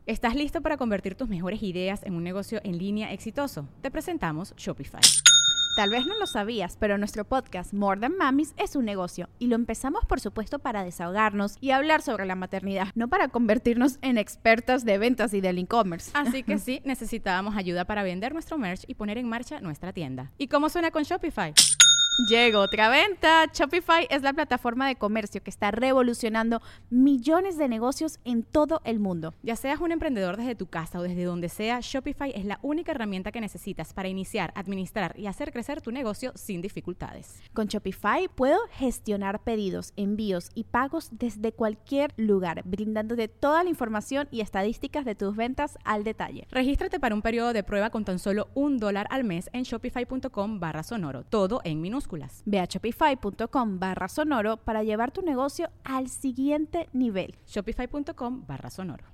¿Estás listo para convertir tus mejores ideas en un negocio en línea exitoso? Te presentamos Shopify. Tal vez no lo sabías, pero nuestro podcast More Than Mamis es un negocio y lo empezamos por supuesto para desahogarnos y hablar sobre la maternidad, no para convertirnos en expertas de ventas y del e-commerce. Así que sí, necesitábamos ayuda para vender nuestro merch y poner en marcha nuestra tienda. ¿Y cómo suena con Shopify? Llegó otra venta. Shopify es la plataforma de comercio que está revolucionando millones de negocios en todo el mundo. Ya seas un emprendedor desde tu casa o desde donde sea, Shopify es la única herramienta que necesitas para iniciar, administrar y hacer crecer tu negocio sin dificultades. Con Shopify puedo gestionar pedidos, envíos y pagos desde cualquier lugar, brindándote toda la información y estadísticas de tus ventas al detalle. Regístrate para un periodo de prueba con tan solo $1 al mes en shopify.com/sonoro, todo en minúsculas. Ve a shopify.com/sonoro para llevar tu negocio al siguiente nivel. Shopify.com/sonoro.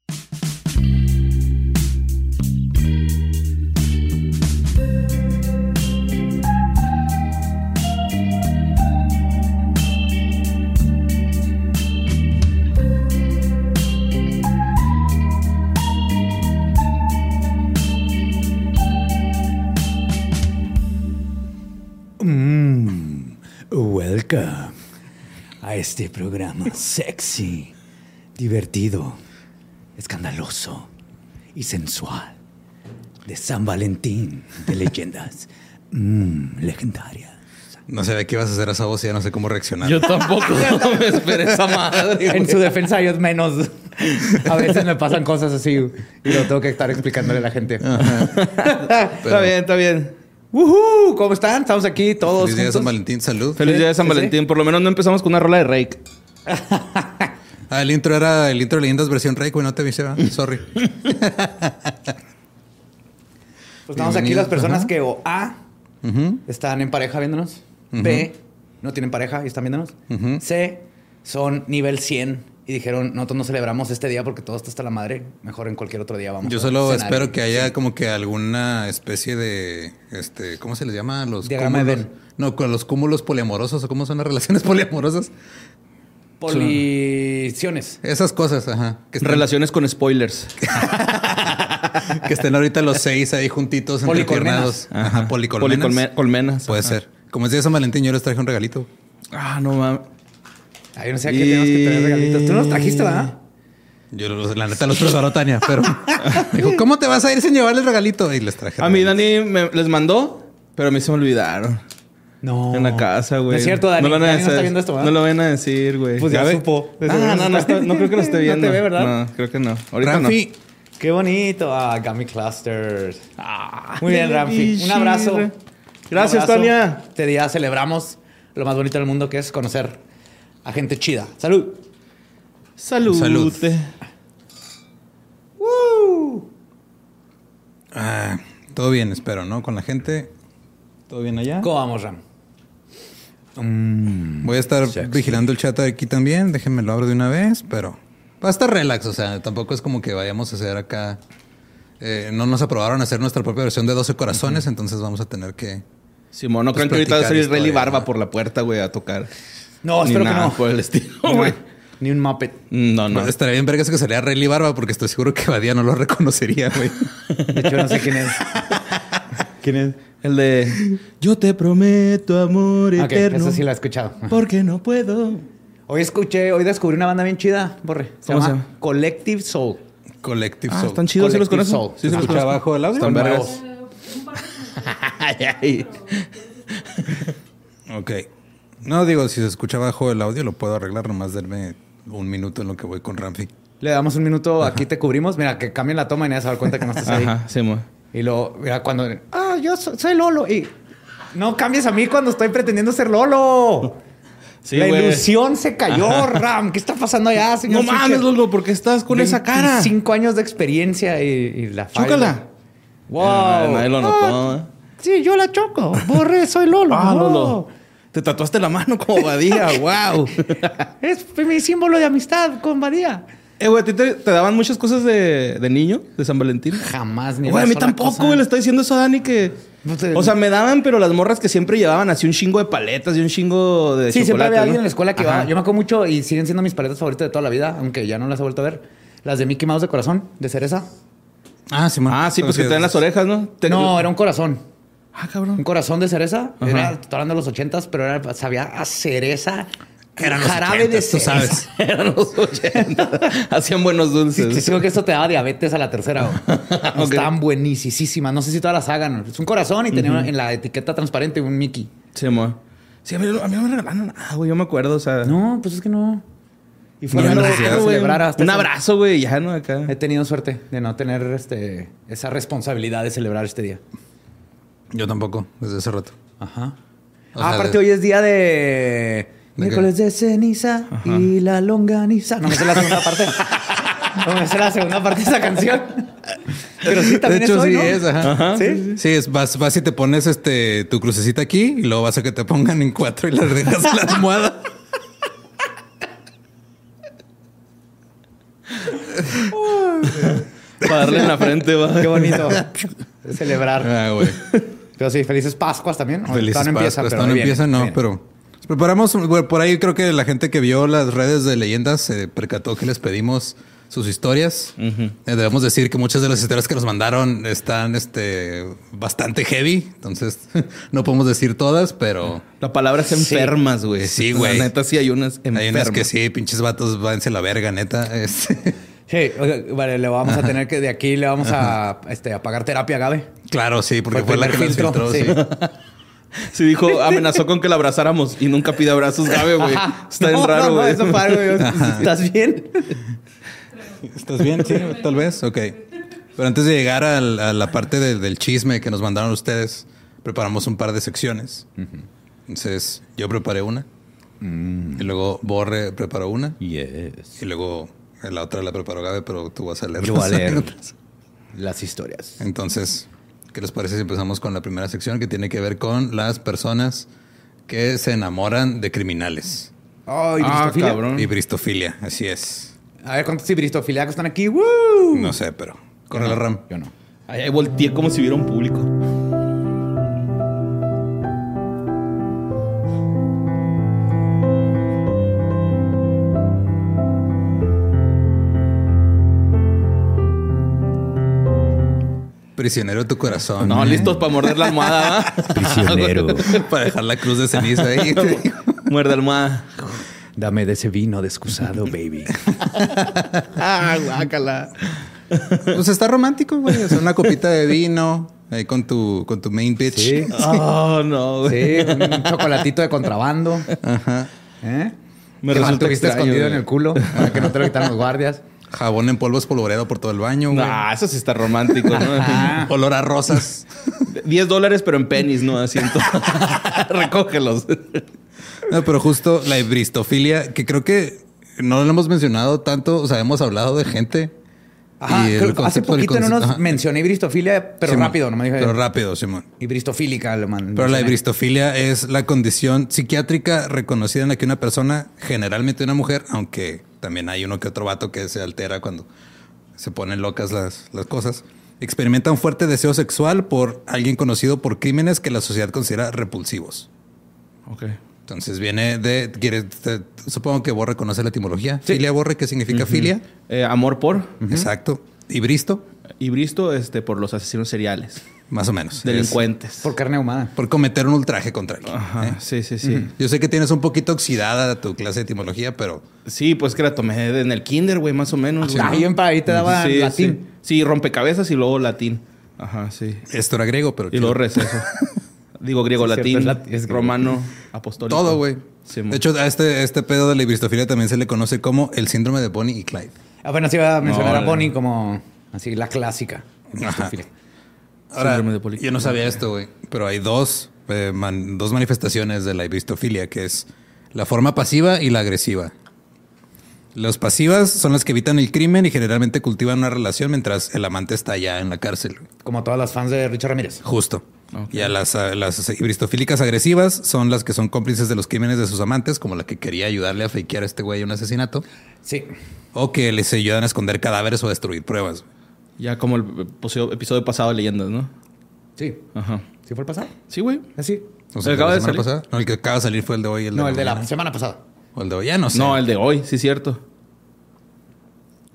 Welcome a este programa sexy, divertido, escandaloso y sensual de San Valentín de leyendas legendarias. No sabía qué ibas a hacer a esa voz y ya no sé cómo reaccionar. Yo tampoco me esperé esa madre. En su defensa yo es menos. A veces me pasan cosas así y lo tengo que estar explicándole a la gente. Está bien, está bien. ¡Woohoo! ¿Cómo están? Estamos aquí todos Feliz día de juntos. San Valentín, salud. Feliz día de San Valentín. Por lo menos no empezamos con una rola de Rake. El intro era el intro de leyendas versión Rey, güey, no te avisé, ¿verdad? Sorry. Pues estamos aquí las personas que o A, están en pareja viéndonos. B, no tienen pareja y están viéndonos. C, son nivel 100 y dijeron, nosotros no celebramos este día porque todo está hasta la madre. Mejor en cualquier otro día vamos. Yo a solo cenar espero y- que haya como que alguna especie de, ¿cómo se les llama? Los Diagrama de cúmulos. Venn. No, con los cúmulos poliamorosos o cómo son las relaciones poliamorosas. Policiones. Esas cosas, ajá. Que estén, Relaciones con spoilers. que estén ahorita los 6 ahí juntitos, Policolmenas. entrepiernados. Ajá, policolmenas. Colmenas. Puede ser. Como es día de San Valentín, yo les traje un regalito. Ah, no mames. Ay, yo no sé a qué tenemos que traer regalitos. Tú nos trajiste, ¿verdad? Yo la neta los preparó Tania, pero dijo, ¿cómo te vas a ir sin llevarle el regalito? Y les traje. A mí Dani les mandó, pero a mí se me olvidaron. No. En la casa, güey. No es cierto, Dani. No lo van a Dani no decir. está viendo esto, ¿verdad? No lo van a decir, güey. Pues ya supo. No creo que lo esté viendo. No te ve, ¿verdad? No, creo que no. Ahorita Ramfi, Qué bonito. Ah, Gummy Clusters. no. Muy bien, Ramfi. Un abrazo. Gracias, Un abrazo. Tania. Este día celebramos lo más bonito del mundo, que es conocer a gente chida. ¡Salud! Salud. Salud. ¡Woo! todo bien, espero, ¿no? Con la gente. ¿Todo bien allá? ¿Cómo vamos, Ram? Voy a estar Sexy. vigilando el chat aquí también. Déjenme lo abro de una vez, pero va a estar relax. O sea, tampoco es como que vayamos a hacer acá. No nos aprobaron hacer nuestra propia versión de 12 corazones, entonces vamos a tener que. Simón, no Pues creo que ahorita va a salir platicar Rayleigh historia, Barba ¿no? por la puerta, güey, a tocar. No, Ni espero que nada no. por el estilo, Ni güey. Ni un Muppet. No, no. Bueno, estaría bien vergas que saliera Rayleigh Barba, porque estoy seguro que Badía no lo reconocería, güey. De hecho, no sé quién es. ¿Quién es? El de yo te prometo amor Ok, eterno. eso sí lo he escuchado. Porque no puedo. Hoy descubrí una banda bien chida, Borre. Se ¿Cómo se llama llama? Collective Soul. Collective Ah, Soul. están chidos, ¿sí los Collective conozco? Soul. Sí, ¿Se los escucha conozco. abajo el audio? Están Son vergas. Ok. No, digo, si se escucha bajo el audio lo puedo arreglar. Nomás darme un minuto en lo que voy con Ramfi. Le damos un minuto, aquí te cubrimos. Mira, que cambien la toma y nadie se va a dar cuenta que no estás ahí. Ajá, sí, mo. Y luego, mira, cuando... yo soy Lolo. Y no cambies a mí cuando estoy pretendiendo ser Lolo. Sí, la güey. ilusión se cayó, Ram. ¿Qué está pasando allá, señor? No mames, Switcher? Lolo, ¿por qué estás con esa cara? 5 años de experiencia y la falla. Chócala. Wow. Nadie lo notó, ¿eh? Sí, yo la choco. Borre, soy Lolo. Ah, Wow. Lolo. Te tatuaste la mano como Badía. Wow. Es mi símbolo de amistad con Badía. Güey, ¿a ti te daban muchas cosas de niño, de San Valentín? Jamás ni Güey, a una mí sola tampoco, cosa. güey. Le está diciendo eso a Dani que... No te- O sea, me daban, pero las morras que siempre llevaban así un chingo de paletas y un chingo de Sí, siempre chocolate, había alguien ¿no? en la escuela que Ajá. va. Yo me acuerdo mucho y siguen siendo mis paletas favoritas de toda la vida, aunque ya no las he vuelto a ver. Las de Mickey Mouse de corazón, de cereza. Ah, sí, man. Ah, sí, pues que te dan las orejas, ¿no? No, era un corazón. Ah, cabrón. Un corazón de cereza. Ajá. Era, estoy hablando de los 80s, pero sabía a cereza. Eran los jarabe 80s, de tú cereza. sabes. Eran los 80. Hacían buenos Sí, dulces. te digo que esto te daba diabetes a la tercera. Ok. Estaban buenísimas. No sé si todas las hagan. Es un corazón y tenía en la etiqueta transparente un Mickey. Sí, amor. Sí, a mí no me regalaron nada, güey. Yo me acuerdo, o sea... No, pues es que no. Y fue Ni algo necesidad, que güey. celebrar hasta Un eso. abrazo, güey. Ya, ¿no? Acá. He tenido suerte de no tener esa responsabilidad de celebrar este día. Yo tampoco, desde hace rato. Ajá. O sea, Aparte, hoy es día de ¿De miércoles de ceniza y la longaniza. No me sé la segunda parte. No me sé la segunda parte de esa canción. Pero sí, también de hecho, es hoy, sí ¿no? es, ajá. Ajá. ¿Sí? Sí, vas y te pones tu crucecita aquí y luego vas a que te pongan en 4 y las dejas en la almohada. Para darle en la frente, va. Qué bonito. Celebrar. Ah, güey. Pero sí, felices Pascuas también. Felices Todavía no empieza, Pascuas. pero No ahí empieza, viene, no, viene. pero... Preparamos, bueno, por ahí creo que la gente que vio las redes de leyendas se percató que les pedimos sus historias. Debemos decir que muchas de las historias que nos mandaron están bastante heavy. Entonces, no podemos decir todas, pero... La palabra es enfermas, güey. Sí, güey. La neta, sí hay unas enfermas. Hay unas que sí, pinches vatos, váyanse a la verga, neta. Sí, vale, le vamos a tener que... De aquí le vamos a pagar terapia a Gabe. Claro, sí, porque Fue fue el la que nos primer filtró, filtro, sí. Sí, dijo, amenazó con que la abrazáramos y nunca pide abrazos, Gabe, güey. Está bien raro, No, güey. eso fue algo. ¿Estás bien? ¿Estás bien? Sí, tal vez. Ok. Pero antes de llegar a la parte del chisme que nos mandaron ustedes, preparamos un par de secciones. Entonces, yo preparé una. Y luego Borre preparó una. Yes. Y luego la otra la preparó Gabe, pero tú vas a leer. Yo voy a las leer anécdotas. las historias. Entonces, ¿qué les parece si empezamos con la primera sección que tiene que ver con las personas que se enamoran de criminales? Oh, ¿y bristofilia? cabrón. Y bristofilia, así es. A ver, ¿cuántos bristofiliacos están aquí? ¡Woo! No sé, pero corre Yo la no, RAM. Yo no. Ahí volteé como si hubiera un público. Prisionero de tu corazón. No, listos para morder la almohada. ¿va? Prisionero. Para dejar la cruz de ceniza ahí. Muerde almohada. Dame de ese vino de excusado, baby. Ah, guácala. Pues está romántico, güey. O sea, una copita de vino ahí con tu main bitch. Sí. Oh, no, güey. Sí, un chocolatito de contrabando. Ajá. ¿Eh? Me Que resulta mantuviste extraño, escondido güey. en el culo para que no te lo quitaran los guardias. Jabón en polvo espolvoreado por todo el baño, güey. Ah, eso sí está romántico, ¿no? Olor a rosas. $10, pero en pennies, ¿no? Asiento. Recógelos. No, pero justo la bristofilia, que creo que no lo hemos mencionado tanto. O sea, hemos hablado de gente. Ajá, Y el creo que hace concepto del poquito en concepto- unos ajá. mencioné bristofilia, pero Simón. rápido, no me dije. Pero rápido, Simón. Y bristofílica, lo man. Pero la mencioné. bristofilia es la condición psiquiátrica reconocida en la que una persona, generalmente una mujer, aunque también hay uno que otro vato que se altera cuando se ponen locas las cosas, experimenta un fuerte deseo sexual por alguien conocido por crímenes que la sociedad considera repulsivos. Ok. Entonces viene supongo que Borre conoce la etimología. Sí. Filia, Borre, ¿qué significa filia? Amor por. Exacto. ¿Y bristo? Y bristo por los asesinos seriales. Más o menos. Delincuentes. Por carne humana. Por cometer un ultraje contra alguien. Ajá. ¿eh? Sí, sí, sí. Yo sé que tienes un poquito oxidada tu clase de etimología, pero Sí, pues que la tomé en el kinder, güey, más o menos. güey. Ahí bien para ahí te daba Sí, latín. Sí. Sí, rompecabezas y luego latín. Ajá, sí. esto era griego, pero Y luego receso. Digo griego, Sí, latín, cierto, es griego. romano, apostólico. todo, güey. Sí, De hecho, a este pedo de la bristofilia también se le conoce como el síndrome de Bonnie y Clyde. Apenas iba a mencionar No, a Bonnie como así la clásica. bristofilia. Ahora, Síndrome de Poliquín. yo no sabía esto, güey, pero hay dos manifestaciones de la bristofilia, que es la forma pasiva y la agresiva. Las pasivas son las que evitan el crimen y generalmente cultivan una relación mientras el amante está ya en la cárcel. Como todas las fans de Richard Ramírez. Justo. Ok. Y a las bristofílicas agresivas son las que son cómplices de los crímenes de sus amantes, como la que quería ayudarle a fakear a este güey un asesinato, Sí. o que les ayudan a esconder cadáveres o a destruir pruebas. Ya como el episodio pasado de Leyendas, ¿no? Sí. Ajá. ¿Sí fue el pasado? Sí, güey. Así. O sea, ¿El acaba la de semana salir? pasada. No, el que acaba de salir fue el de hoy. No, el de la mañana. semana pasada. O el de hoy, ya no sé. No, el de hoy, sí, cierto.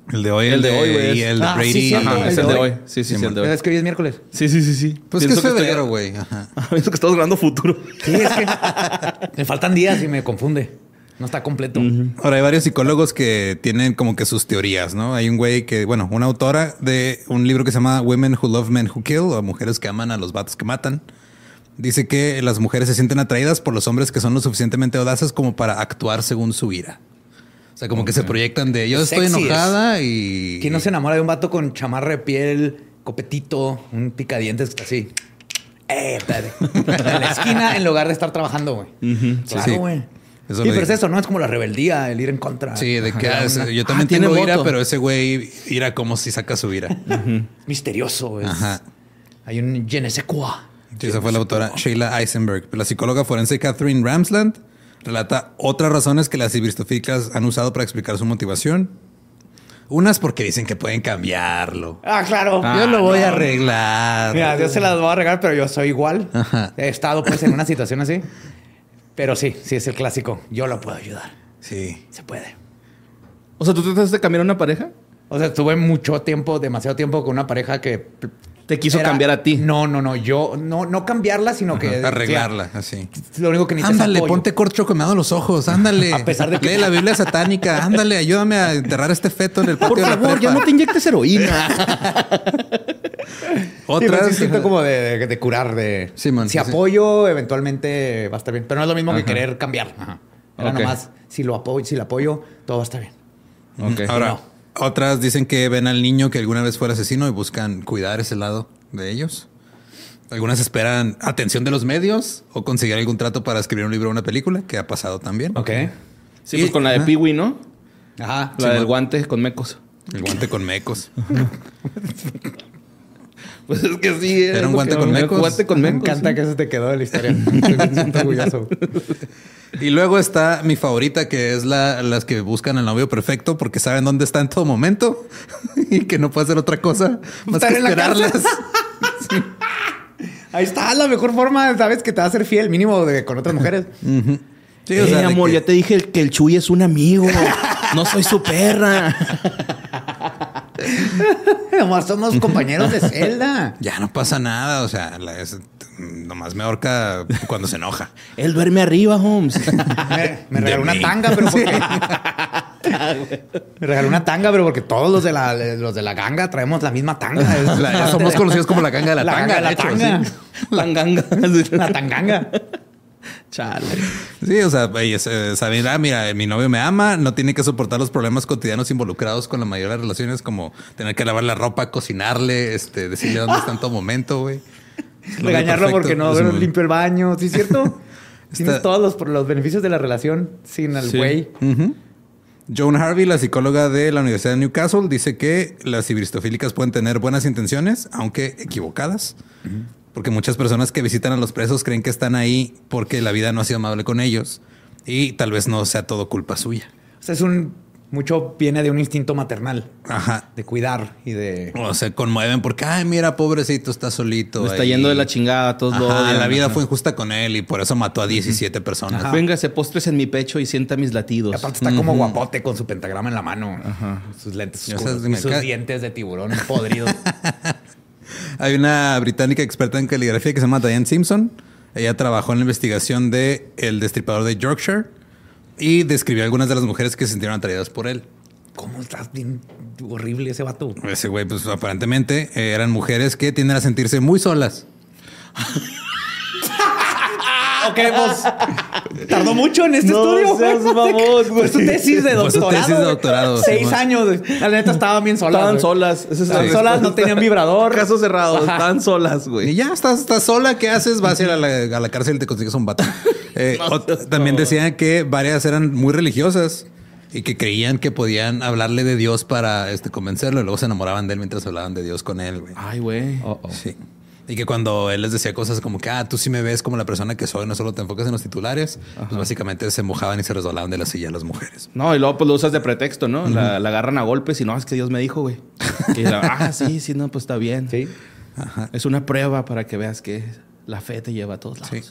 El de hoy, güey. Y el de Brady. Sí, Ajá, es el de hoy. Sí, el de hoy. Es que hoy es miércoles. Sí. Pues que es febrero, güey. Ajá. Pienso que estamos grabando futuro. Sí, es que me faltan días y me confunde. No está completo. Ahora, hay varios psicólogos que tienen como que sus teorías, ¿no? Hay un güey que, bueno, una autora de un libro que se llama Women Who Love Men Who Kill, o Mujeres que aman a los vatos que matan. Dice que las mujeres se sienten atraídas por los hombres que son lo suficientemente audaces como para actuar según su ira. O sea, como que se proyectan de yo estoy Sexy enojada y... ¿Quién no se enamora de un vato con chamarra de piel, copetito, un picadientes así? Espérate. En la esquina en lugar de estar trabajando, güey. Claro, Sí. güey. Eso Sí, lo pero es dice. eso, ¿no? Es como la rebeldía, el ir en contra. Sí, de que Ajá. yo también tiene tengo ira, voto. pero ese güey ira como si saca su ira. Misterioso. Es... Ajá. Hay un je ne sais quoi. Sí, esa fue la autora Sheila Eisenberg. La psicóloga forense Catherine Ramsland relata otras razones que las ciberistofílicas han usado para explicar su motivación. Unas porque dicen que pueden cambiarlo. Ah, claro. Yo lo voy a arreglar. Mira, yo se las voy a regalar, pero yo soy igual. Ajá. He estado pues en una situación así. Pero sí es el clásico. Yo lo puedo ayudar. Sí. Se puede. O sea, ¿tú trataste de cambiar a una pareja? O sea, estuve mucho tiempo, demasiado tiempo con una pareja que... Te quiso cambiar a ti. No. Yo no cambiarla, sino que... Arreglarla, así. Lo único que necesitas es Ándale, apoyo. ponte corcho que me ha dado los ojos. Ándale. A pesar de que- Lee la Biblia satánica. Ándale, ayúdame a enterrar a este feto en el patio Por de la favor, prepa. ya no te inyectes heroína. Otras... Otras... Sí, siento como de curar, de... Simón, si sí, sí. apoyo, eventualmente va a estar bien. Pero no es lo mismo que querer cambiar. Ajá. Era Ok. nomás, si lo apoyo, todo va a estar bien. Ok. Ahora, No. otras dicen que ven al niño que alguna vez fue asesino y buscan cuidar ese lado de ellos. Algunas esperan atención de los medios o conseguir algún trato para escribir un libro o una película, que ha pasado también. Ok. Sí, pues con la de Ajá. Pee-wee, ¿no? Ajá. La del guante con mecos. El guante con mecos. Pues es que sí. Era un lo guante que- con mecos. Guante con Me mecos. encanta sí. que eso te quedó de la historia. Me siento orgulloso. Y luego está mi favorita, que es las que buscan al novio perfecto porque saben dónde está en todo momento y que no puede hacer otra cosa más Estar que en la esperarlas. Ahí está la mejor forma, sabes, que te va a hacer fiel, mínimo con otras mujeres. Sí, o sea, de amor, que- ya te dije que el Chuy es un amigo. No soy su perra. Nomás somos compañeros de celda. ya no pasa nada. O sea, nomás me ahorca cuando se enoja. Él duerme arriba, Holmes. Me regaló De una mí. tanga, pero porque... Me regaló una tanga, pero porque todos los de la ganga traemos la misma tanga. Es Ya somos conocidos como la ganga de la, la tanga. ganga de la de hecho, tanga. sí. Tanganga. La tanganga. Chale. Sí, o sea, saben, mira, mi novio me ama, no tiene que soportar los problemas cotidianos involucrados con la mayoría de las relaciones, como tener que lavar la ropa, cocinarle, decirle dónde está en todo momento, güey. Es lo Regañarlo perfecto. porque no Es muy- limpio el baño. ¿Sí es cierto? Tienes Está- todos los beneficios de la relación sin el Sí. güey. Joan Harvey, la psicóloga de la Universidad de Newcastle, dice que las ciberistofílicas pueden tener buenas intenciones, aunque equivocadas. Porque muchas personas que visitan a los presos creen que están ahí porque la vida no ha sido amable con ellos. Y tal vez no sea todo culpa suya. O sea, mucho viene de un instinto maternal. Ajá. De cuidar y de... O se conmueven porque, ay, mira, pobrecito, está solito. Me está ahí. yendo de la chingada. Todos lo Ajá, odian. la vida Ajá. fue injusta con él y por eso mató a 17 personas. Ajá. Véngase, postres en mi pecho y sienta mis latidos. Aparte está como guapote con su pentagrama en la mano. Sus lentes Ya oscuros sabes, y sus dientes de tiburón podridos. Hay una británica experta en caligrafía que se llama Diane Simpson. Ella trabajó en la investigación de El Destripador de Yorkshire y describió algunas de las mujeres que se sintieron atraídas por él. ¿Cómo estás bien horrible ese vato? Ese güey, pues aparentemente eran mujeres que tienden a sentirse muy solas. Ok, pues tardó mucho en este No estudio. seas mamón, Fue su tesis de Fue su doctorado. tesis de doctorado, 6 Simón. años. La neta estaban bien solas. Estaban güey. solas. Esa es la Estaban solas, no tenían vibrador. Caso cerrado. Ajá. Estaban solas, Y güey. ya estás sola, ¿qué haces? Vas a ir a la cárcel y te consigues un vato. También decían que varias eran muy religiosas y que creían que podían hablarle de Dios para convencerlo y luego se enamoraban de él mientras hablaban de Dios con él, güey. Ay, güey. Sí. Y que cuando él les decía cosas como que, tú sí me ves como la persona que soy, no solo te enfocas en los titulares, pues básicamente se mojaban y se resbalaban de la silla las mujeres. No, y luego pues lo usas de pretexto, ¿no? La agarran a golpes y no, es que Dios me dijo, güey. Sí, no, pues está bien. Sí. Es una prueba para que veas que la fe te lleva a todos lados. Sí.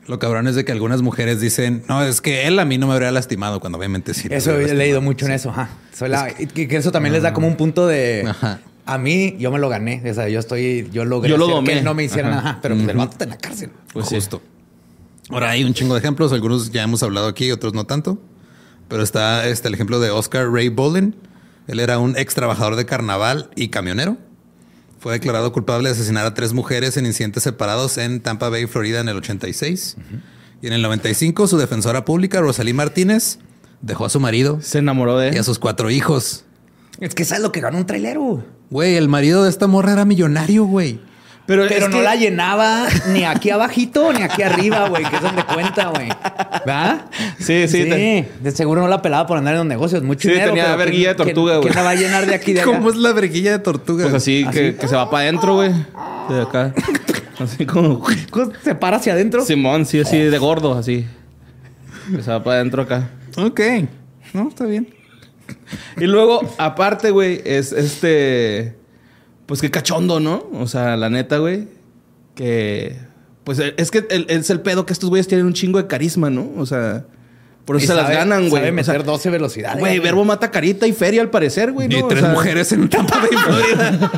Lo cabrón es de que algunas mujeres dicen, no, es que él a mí no me habría lastimado, cuando obviamente sí. Eso he leído mucho en eso. Ajá. Que eso también les da como un punto de... Ajá. A mí, yo me lo gané. O sea, yo logré Yo lo hacer domé. que no me hicieran nada. Pero pues el vato está en la cárcel. Pues justo. Ahora hay un chingo de ejemplos. Algunos ya hemos hablado aquí, otros no tanto. Pero está el ejemplo de Oscar Ray Bolin. Él era un ex trabajador de carnaval y camionero. Fue declarado culpable de asesinar a 3 mujeres en incidentes separados en Tampa Bay, Florida, en el 86. Y en el 95, su defensora pública, Rosalí Martínez, dejó a su marido Se enamoró de y a él. sus 4 hijos. Es que ¿sabes lo que ganó un trailero? Güey, el marido de esta morra era millonario, güey. Pero es no que- la llenaba ni aquí abajito ni aquí arriba, güey. Que es donde cuenta, güey. ¿Verdad? Sí. De seguro no la pelaba por andar en los negocios. Mucho Sí, dinero. tenía pero verguilla de tortuga, güey. ¿Quién la va a llenar de aquí de allá? ¿Cómo es la verguilla de tortuga? Pues así, que se va para adentro, güey. De acá. Así como... ¿Se para hacia adentro? Simón, sí, así de gordo, así. Que se va para adentro acá. Ok. No, está bien. Y luego, aparte, güey, es pues qué cachondo, ¿no? O sea, la neta, güey. Que... Pues es que es el pedo que estos güeyes tienen un chingo de carisma, ¿no? O sea... Por eso Y se las sabe- ganan, güey. Sabe O meter sea, 12 velocidades. güey, Verbo mata carita y feria al parecer, güey, ¿no? Y O 3 sea, mujeres en Tampa Bay, Florida.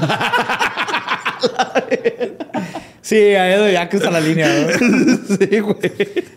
Sí, ahí ya cruza la línea, güey. Sí, güey.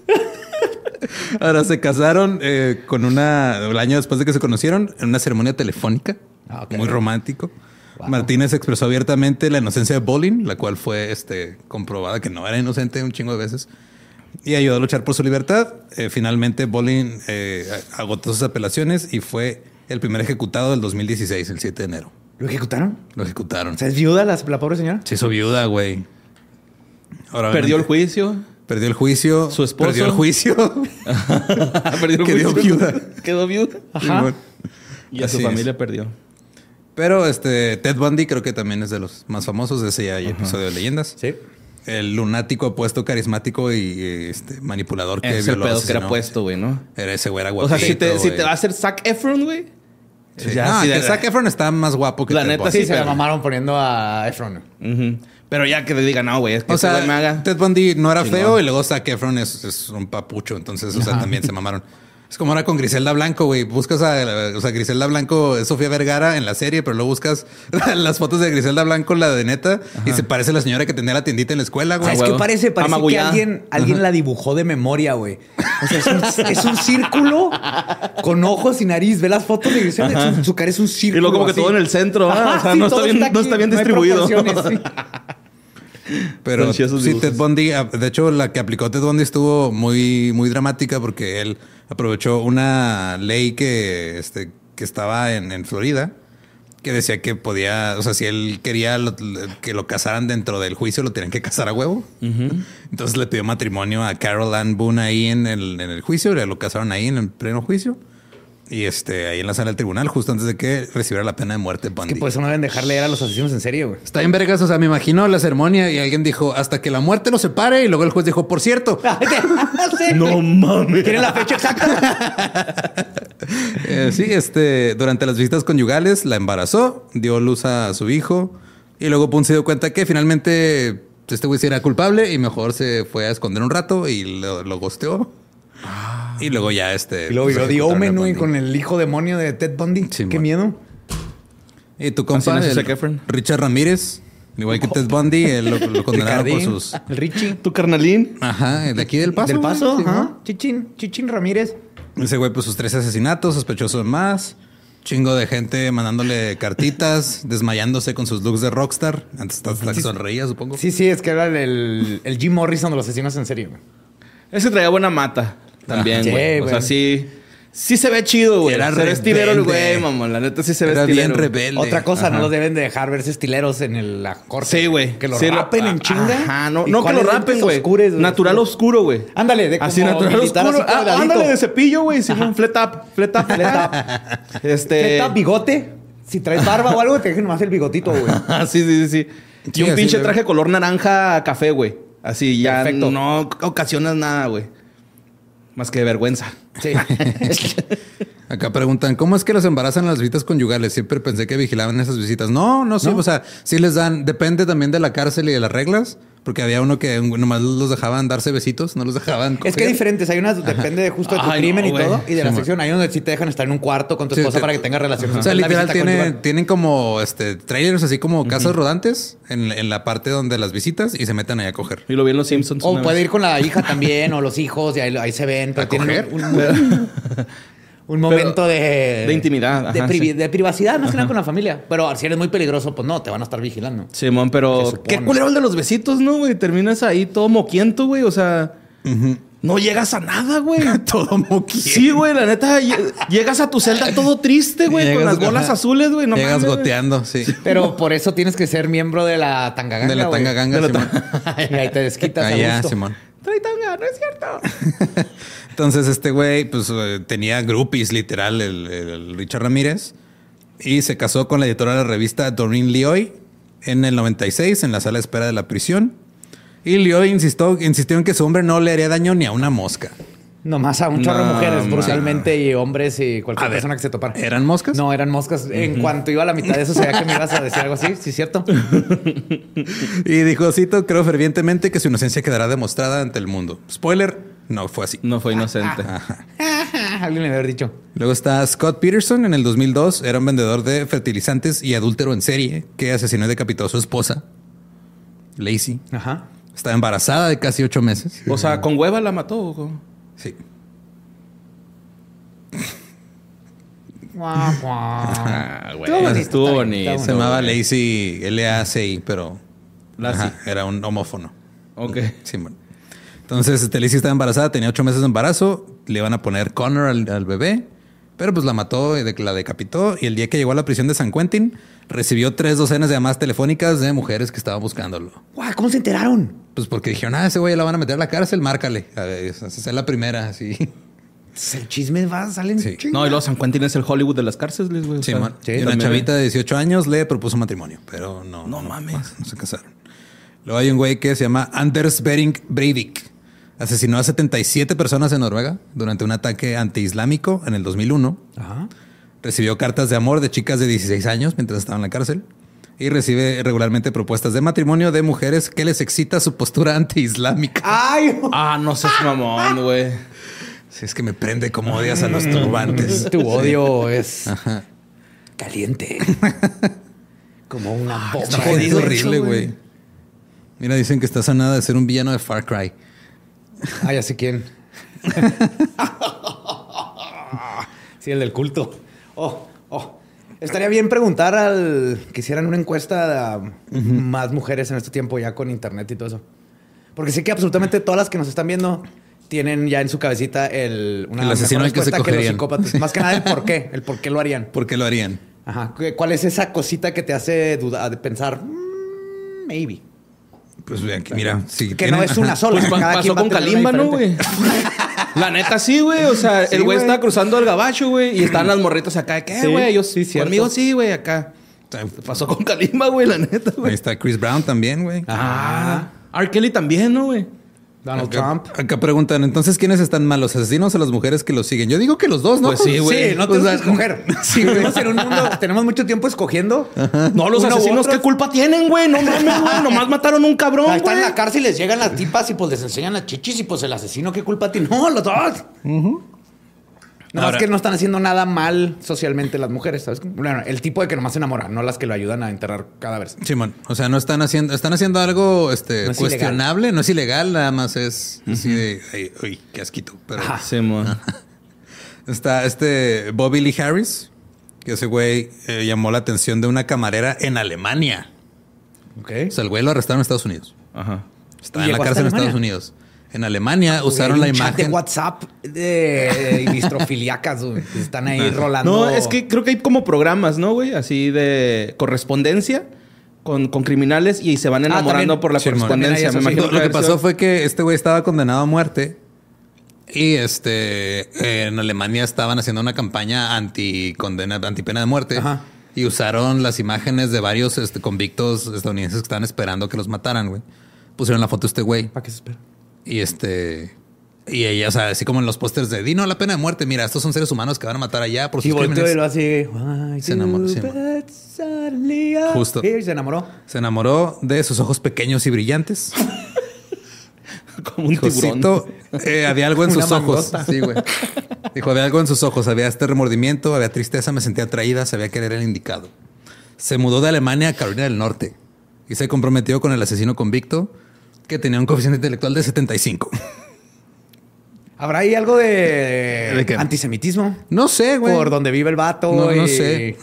Ahora se casaron el año después de que se conocieron en una ceremonia telefónica. Ah, ok. Muy romántico. Wow. Martínez expresó abiertamente la inocencia de Bolin, la cual fue comprobada que no era inocente un chingo de veces. Y ayudó a luchar por su libertad. Finalmente Bolin agotó sus apelaciones y fue el primer ejecutado del 2016, el 7 de enero. ¿Lo ejecutaron? Lo ejecutaron. O sea, ¿es viuda la pobre señora? Se hizo viuda, güey. Ahora, Perdió el obviamente, juicio. Perdió el juicio. Su esposo. Perdió el juicio. Perdió el Quedó juicio. viuda. Quedó viuda. Ajá. Y a su Así es. familia perdió. Pero Ted Bundy creo que también es de los más famosos de ese ya hay episodio de Leyendas. Sí. El lunático apuesto carismático y manipulador que Ese es el violó, pedo que era asesinó. puesto, güey, ¿no? Era ese güey, era O guapito. sea, si te güey. va a hacer Zac Efron, güey. Sí. ya, No, sí, que de- Zac Efron está más guapo que La Ted neta, Bundy. Sí, se la pero- mamaron poniendo a Efron. Ujú. Pero ya que le digan, no, güey, es que O ese sea, güey me haga. Ted Bundy no era Chingón. feo y luego Zac Efron es un papucho. Entonces, o sea, también se mamaron. Es como ahora con Griselda Blanco, güey. Buscas Griselda Blanco es Sofía Vergara en la serie, pero luego buscas las fotos de Griselda Blanco, la de neta, y se parece a la señora que tenía la tiendita en la escuela, güey. ¿Sabes huevo. qué parece? Parece que Amagullá. alguien la dibujó de memoria, güey. O sea, es un círculo con ojos y nariz. Ve las fotos de Griselda. Su cara es un Y círculo. luego como que así. todo en el centro, ¿ah? Ajá, O sea, sí, no está todo bien, no aquí, está bien no hay distribuido. proporciones, sí. Pero Están chidos esos sí, dibujos. Ted Bundy, de hecho, la que aplicó Ted Bundy estuvo muy, muy dramática porque él aprovechó una ley que estaba en Florida que decía que podía, o sea, si él quería que lo casaran dentro del juicio, lo tenían que casar a huevo. Entonces le pidió matrimonio a Carol Ann Boone ahí en el juicio, lo casaron ahí en el pleno juicio. Y ahí en la sala del tribunal, justo antes de que recibiera la pena de muerte Bundy. Que por eso no deben dejar leer a los asesinos en serie, güey. Está en vergas, o sea, me imagino la ceremonia y alguien dijo hasta que la muerte lo separe y luego el juez dijo, por cierto, No mames. ¿Tiene la fecha exacta? sí, durante las visitas conyugales la embarazó, dio luz a su hijo y luego Pun se dio cuenta que finalmente este güey sí era culpable y mejor se fue a esconder un rato y lo gosteó. Y luego ya Y luego pues, yo The ejecutaron a Omen, güey, Bundy. con el hijo demonio de Ted Bundy. Sí, Qué man. miedo. Y tu Así compa, nació el Zac Efron. Richard Ramírez, igual que Ted Bundy, él lo condenaron por Ricardín, sus... el Richie. Tu carnalín. Ajá, de aquí del Paso. Del Paso, güey, ajá. Chichín Ramírez. Ese güey, pues sus 13 asesinatos, sospechoso de más. Chingo de gente mandándole cartitas, desmayándose con sus looks de rockstar. Antes hasta que sonreía, supongo. Sí, es que era el Jim Morrison de los asesinos en serie, güey. Ese traía buena mata también, Sí, güey. O sea, güey. sí se ve chido, güey. Era Se ve estilero el rebelde. güey, mamón. La neta sí se ve Era estilero. bien rebelde. Otra cosa, Ajá. no los deben de dejar verse estileros en la corte. Sí, güey. Que lo Sí, rapen en chinga. Ajá, no, ¿Y no que cuáles lo rapen, lentes güey. oscuros, Natural oscuro, güey. Ándale, de Así como natural militar, oscuro. así cuadradito. Ándale de cepillo, güey. Sí, un flat up. Neta, bigote. Si traes barba o algo, te dejen nomás el bigotito, güey. Sí. Y Sí, un así pinche le- traje color naranja café, güey. Así ya Perfecto. no ocasionas nada, güey. Más que de vergüenza. Sí. Acá preguntan, ¿cómo es que los embarazan las visitas conyugales? Siempre pensé que vigilaban esas visitas. No, sí. ¿No? O sea, sí les dan, depende también de la cárcel y de las reglas, Porque había uno que nomás los dejaban darse besitos, no los dejaban coger. Es que hay diferentes. Hay unas, depende justo de tu crimen y todo. Y de la sección. Hay unos que sí te dejan estar en un cuarto con tu esposa para que tengas relaciones. O sea, literal tienen como trailers así como casas rodantes en la parte donde las visitas y se meten ahí a coger. Y lo vi en Los Simpsons. O puede ir con la hija también o los hijos y ahí se ven. Pero tienen un momento de intimidad. De privacidad, más que nada con la familia. Pero si eres muy peligroso, pues no, te van a estar vigilando. Simón, pero qué culero el de los besitos, ¿no, güey? Terminas ahí todo moquiento, güey. O sea, no llegas a nada, güey. Todo moquiento. Sí, güey, la neta, llegas a tu celda todo triste, güey, con las bolas azules, güey. No llegas mames, goteando, sí. Pero por eso tienes que ser miembro de la Tangaganga. De la Tangaganga, Simón. Y ahí te desquitas a ya, gusto. Simón. Trae tanga, no es cierto. Entonces este güey pues tenía groupies literal, el Richard Ramírez, y se casó con la editora de la revista Doreen Lioy en el 96 en la sala de espera de la prisión. Y Lioy insistió en que su hombre no le haría daño ni a una mosca. Nomás a un chorro de mujeres, brutalmente, y hombres y cualquier persona que se topara. ¿Eran moscas? No, eran moscas. En cuanto iba a la mitad de eso, sabía que me ibas a decir algo así. ¿Sí, cierto? Y dijo, cito, creo fervientemente que su inocencia quedará demostrada ante el mundo. Spoiler, no fue así. No fue inocente. Alguien le debe haber dicho. Luego está Scott Peterson en el 2002. Era un vendedor de fertilizantes y adúltero en serie que asesinó y decapitó a su esposa, Lacey. Ajá. Estaba embarazada de casi 8 meses. O sea, ¿con hueva la mató? Sí. Estuvo bonito. Se llamaba Lacey, L-A-C-I, pero era un homófono. Ok. Sí, bueno. Entonces, Lacey estaba embarazada, tenía 8 meses de embarazo, le iban a poner Connor al bebé, pero pues la mató y la decapitó. Y el día que llegó a la prisión de San Quentin, recibió 3 docenas de llamadas telefónicas de mujeres que estaban buscándolo. ¿Cómo se enteraron? Pues porque dijeron, ese güey la van a meter a la cárcel, márcale. A ver, esa es la primera, así. El chisme salen. Sí. No, y luego San Quentin es el Hollywood de las cárceles, güey. Sí, man. sí, y una chavita de 18 años le propuso matrimonio, pero no mames. No se casaron. Luego hay un güey que se llama Anders Behring Breivik. Asesinó a 77 personas en Noruega durante un ataque antiislámico en el 2001. Ajá. Recibió cartas de amor de chicas de 16 años mientras estaba en la cárcel. Y recibe regularmente propuestas de matrimonio de mujeres que les excita su postura antiislámica. ¡Ay! No seas mamón, güey. Si es que me prende como odias a los turbantes. Tu odio es caliente. Como una bomba. Está jodido, horrible, güey. Mira, dicen que está sanada de ser un villano de Far Cry. Ya sé quién. Sí, el del culto. Estaría bien preguntar que hicieran una encuesta a más mujeres en este tiempo ya con internet y todo eso. Porque sé que absolutamente todas las que nos están viendo tienen ya en su cabecita el asesino al que se cogerían. Que los psicópatas. Más que nada el por qué lo harían. ¿Por qué lo harían? Ajá. ¿Cuál es esa cosita que te hace dudar, de pensar, maybe? Pues mira, sí, que no es una sola. Pues pasó con Kalimba, ¿no, güey? La neta sí, güey. O sea, el güey estaba cruzando el gabacho, güey, y estaban las morritas acá. ¿Qué, güey? Ellos sí, conmigo sí, güey, acá. Pasó con Kalimba, güey, la neta, güey. Ahí está Chris Brown también, güey. R. Kelly también, ¿no, güey? Donald Trump. Acá preguntan, entonces, ¿quiénes están mal? ¿Los asesinos o las mujeres que los siguen? Yo digo que los dos, ¿no? Pues sí, güey. Sí, no tenemos que escoger. Sí, vivimos en un mundo, tenemos mucho tiempo escogiendo. No, los asesinos, ¿qué culpa tienen, güey? No mames, güey. Nomás mataron a un cabrón, güey. Están en la cárcel y les llegan las tipas y pues les enseñan las chichis y pues el asesino, ¿qué culpa tiene? No, los dos. No, es que no están haciendo nada mal socialmente las mujeres, ¿sabes? Bueno, el tipo de que nomás se enamoran, no las que lo ayudan a enterrar cadáveres. Simón, o sea, no están haciendo algo no cuestionable, ilegal. No es ilegal, nada más es así de, uy, qué asquito. Pero Simón. Está Bobby Lee Harris, que ese güey llamó la atención de una camarera en Alemania. Ok. O sea, el güey lo arrestaron en Estados Unidos. Ajá. Está en la cárcel en Estados Unidos. En Alemania usaron la imagen. Chat de WhatsApp de distrofiliacas, güey. Están ahí rolando. No, es que creo que hay como programas, ¿no, güey? Así de correspondencia con criminales y se van enamorando por la correspondencia. Me imagino. Lo que pasó fue que este güey estaba condenado a muerte y en Alemania estaban haciendo una campaña antipena de muerte. Ajá. Y usaron las imágenes de varios convictos estadounidenses que estaban esperando que los mataran, güey. Pusieron la foto de este güey. ¿Para qué se espera? Y Y ella, o sea, así como en los pósters de Dino, la pena de muerte. Mira, estos son seres humanos que van a matar allá por sus crímenes. Y lo así. Se enamoró. Sí, justo. Y se enamoró. Se enamoró de sus ojos pequeños y brillantes. Como un tiburón. Había algo en Una sus ojos. mangosta. Sí, güey. Dijo, había algo en sus ojos. Había este remordimiento, había tristeza, me sentía atraída, sabía que era el indicado. Se mudó de Alemania a Carolina del Norte y se comprometió con el asesino convicto que tenía un coeficiente intelectual de 75. ¿Habrá ahí algo de qué? Antisemitismo? No sé, güey. Por donde vive el vato. No sé.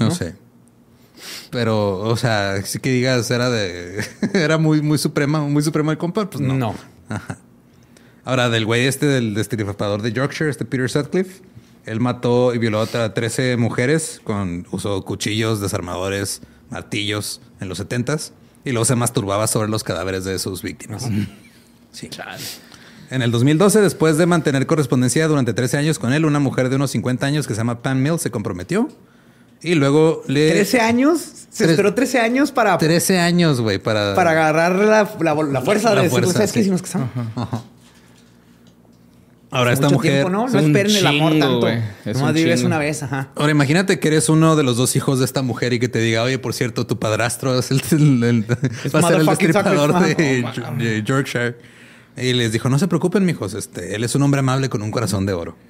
Pero, o sea, sí que digas, era muy suprema el compa, pues no. No. Ajá. Ahora, del güey del destripador de Yorkshire, Peter Sutcliffe, él mató y violó a 13 mujeres usó cuchillos, desarmadores, martillos en los 70s y luego se masturbaba sobre los cadáveres de sus víctimas. Sí. Chale. En el 2012, después de mantener correspondencia durante 13 años con él, una mujer de unos 50 años que se llama Pam Mills se comprometió y luego le... ¿13 años? ¿Se esperó 13 años para... 13 años, güey, para agarrar la fuerza de decir, ¿sabes qué? sí. Si nos casamos. Ajá. Ahora, Es esta mucho mujer... tiempo, ¿no? Es No un esperen el amor chingo, tanto. güey. Es Nomás un vives chingo. una vez, ajá. Ahora, imagínate que eres uno de los dos hijos de esta mujer y que te diga, oye, por cierto, tu padrastro es va a ser el motherfucking destripador Sutcliffe. de Yorkshire. Y les dijo, no se preocupen, mijos, él es un hombre amable con un corazón de oro.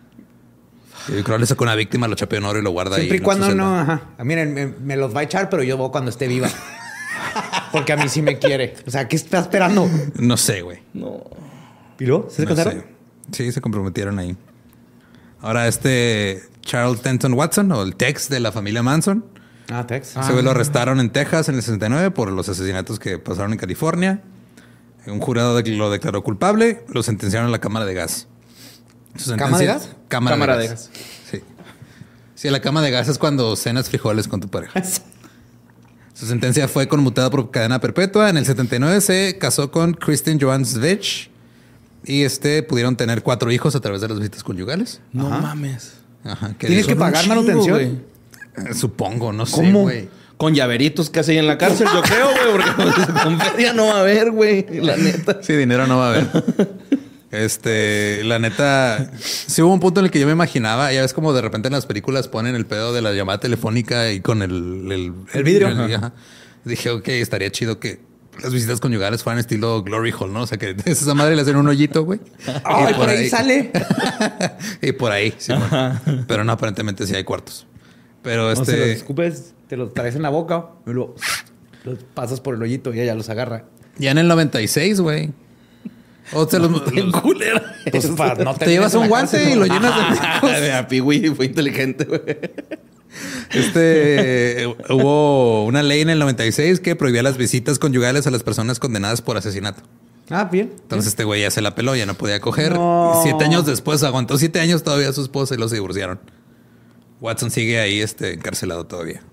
Y creo que le sacó una víctima, lo chapeó en oro y lo guarda Siempre ahí. y cuando en su no, celda. ajá. Miren, me los va a echar, pero yo voy cuando esté viva. Porque a mí sí me quiere. O sea, ¿qué está esperando? No sé, güey. No. ¿Y luego? ¿Se No casaron? sé. Sí, se comprometieron ahí. Ahora Charles Denton Watson, o el Tex de la familia Manson. Ah, Tex. Ese güey lo arrestaron en Texas en el 69 por los asesinatos que pasaron en California. Un jurado lo declaró culpable, lo sentenciaron a la cámara de gas. Su ¿Cama de gas? Cámara de gas. Sí. Sí, la cama de gas es cuando cenas frijoles con tu pareja. Su sentencia fue conmutada por cadena perpetua. En el 79 se casó con Kristen Joan Svech y pudieron tener 4 hijos a través de las visitas conyugales. No Ajá. mames. Ajá. ¿Tienes que pagar manutención? Güey. Supongo, no sé, ¿Cómo? güey. Con llaveritos casi en la cárcel, yo creo, güey, porque con feria no va a haber, güey, la neta. Sí, dinero no va a haber. La neta, sí hubo un punto en el que yo me imaginaba, ya ves como de repente en las películas ponen el pedo de la llamada telefónica y con el vidrio. Ajá. Dije, ok, estaría chido que las visitas conyugales fueran estilo Glory Hall, ¿no? O sea, que esa madre le hacen un hoyito, güey. ¡Ay, por ahí sale! Y por ahí, sí, bueno. Pero no, aparentemente sí hay cuartos. Pero No, se los escupes, te los traes en la boca y luego los pasas por el hoyito y ella los agarra. ya en el 96, güey. O te los... culera. Pues, para no Te llevas un guante y lo llenas de... De Happy, güey, fue inteligente, güey. Hubo una ley en el 96 que prohibía las visitas conyugales a las personas condenadas por asesinato. Ah, bien. Entonces este güey ya se la peló, ya no podía coger. No. 7 años después, aguantó 7 años todavía a su esposa y los divorciaron. Watson sigue ahí encarcelado todavía.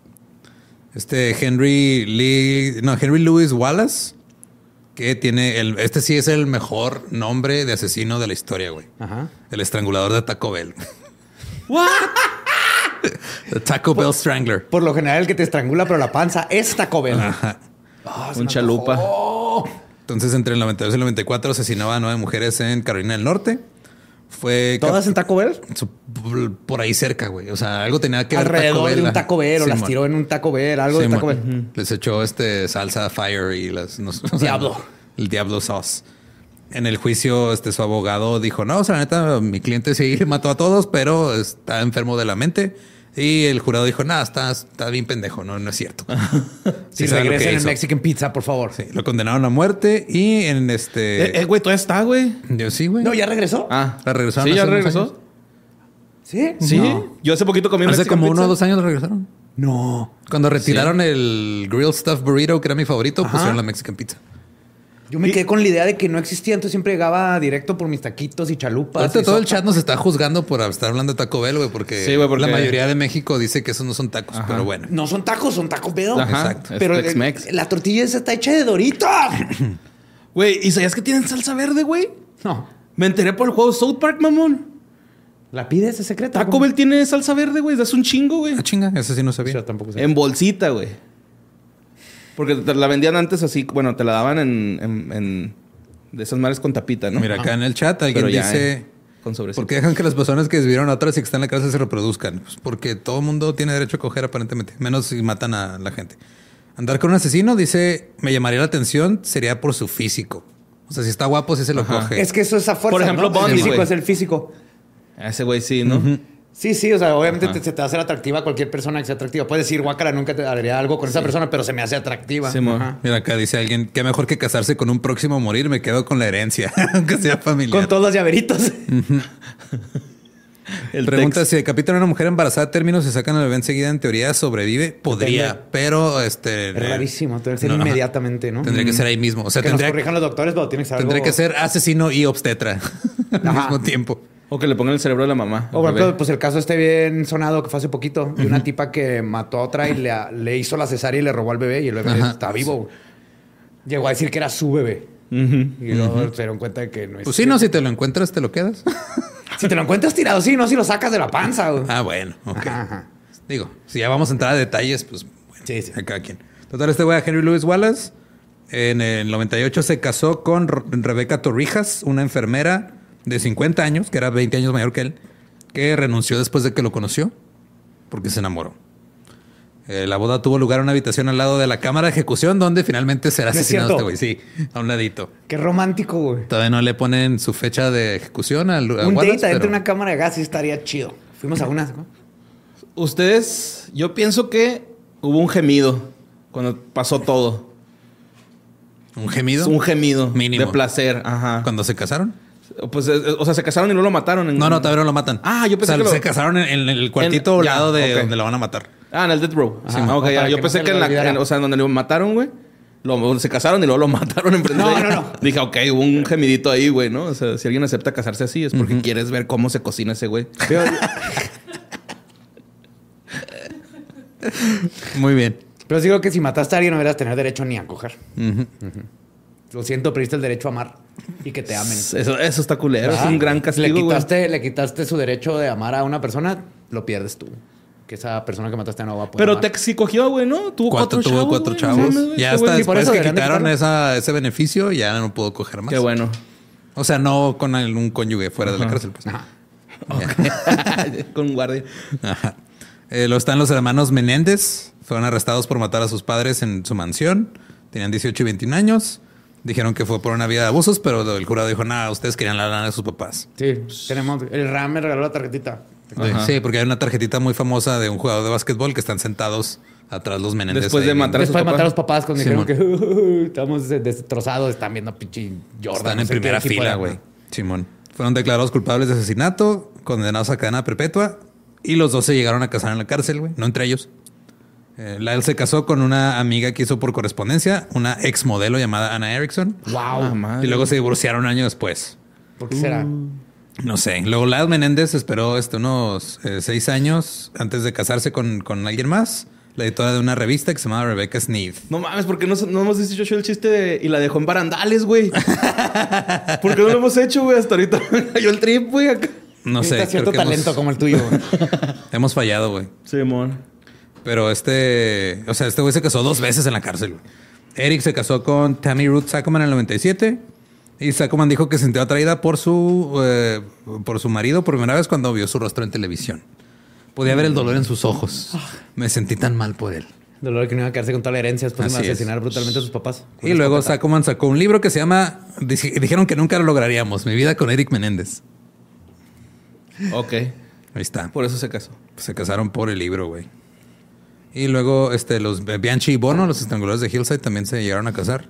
Henry Louis Wallace, que tiene sí es el mejor nombre de asesino de la historia, güey. Ajá. El estrangulador de Taco Bell. ¿What? The Taco Bell Strangler. Por lo general, el que te estrangula, pero la panza es Taco Bell. Ajá. Un chalupa. Entonces, entre el 92 y el 94 asesinaba a 9 mujeres en Carolina del Norte. Fue ¿Todas en Taco Bell? por ahí cerca, güey. O sea, algo tenía que ver Alrededor de un Taco Bell o Sí, las mon. tiró en un Taco Bell, algo de Sí, Taco mon. Bell. Les echó salsa fire y o sea, Diablo. El Diablo sauce. En el juicio, su abogado dijo, no, o sea, la neta, mi cliente sí mató a todos, pero está enfermo de la mente. Y el jurado dijo, nada, está bien pendejo, no es cierto. Si sabe lo que regresen el hizo. Mexican Pizza, por favor. Sí, lo condenaron a muerte y en Güey, todavía está, güey. Yo sí, güey. No, ¿ya regresó? Ah, La regresaron ¿sí ya hace unos regresó? años. ¿Sí? Sí. No. Yo hace poquito comí Hace Mexican como 1 o pizza. 2 años lo regresaron. No. Cuando retiraron el Grilled Stuffed Burrito, que era mi favorito, Ajá. pusieron la Mexican Pizza. Yo me quedé con la idea de que no existía, entonces siempre llegaba directo por mis taquitos y chalupas. Ahorita y todo el sopa. chat nos está juzgando por estar hablando de Taco Bell, güey, porque, Sí, güey, porque- la mayoría de México dice que esos no son tacos, Ajá. pero bueno. No son tacos, son Taco Bell. Ajá. Exacto. Es Pero Tex-Mex. la tortilla esa está hecha de Doritos. Güey, ¿y sabías que tienen salsa verde, güey? No. Me enteré por el juego South Park, mamón. ¿La pides? ¿Es secreta? Taco Bell tiene salsa verde, güey. Es un chingo, güey. Ah, chinga, eso sí no sabía. Yo tampoco sé. En bolsita, güey. Porque te la vendían antes así. Bueno, te la daban en De esas madres con tapita, ¿no? Mira, acá en el chat alguien dice... Con sobrecito. ¿Por qué dejan que las personas que desvivieron a otras y que están en la cárcel se reproduzcan? Pues porque todo el mundo tiene derecho a coger aparentemente. Menos si matan a la gente. Andar con un asesino, dice, me llamaría la atención, sería por su físico. O sea, si está guapo, sí se lo coge. Es que eso es a fuerza, Por ejemplo, ¿no? Bondi, El físico güey. es el físico. Ese güey sí, ¿no? Sí, o sea, obviamente se te va a hacer atractiva a cualquier persona que sea atractiva. Puedes decir, guácala, nunca te haría algo con esa persona, pero se me hace atractiva. Sí, mo. Ajá. Mira, acá dice alguien, qué mejor que casarse con un próximo a morir, me quedo con la herencia, aunque sea familiar. Con todos los llaveritos. Pregunta, si decapitan a una mujer embarazada a términos y sacan al bebé enseguida, en teoría sobrevive. Podría, Depende. pero Es rarísimo. Tiene que ser inmediatamente, ¿no? Tendría que ser ahí mismo. O sea, que nos tendría corrijan los doctores, pero tiene que ser que algo... ser asesino y obstetra al Ajá. mismo tiempo. O que le pongan el cerebro de la mamá. O por al bebé. ejemplo, pues el caso este bien sonado que fue hace poquito de una tipa que mató a otra y le hizo la cesárea y le robó al bebé y el bebé Ajá. está vivo. Llegó a decir que era su bebé. Y luego se dieron cuenta de que no es... Pues sí, no, si te lo encuentras, te lo quedas. Si te lo encuentras tirado, sí, no si lo sacas de la panza. Güey. Ah, bueno, ok. Ajá. Digo, si ya vamos a entrar a detalles, pues bueno, Sí, sí. a cada quien. Total, este güey, Henry Louis Wallace, en el 98 se casó con Rebecca Torrijas, una enfermera de 50 años, que era 20 años mayor que él, que renunció después de que lo conoció, porque se enamoró. La boda tuvo lugar en una habitación al lado de la cámara de ejecución, donde finalmente será ¿No es asesinado este cierto? güey. Sí, a un ladito. Qué romántico, güey. Todavía no le ponen su fecha de ejecución a Un Wallace, date adentro pero- de una cámara de gas sí estaría chido. Fuimos a una. ¿no? Ustedes, yo pienso que hubo un gemido cuando pasó todo. ¿Un gemido? Un gemido Mínimo. de placer. Ajá. ¿Cuando se casaron? Pues, o sea, se casaron y luego lo mataron. No, todavía no lo matan. Ah, yo pensé O sea, que lo- se casaron en el cuartito ya, al lado de ok. donde lo van a matar. Ah, en el Death Row. Ajá. Ah, ok, No, ya. para Yo que pensé no se que le en la... olvidara. o sea, donde lo mataron, güey. Se casaron y luego lo mataron en frente de No, ella. no. Dije, ok, hubo un gemidito ahí, güey, ¿no? O sea, si alguien acepta casarse así es porque quieres ver cómo se cocina ese güey. Muy bien. Pero sí creo que si mataste a alguien no deberías tener derecho ni a coger. Lo siento, perdiste el derecho a amar y que te amen. Eso está culero. Es Ah, un gran castigo, güey. le quitaste su derecho de amar a una persona, lo pierdes tú. Que esa persona que mataste no va a poder Pero amar. sí cogió, güey, ¿no? Tuvo cuatro Tuvo chavos. cuatro güey. chavos. No mames, güey. Ya Ese güey- hasta sí, por después eso que deberían de quitaron quitarlo. ese beneficio, ya no pudo coger más. Qué bueno. O sea, no con un cónyuge fuera de la cárcel. Pues. Ajá. Con guardia. Ajá. Lo están los hermanos Menéndez. Fueron arrestados por matar a sus padres en su mansión. Tenían 18 y 21 años. Dijeron que fue por una vida de abusos, pero el jurado dijo, nada, ustedes querían la lana de sus papás. Sí, tenemos... El RAM me regaló la tarjetita. Ajá. Sí, porque hay una tarjetita muy famosa de un jugador de básquetbol que están sentados atrás los Menéndez. Después de ahí matar a Después de papás. matar a los papás cuando dijeron Simón. que estamos destrozados, están viendo a pinche Jordan. Están no en sé qué primera equipo fila, era. güey. Simón. Fueron declarados culpables de asesinato, condenados a cadena perpetua y los dos se llegaron a casar en la cárcel, güey. No entre ellos. Lyle se casó con una amiga que hizo por correspondencia, una ex modelo llamada Anna Erickson. Wow. Ah, madre. Y luego se divorciaron un año después. ¿Por qué será? No sé. Luego Lyle Menéndez esperó unos 6 años antes de casarse con alguien más. La editora de una revista que se llamaba Rebecca Sneed. No mames, ¿por qué no hemos dicho yo el chiste de... Y la dejó en barandales, güey? ¿Por qué no lo hemos hecho, güey? Hasta ahorita me cayó el trip, güey, acá. No sé. Necesitas cierto creo que talento como el tuyo. güey. hemos fallado, güey. Sí, amor. Pero este güey se casó 2 veces en la cárcel, güey. Eric se casó con Tammy Ruth Saccoman en el 97. Y Saccoman dijo que se sintió atraída por su marido por primera vez cuando vio su rostro en televisión. Podía ver el dolor en sus ojos. Me sentí tan mal por él. Dolor de que no iba a quedarse con toda la herencia después de Así es. asesinar brutalmente a sus papás. Y luego Saccoman sacó un libro que se llama... Dijeron que nunca lo lograríamos. Mi vida con Eric Menéndez. Ok. Ahí está. Por eso se casó. Se casaron por el libro, güey. Y luego los Bianchi y Bono, los estranguladores de Hillside, también se llegaron a casar.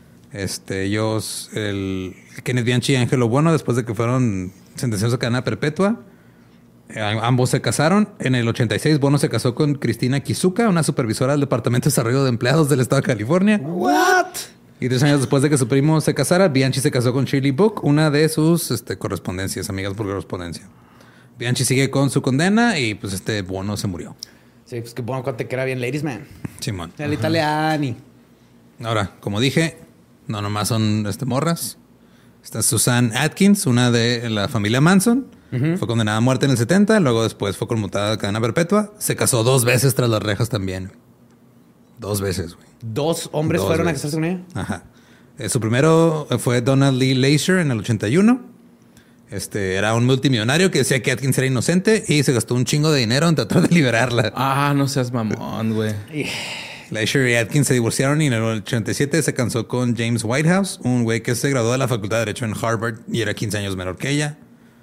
Ellos, Kenneth Bianchi y Angelo Bono, después de que fueron sentenciados a cadena perpetua, ambos se casaron. En el 86, Bono se casó con Cristina Kizuka, una supervisora del Departamento de Desarrollo de Empleados del Estado de California. ¿What? Y 3 años después de que su primo se casara, Bianchi se casó con Shirley Book, una de sus correspondencias, amigas por correspondencia. Bianchi sigue con su condena y pues Bono se murió. Sí, pues que bueno, cuate que era bien ladies man. Simón. El italiani. Ahora, como dije, no nomás son morras. Está Susan Atkins, una de la familia Manson. Fue condenada a muerte en el 70. Luego después fue conmutada a cadena perpetua. Se casó 2 veces tras las rejas también. 2 veces, güey. 2 hombres 2 fueron a veces. casarse con ella. Ajá. Su primero fue Donald Lee Laser en el 81. Era un multimillonario que decía que Atkins era inocente y se gastó un chingo de dinero en tratar de liberarla. Ah, no seas mamón, güey. Laser y Atkins se divorciaron y en el 87 se casó con James Whitehouse, un güey que se graduó de la Facultad de Derecho en Harvard y era 15 años menor que ella.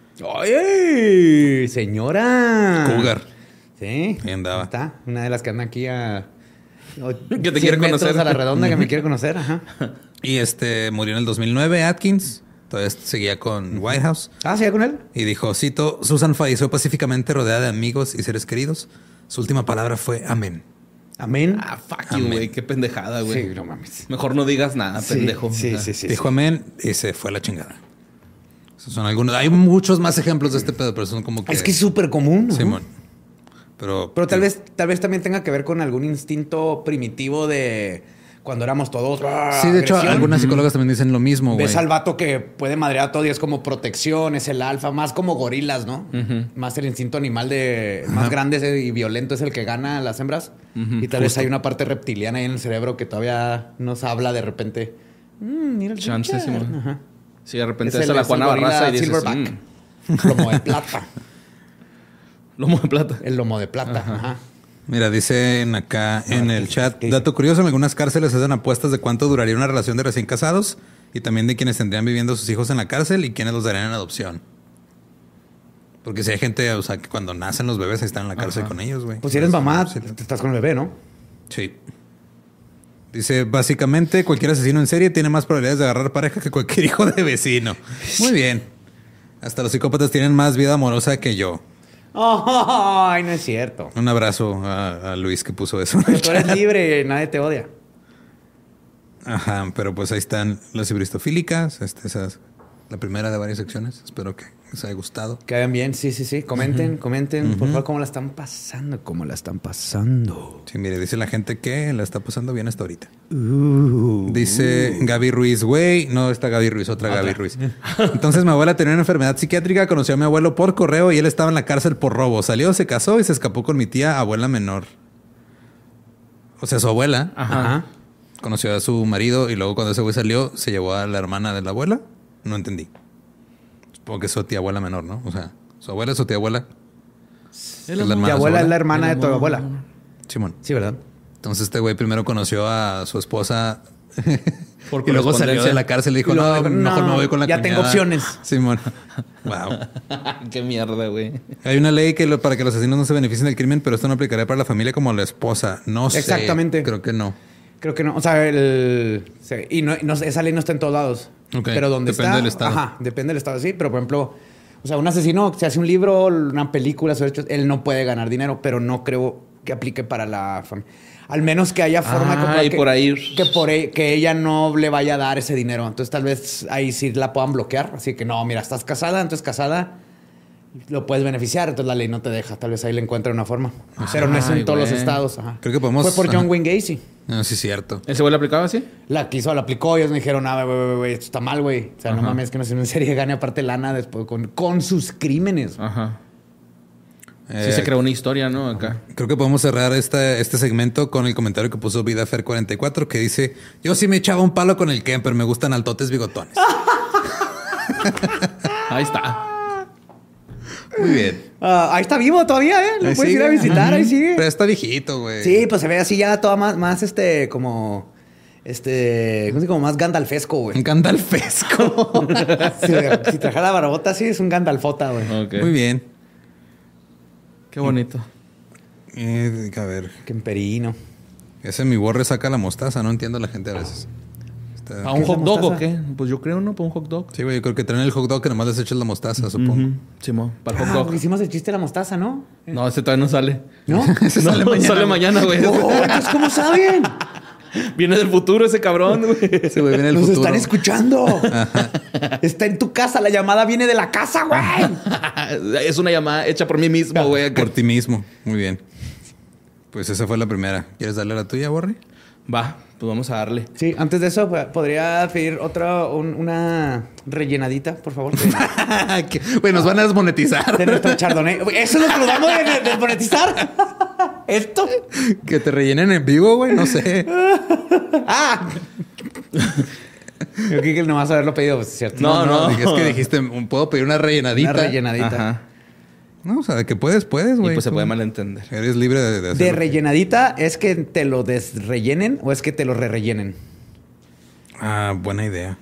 ¡Ay, señora! Cougar. Sí. Ahí andaba. Está. Una de las que anda aquí a... Que te quiere conocer. A la redonda que me quiere conocer. Ajá. Y murió en el 2009 Atkins. Todavía seguía con Whitehouse. Ah, ¿seguía con él? Y dijo, cito, Susan falleció pacíficamente rodeada de amigos y seres queridos. Su última palabra fue amén. Amén. Ah, fuck you, güey. Qué pendejada, güey. Sí, no mames. Mejor no digas nada, Sí, pendejo. sí, O sea, sí. Dijo amén y se fue a la chingada. Esos son algunos. Hay muchos más ejemplos de este pedo, pero son como que... Es que es súper común, ¿no? Simón. Pero tal vez también tenga que ver con algún instinto primitivo de cuando éramos todos. Sí, de hecho, agresión. algunas psicólogas también dicen lo mismo, güey. Ves al vato que puede madrear a todo y es como protección, es el alfa, más como gorilas, ¿no? Más el instinto animal más grande y violento es el que gana a las hembras. Y tal vez hay una parte reptiliana ahí en el cerebro que todavía nos habla de repente. Mira el Chance, pinche". Simón. Ajá. Sí, de repente Es es a la el Juana gorila Barraza y dices... Silverback. Lomo de plata. Lomo de plata. El lomo de plata. Ajá. Mira, dicen acá en el chat, ¿qué dice? dato curioso, en algunas cárceles hacen apuestas de cuánto duraría una relación de recién casados y también de quienes tendrían viviendo sus hijos en la cárcel y quienes los darían en adopción. Porque si hay gente, o sea, que cuando nacen los bebés ahí están en la cárcel con ellos, güey. Pues si eres mamá, Sí. te estás con el bebé, ¿no? Sí. Dice, básicamente, cualquier asesino en serie tiene más probabilidades de agarrar pareja que cualquier hijo de vecino. Muy bien. Hasta los psicópatas tienen más vida amorosa que yo. Ay, no es cierto. Un abrazo a Luis que puso eso. Pero tú eres libre, nadie te odia. Ajá, pero pues ahí están las hibristofílicas. Esa es la primera de varias secciones. Espero que les haya gustado. Que hagan bien, sí. Comenten, por favor, cómo la están pasando. Sí, mire, dice la gente que la está pasando bien hasta ahorita. Dice Gaby Ruiz, güey. No, está Gaby Ruiz, otra Gaby Ruiz. Entonces mi abuela tenía una enfermedad psiquiátrica, conoció a mi abuelo por correo y él estaba en la cárcel por robo. Salió, se casó y se escapó con mi tía, abuela menor. O sea, su abuela. Ajá. Conoció a su marido y luego cuando ese güey salió, se llevó a la hermana de la abuela. No entendí. Supongo que es su tía abuela menor, ¿no? O sea, su abuela es su tía abuela. Tu abuela es la hermana de tu abuela. Simón. Sí, ¿verdad? Entonces este güey primero conoció a su esposa Por y luego salió correspondencia. de la cárcel y dijo, Y luego no, dijo, mejor no, me voy con la ya cuñada. tengo opciones. Simón. Wow. Qué mierda, güey. Hay una ley que para que los asesinos no se beneficien del crimen, pero esto no aplicaría para la familia como la esposa. No sé. Exactamente. Creo que no. Creo que no. O sea, esa ley no está en todos lados. Ok. Pero donde Depende está... del estado. Ajá, depende del estado, sí. Pero, por ejemplo, o sea, un asesino, se hace un libro, una película sobre hechos, él no puede ganar dinero, pero no creo que aplique para la familia. Al menos que haya forma y por ahí. que ella no le vaya a dar ese dinero. Entonces, tal vez ahí sí la puedan bloquear. Así que, no, mira, estás casada, entonces casada... lo puedes beneficiar, entonces la ley no te deja. Tal vez ahí le encuentre una forma. Pero no es en todos los güey. estados. Ajá. Creo que podemos... Fue por John ajá. Wayne Gacy. No, sí es cierto. ¿Ese güey le aplicaba así? La aplicó y ellos me dijeron, güey, esto está mal, güey. O sea, no mames, que no se en serie gane aparte lana después con sus crímenes. Ajá. Sí se creó una historia, ¿no? Acá. Creo que podemos cerrar este segmento con el comentario que puso VidaFer44 que dice, yo sí me echaba un palo con el Kemper, me gustan altotes bigotones. Ahí está. Muy bien. Ahí está vivo todavía, ¿eh? Lo Ahí puedes ir sigue. a visitar, ahí sigue. Pero está viejito, güey. Sí, pues se ve así ya toda más como... como más gandalfesco, güey. Un gandalfesco. Si trajera la barbota, sí, es un gandalfota, güey. Ok. Muy bien. Qué bonito. A ver, Quemperino. ese mi borre saca la mostaza, no entiendo a la gente a veces. ¿Para un ¿Qué es la hot dog o mostaza? qué? Pues yo creo, ¿no? Para un hot dog. Sí, güey, yo creo que traen el hot dog que nomás les echas la mostaza, supongo. Simón, para el hot dog. Porque hicimos el chiste de la mostaza, ¿no? No, ese todavía no sale. ¿No? Ese sale mañana. Sale mañana, güey. Oh, entonces, ¿cómo saben? Viene del futuro ese cabrón, güey. Ese güey viene del Nos futuro. están escuchando. Está en tu casa. La llamada viene de la casa, güey. Es una llamada hecha por mí mismo, güey. Por ti mismo. Muy bien. Pues esa fue la primera. ¿Quieres darle la tuya, Borri? Va, pues vamos a darle. Sí, antes de eso, podría pedir una rellenadita, por favor. Güey, nos van a desmonetizar. De nuestro chardonnay. ¿Eso es lo que nos vamos a desmonetizar? ¿Esto? Que te rellenen en vivo, güey, no sé. ¡Ah! Yo creo que nomás haberlo pedido, pues, ¿cierto? No. Es que dijiste, ¿puedo pedir una rellenadita? Una rellenadita. Ajá. No, o sea, de que puedes, güey. Y pues se Tú puede malentender. Eres libre de hacerlo. ¿De rellenadita es que te lo desrellenen o es que te lo re-rellenen? Ah, buena idea.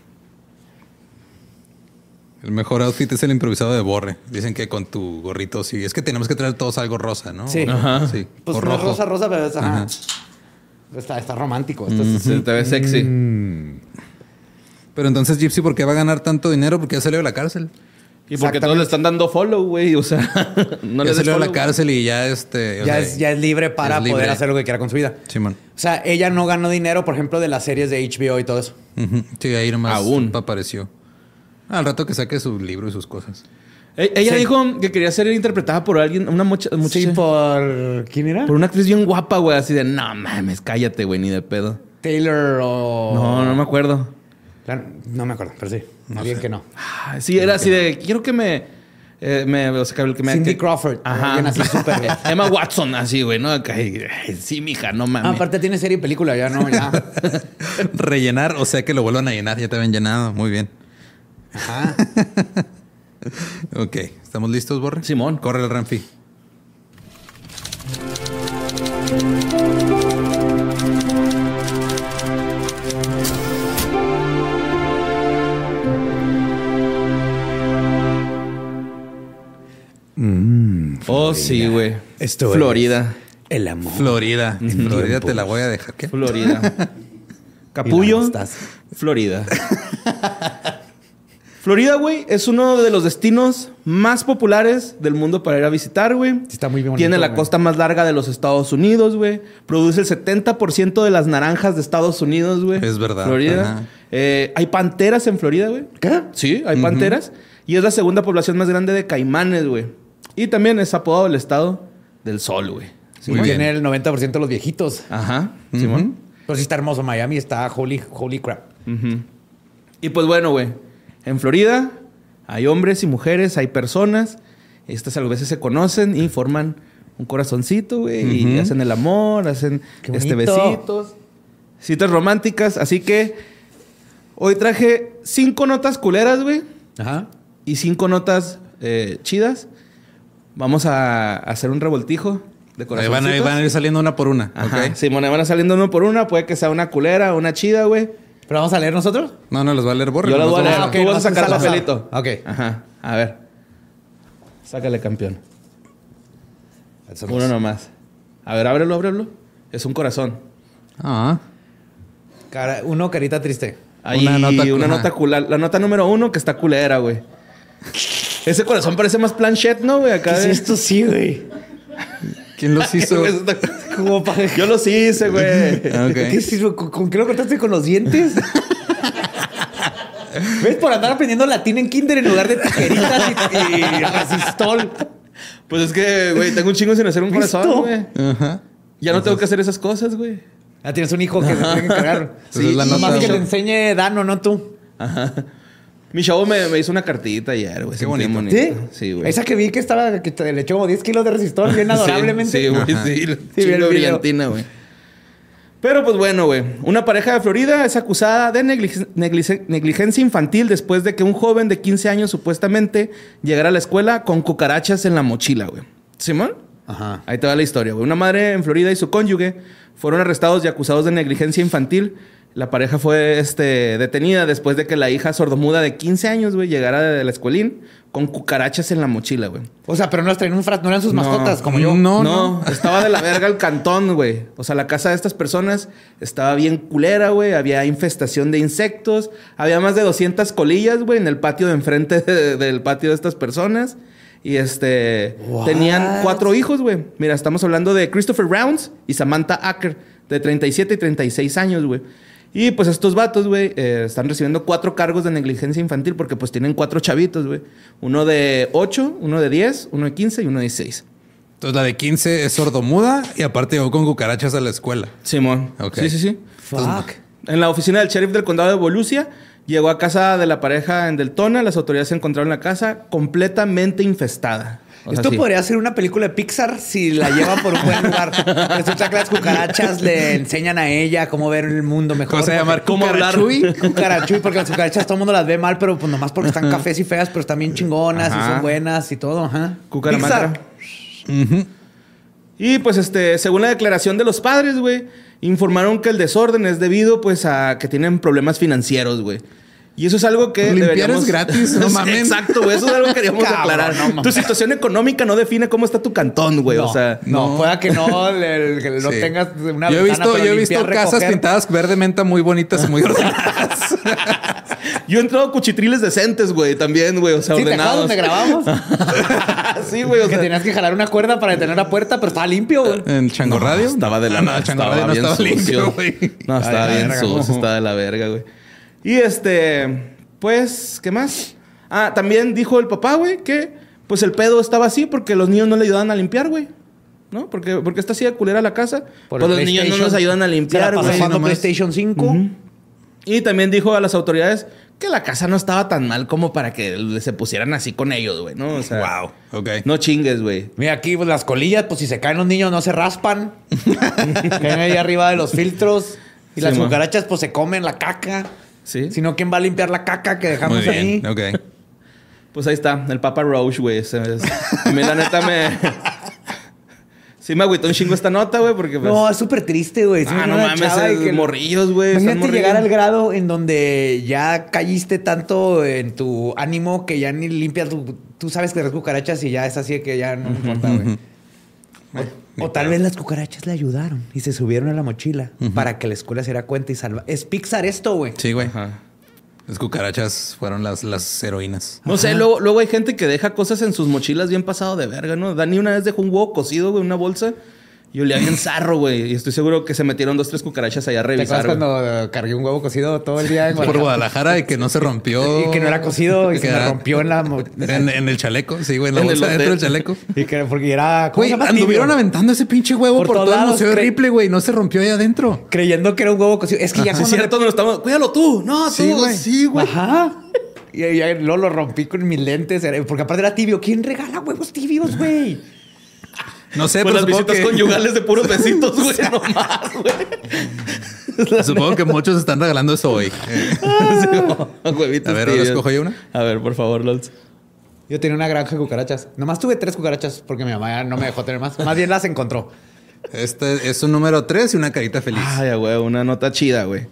El mejor outfit es el improvisado de Borre. Dicen que con tu gorrito sí. Es que tenemos que traer todos algo rosa, ¿no? Sí. Ajá. Sí. Pues o no rojo. es rosa, pero es... Ajá. Ajá. Está romántico. Esto es- Se te ve sexy. Pero entonces, Gypsy, ¿por qué va a ganar tanto dinero? Porque ya salió de la cárcel. Y porque todos le están dando follow, güey. O sea, no le Ya des salió de la follow. cárcel y ya o Ya sea, es libre para es libre. poder hacer lo que quiera con su vida. Simón. O sea, ella no ganó dinero, por ejemplo, de las series de HBO y todo eso. Ujú. Sí, ahí nomás Aún. apareció. Al rato que saque su libro y sus cosas. Ella Sí. dijo que quería ser interpretada por alguien, una muchacha. Sí, por... ¿Quién era? Por una actriz bien guapa, güey. Así de, no mames, cállate, güey, ni de pedo. Taylor o... No me acuerdo. Claro, no me acuerdo, pero sí. No Bien sé. que no. Ah, sí, era así de, quiero que o sea, que me... Cindy que- Crawford. Ajá. Alguien así súper... Emma Watson, así, güey, ¿no? Ay, sí, mija, no mames. Aparte tiene serie y película, ya no, ya. Rellenar, o sea que lo vuelvan a llenar. Ya te habían llenado. Muy bien. Ajá. Ok. ¿Estamos listos, Borre? Simón. Corre el Ramfi. Oh, sí, güey. Esto Florida. El amor. Florida. En Florida te la voy a dejar. ¿Qué? Florida. Capullo. estás. Florida. Florida, güey, es uno de los destinos más populares del mundo para ir a visitar, güey. Sí, está muy bien bonito, Tiene la güey. costa más larga de los Estados Unidos, güey. Produce el 70% de las naranjas de Estados Unidos, güey. Es verdad. Florida. Ajá. Hay panteras en Florida, güey. ¿Qué? Sí, hay panteras. Y es la segunda población más grande de caimanes, güey. Y también es apodado el estado del sol, güey. Muy bien. Tiene el 90% de los viejitos. Ajá, Simón. Pero sí está hermoso. Miami está holy crap. Y pues bueno, güey. En Florida hay hombres y mujeres, hay personas. Estas a veces se conocen y forman un corazoncito, güey. Y hacen el amor, hacen Qué bonito. besitos. Citas románticas. Así que hoy traje 5 notas culeras, güey. Ajá. Y 5 notas chidas. Vamos a hacer un revoltijo de Ahí corazoncitos. van a ir saliendo una por una. Ajá. ¿Ok? Simón, ahí van saliendo uno por una. Puede que sea una culera, una chida, güey. ¿Pero vamos a leer nosotros? No, las va a leer Borre. Yo las nomás voy a leer. vamos Tú vas a sacar al azar. papelito. Ok. Ajá. A ver. Sácale, campeón. Uno nomás. A ver, ábrelo. Es un corazón. Ah. Uno, carita triste. Ahí Una nota- una ajá. nota culera. La nota número 1 que está culera, güey. Ese corazón parece más planchette, ¿no, güey? Acá de... esto sí, güey? ¿Quién los hizo? Como para... Yo los hice, güey. Ah, ok. ¿Qué es eso? ¿Con qué lo cortaste con los dientes? ¿Ves? Por andar aprendiendo latín en kinder en lugar de tijeritas y resistol. Pues es que, güey, tengo un chingo sin hacer un ¿Listo? corazón, güey. Ajá. Ya no tengo que hacer esas cosas, güey. Ah, tienes un hijo que se tiene que encargar. Esa es la nomás nota. que te enseñe Dano, no tú. Mi chavo me hizo una cartita ayer, güey. Qué Sentí bonito. ¿Sí? Sí, güey. Esa que vi que estaba, que le echó como 10 kilos de resistol bien adorablemente. Sí, güey, Ajá. sí. vi el Chingo video. brillantina, güey. Pero pues bueno, güey. Una pareja de Florida es acusada de negligencia infantil después de que un joven de 15 años supuestamente llegara a la escuela con cucarachas en la mochila, güey. ¿Simón? Ajá. Ahí te va la historia, güey. Una madre en Florida y su cónyuge fueron arrestados y acusados de negligencia infantil. La pareja fue detenida después de que la hija sordomuda de 15 años, güey, llegara de la escuelín con cucarachas en la mochila, güey. O sea, pero no las traían no eran sus No. mascotas como yo. No, estaba de la verga el cantón, güey. O sea, la casa de estas personas estaba bien culera, güey. Había infestación de insectos. Había más de 200 colillas, güey, en el patio de enfrente del patio de estas personas. Y What? tenían 4 hijos, güey. Mira, estamos hablando de Christopher Rounds y Samantha Acker, de 37 y 36 años, güey. Y pues estos vatos, güey, están recibiendo 4 cargos de negligencia infantil porque pues tienen 4 chavitos, güey. Uno de 8, uno de 10, uno de 15 y uno de 16. Entonces la de 15 es sordomuda y aparte llegó con cucarachas a la escuela. Simón. Ok. Sí. Fuck. En la oficina del sheriff del condado de Volusia, llegó a casa de la pareja en Deltona. Las autoridades se encontraron la casa completamente infestada. Esto podría ser una película de Pixar si la llevan por un buen lugar. Resulta que las cucarachas le enseñan a ella cómo ver el mundo mejor. ¿Cómo se llama? ¿Cómo hablar? Cucarachuy, porque las cucarachas todo el mundo las ve mal, pero pues nomás porque están cafés y feas, pero están bien chingonas y son buenas y todo. Ajá. Cucaramatra. Y pues según la declaración de los padres, güey, informaron que el desorden es debido pues a que tienen problemas financieros, güey. Y eso es algo que limpiar deberíamos... es gratis, no mames. Exacto, güey. Eso es algo que queríamos aclarar. No, tu situación económica no define cómo está tu cantón, güey. No, o sea... no, pueda que no tengas una Yo he ventana, visto, pero yo he limpiar, visto casas recoger. pintadas verde menta muy bonitas y muy ordenadas. Yo he entrado cuchitriles decentes, güey, también, güey. O sea, Sí, ¿te acuerdas ordenados. donde grabamos? Sí, güey. O Que sea, tenías que jalar una cuerda para detener la puerta, pero estaba limpio, güey. ¿En Chango Radio? Estaba de la No, Chango Radio no bien estaba sucio. limpio, güey. No, estaba Ay, bien verga, sucio, no. estaba de la verga, güey. Y pues, ¿qué más? Ah, también dijo el papá, güey, que pues el pedo estaba así porque los niños no le ayudaban a limpiar, güey. ¿No? Porque está así de culera la casa. Por Pues el los niños no PlayStation. nos ayudan a Se limpiar, la pasó güey. jugando nomás. PlayStation 5. Y también dijo a las autoridades que la casa no estaba tan mal como para que se pusieran así con ellos, güey, ¿no? O sea, Wow. Ok. no chingues, güey. Mira, aquí pues, las colillas, pues si se caen los niños no se raspan. Caen ahí arriba de los filtros. Y Sí, las ma. cucarachas pues se comen la caca. Sí. Si no, ¿quién va a limpiar la caca que dejamos Muy bien. ahí? Ok. Pues ahí está, el Papa Roach, güey. A mí la neta sí me agüitó un chingo esta nota, güey, porque pues... No, es súper triste, güey. Sí, no una mames, chava y que- morrillos, güey. están Imagínate llegar al morrillos. grado en donde ya caíste tanto en tu ánimo que ya ni limpias tú sabes que eres cucarachas y ya es así de que ya no me importa, güey. O tal vez las cucarachas le ayudaron y se subieron a la mochila para que la escuela se diera cuenta y salva. Es Pixar esto, güey. Sí, güey. Ajá. Las cucarachas fueron las heroínas. No sé, luego hay gente que deja cosas en sus mochilas bien pasado de verga, ¿no? Dani una vez dejó un huevo cocido, güey, en una bolsa. Y olía bien zarro, güey. Y estoy seguro que se metieron 2, 3 cucarachas allá a ¿Te revisar, acuerdas güey. cuando cargué un huevo cocido todo el día en Por Guadalajara y que no se rompió. Y que no era cocido y se me era- rompió en la... En el chaleco, sí, güey, en la En el bolsa hotel. dentro del chaleco. Y que porque era... ¿Cómo Güey, se llama? anduvieron Tibio. aventando ese pinche huevo Por por todos todo el lados, museo de cre- Ripley, güey. No se rompió ahí adentro. Creyendo que era un huevo cocido. Es que ya Sí, es cuando cierto, nos estamos... Cuídalo tú. No, tú. Sí, güey. Sí, güey. Ajá. Y ya luego lo rompí con mis lentes. Porque aparte era tibio. ¿Quién regala huevos tibios, güey? No sé, Pues pero las supongo visitas que, conyugales de puros besitos, güey. No más, güey. supongo que muchos están regalando eso hoy. Huevitos A ver, ahora tibios. escojo yo una. A ver, por favor, Lols. Yo tenía una granja de cucarachas. Nomás tuve 3 cucarachas porque mi mamá ya no me dejó tener más. Más bien las encontró. Este es un número 3 y una carita feliz. Ay, güey, una nota chida, güey.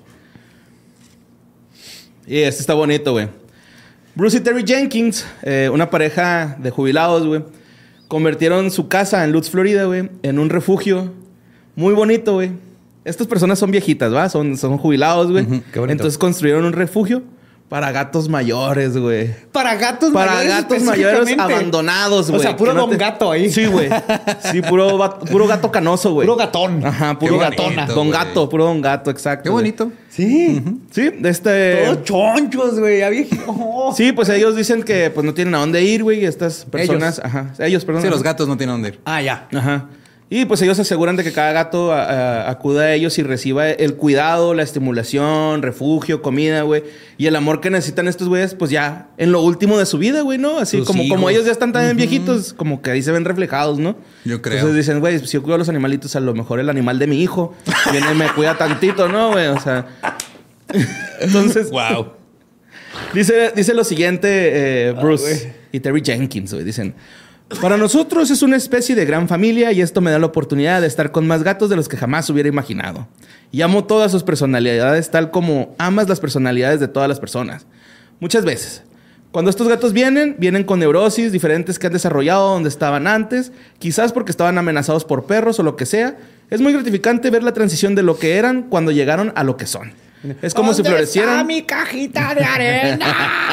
Y este está bonito, güey. Bruce y Terry Jenkins, una pareja de jubilados, güey, convirtieron su casa en Lutz, Florida, güey, en un refugio muy bonito, güey. Estas personas son viejitas, ¿va? Son jubilados, güey. Qué bonito. Entonces construyeron un refugio para gatos mayores, güey. Para gatos Para mayores. gatos mayores específicamente. abandonados, güey. O sea, puro Que no don gato ahí. Sí, güey. Sí, puro gato canoso, güey. Puro gatón. Ajá, puro Qué gatona. bonito, Don güey. gato, puro don gato, exacto. Qué güey. bonito. Sí. Sí, Todos chonchos, güey. Ya viejito. Sí, pues ellos dicen que pues no tienen a dónde ir, güey. Y estas personas... Ajá. Ellos, perdón. Sí, los ajá. gatos no tienen dónde ir. Ah, ya. Ajá. Y pues ellos aseguran de que cada gato acuda a ellos y reciba el cuidado, la estimulación, refugio, comida, güey. Y el amor que necesitan estos güeyes, pues ya en lo último de su vida, güey, ¿no? Así Sus como hijos. ellos ya están tan viejitos, como que ahí se ven reflejados, ¿no? Yo creo. Entonces dicen, güey, si yo cuido a los animalitos, a lo mejor el animal de mi hijo viene y me cuida tantito, ¿no, güey? O sea... Entonces... Wow. Dice lo siguiente, Bruce güey. y Terry Jenkins, güey. Dicen: para nosotros es una especie de gran familia y esto me da la oportunidad de estar con más gatos de los que jamás hubiera imaginado. Y amo todas sus personalidades tal como amas las personalidades de todas las personas. Muchas veces. Cuando estos gatos vienen con neurosis diferentes que han desarrollado donde estaban antes, quizás porque estaban amenazados por perros o lo que sea. Es muy gratificante ver la transición de lo que eran cuando llegaron a lo que son. Es como si florecieran. ¿Dónde está mi cajita de arena?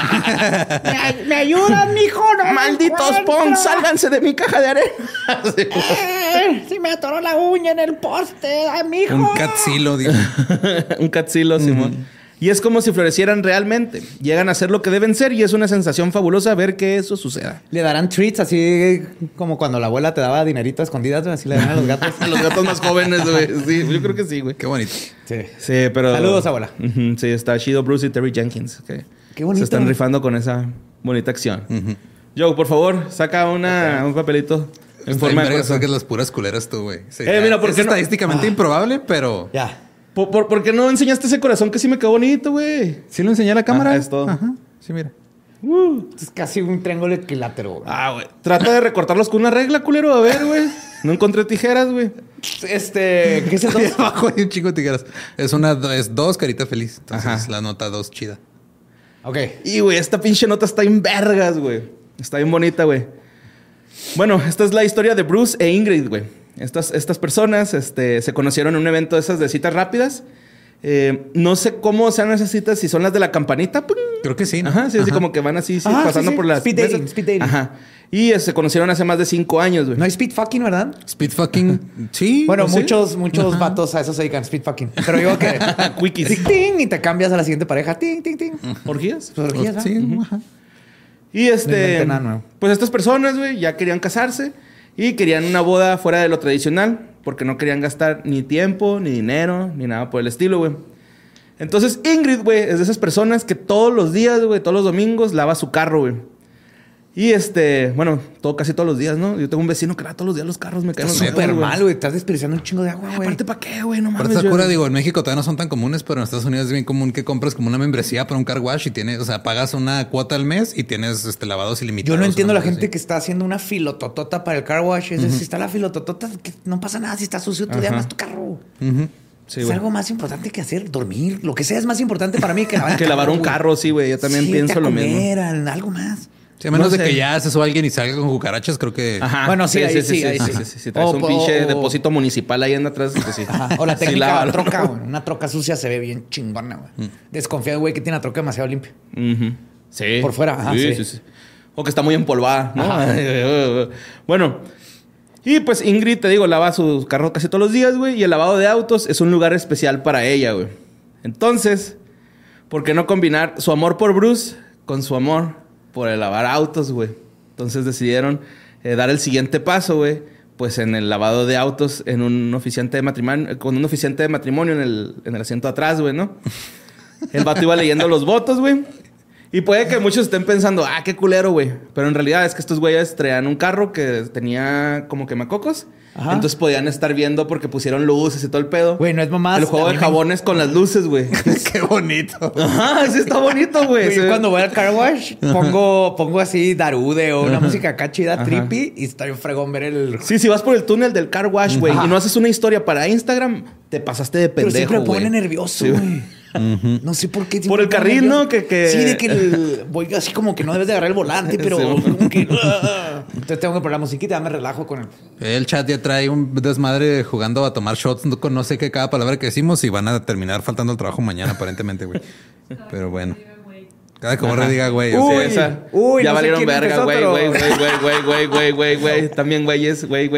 ¿Me ayudan, mijo? No ¡Malditos Pons! ¡Sálganse de mi caja de arena! Si me atoró la uña en el poste, mijo. Un catzilo, digo. Un catzilo, Simón. Y es como si florecieran realmente. Llegan a ser lo que deben ser y es una sensación fabulosa ver que eso suceda. Le darán treats así como cuando la abuela te daba dinerito a escondidas, güey, así le dan a los gatos. A los gatos más jóvenes, güey. Sí, yo creo que sí, güey. Qué bonito. Sí. Sí, pero... Saludos, abuela. Ujú, sí, está chido Bruce y Terry Jenkins. Que Qué bonito. se están rifando con esa bonita acción. Joe, por favor, saca un papelito en forma de corazón. Que las puras culeras tú, güey. Sí, mira, ¿por es qué no? estadísticamente improbable, pero... Ya. ¿Por qué no enseñaste ese corazón que sí me quedó bonito, güey? ¿Sí lo enseñé a la cámara? Es todo. Ajá. Sí, mira. Es casi un triángulo equilátero. Güey. Trata de recortarlos con una regla, culero. A ver, güey. No encontré tijeras, güey. ¿Qué es el 2? Abajo hay un chingo de tijeras. Es 2, carita feliz. Entonces la nota 2 chida. Ok. Y, güey, esta pinche nota está en vergas, güey. Está bien bonita, güey. Bueno, esta es la historia de Bruce e Ingrid, güey. Estas personas se conocieron en un evento de esas de citas rápidas. No sé cómo sean esas citas, si son las de la campanita. Creo que sí, ¿no? Ajá, sí, así como que van así, pasando por las... Speed dating, speed dating. Ajá. Y se conocieron hace más de 5 años, güey. No hay speed fucking, ¿verdad? Speed fucking... Sí. Bueno, ¿sí? muchos vatos a eso se dedican, speed fucking. Pero digo que... Quickies. Ting, ting, y te cambias a la siguiente pareja. Ting, ting, ting. ¿Orgías? Pues, orgías, ¿no? Sí, ajá. Y No inventé nada nuevo. pues estas personas, güey, ya querían casarse y querían una boda fuera de lo tradicional porque no querían gastar ni tiempo, ni dinero, ni nada por el estilo, güey. Entonces Ingrid, güey, es de esas personas que todos los días, güey, todos los domingos lava su carro, güey. Y bueno, casi todos los días, ¿no? Yo tengo un vecino que lava todos los días los carros, me caen los Súper huevos, mal, güey. Estás desperdiciando un chingo de agua, güey. Aparte, ¿para qué, güey? No Pero mames. esta cura, digo, en México todavía no son tan comunes, pero en Estados Unidos es bien común que compres como una membresía para un car wash y tienes, o sea, pagas una cuota al mes y tienes lavados ilimitados. Yo no entiendo la una cosa gente así. que está haciendo una filototota para el car wash. Es decir, si está la filototota, que no pasa nada. Si está sucio, tú llamas tu carro. Sí, es güey. algo más importante que hacer, dormir. Lo que sea es más importante para mí que lavar, Que lavar un carro, sí, güey. Yo también pienso lo mismo. Algo más. Sí, a menos No de sé. que ya se suba alguien y salga con cucarachas, creo que... Ajá. Bueno, sí, ahí sí. Si traes un pinche depósito municipal ahí en atrás, pues sí. Ajá. O la Sí, técnica de la lávalo. troca, güey. Una troca sucia se ve bien chingona, güey. Desconfía, güey, que tiene la troca demasiado limpia. Ujú. Sí. Por fuera, ajá, sí. Sí. O que está muy empolvada, ¿no? Bueno, y pues Ingrid, te digo, lava su carro casi todos los días, güey. Y el lavado de autos es un lugar especial para ella, güey. Entonces, ¿por qué no combinar su amor por Bruce con su amor por el lavar autos, güey? Entonces decidieron dar el siguiente paso, güey. Pues en el lavado de autos en un oficiante de matrimonio, con un oficiante de matrimonio en el asiento atrás, güey, ¿no? El vato iba leyendo los votos, güey. Y puede que muchos estén pensando, qué culero, güey. Pero en realidad es que estos güeyes traían un carro que tenía como quemacocos. Ajá. Entonces podían estar viendo porque pusieron luces y todo el pedo. Güey, no es mamás. El juego de jabones con las luces, güey. Qué bonito. Ajá, sí está bonito, güey. Yo cuando voy al car wash, pongo así Darude o una música acá chida, trippy, y está bien fregón ver el... Sí, si vas por el túnel del car wash, güey, Ajá. y no haces una historia para Instagram, te pasaste de Pero pendejo, siempre me güey. pone nervioso, Sí. güey. No sé por qué. Por el carril, ¿no? Que... Sí, de que voy así como que no debes de agarrar el volante, pero Sí. como que... Entonces tengo que poner la musiquita, ya me relajo con el... El chat ya trae un desmadre jugando a tomar shots con no sé qué cada palabra que decimos y van a terminar faltando al trabajo mañana, aparentemente, güey. Pero bueno. Cada que borre diga, güey. Sí, Uy, esa. uy, Ya no sé valieron quién verga, empezó, güey, pero- güey. También güeyes, güey.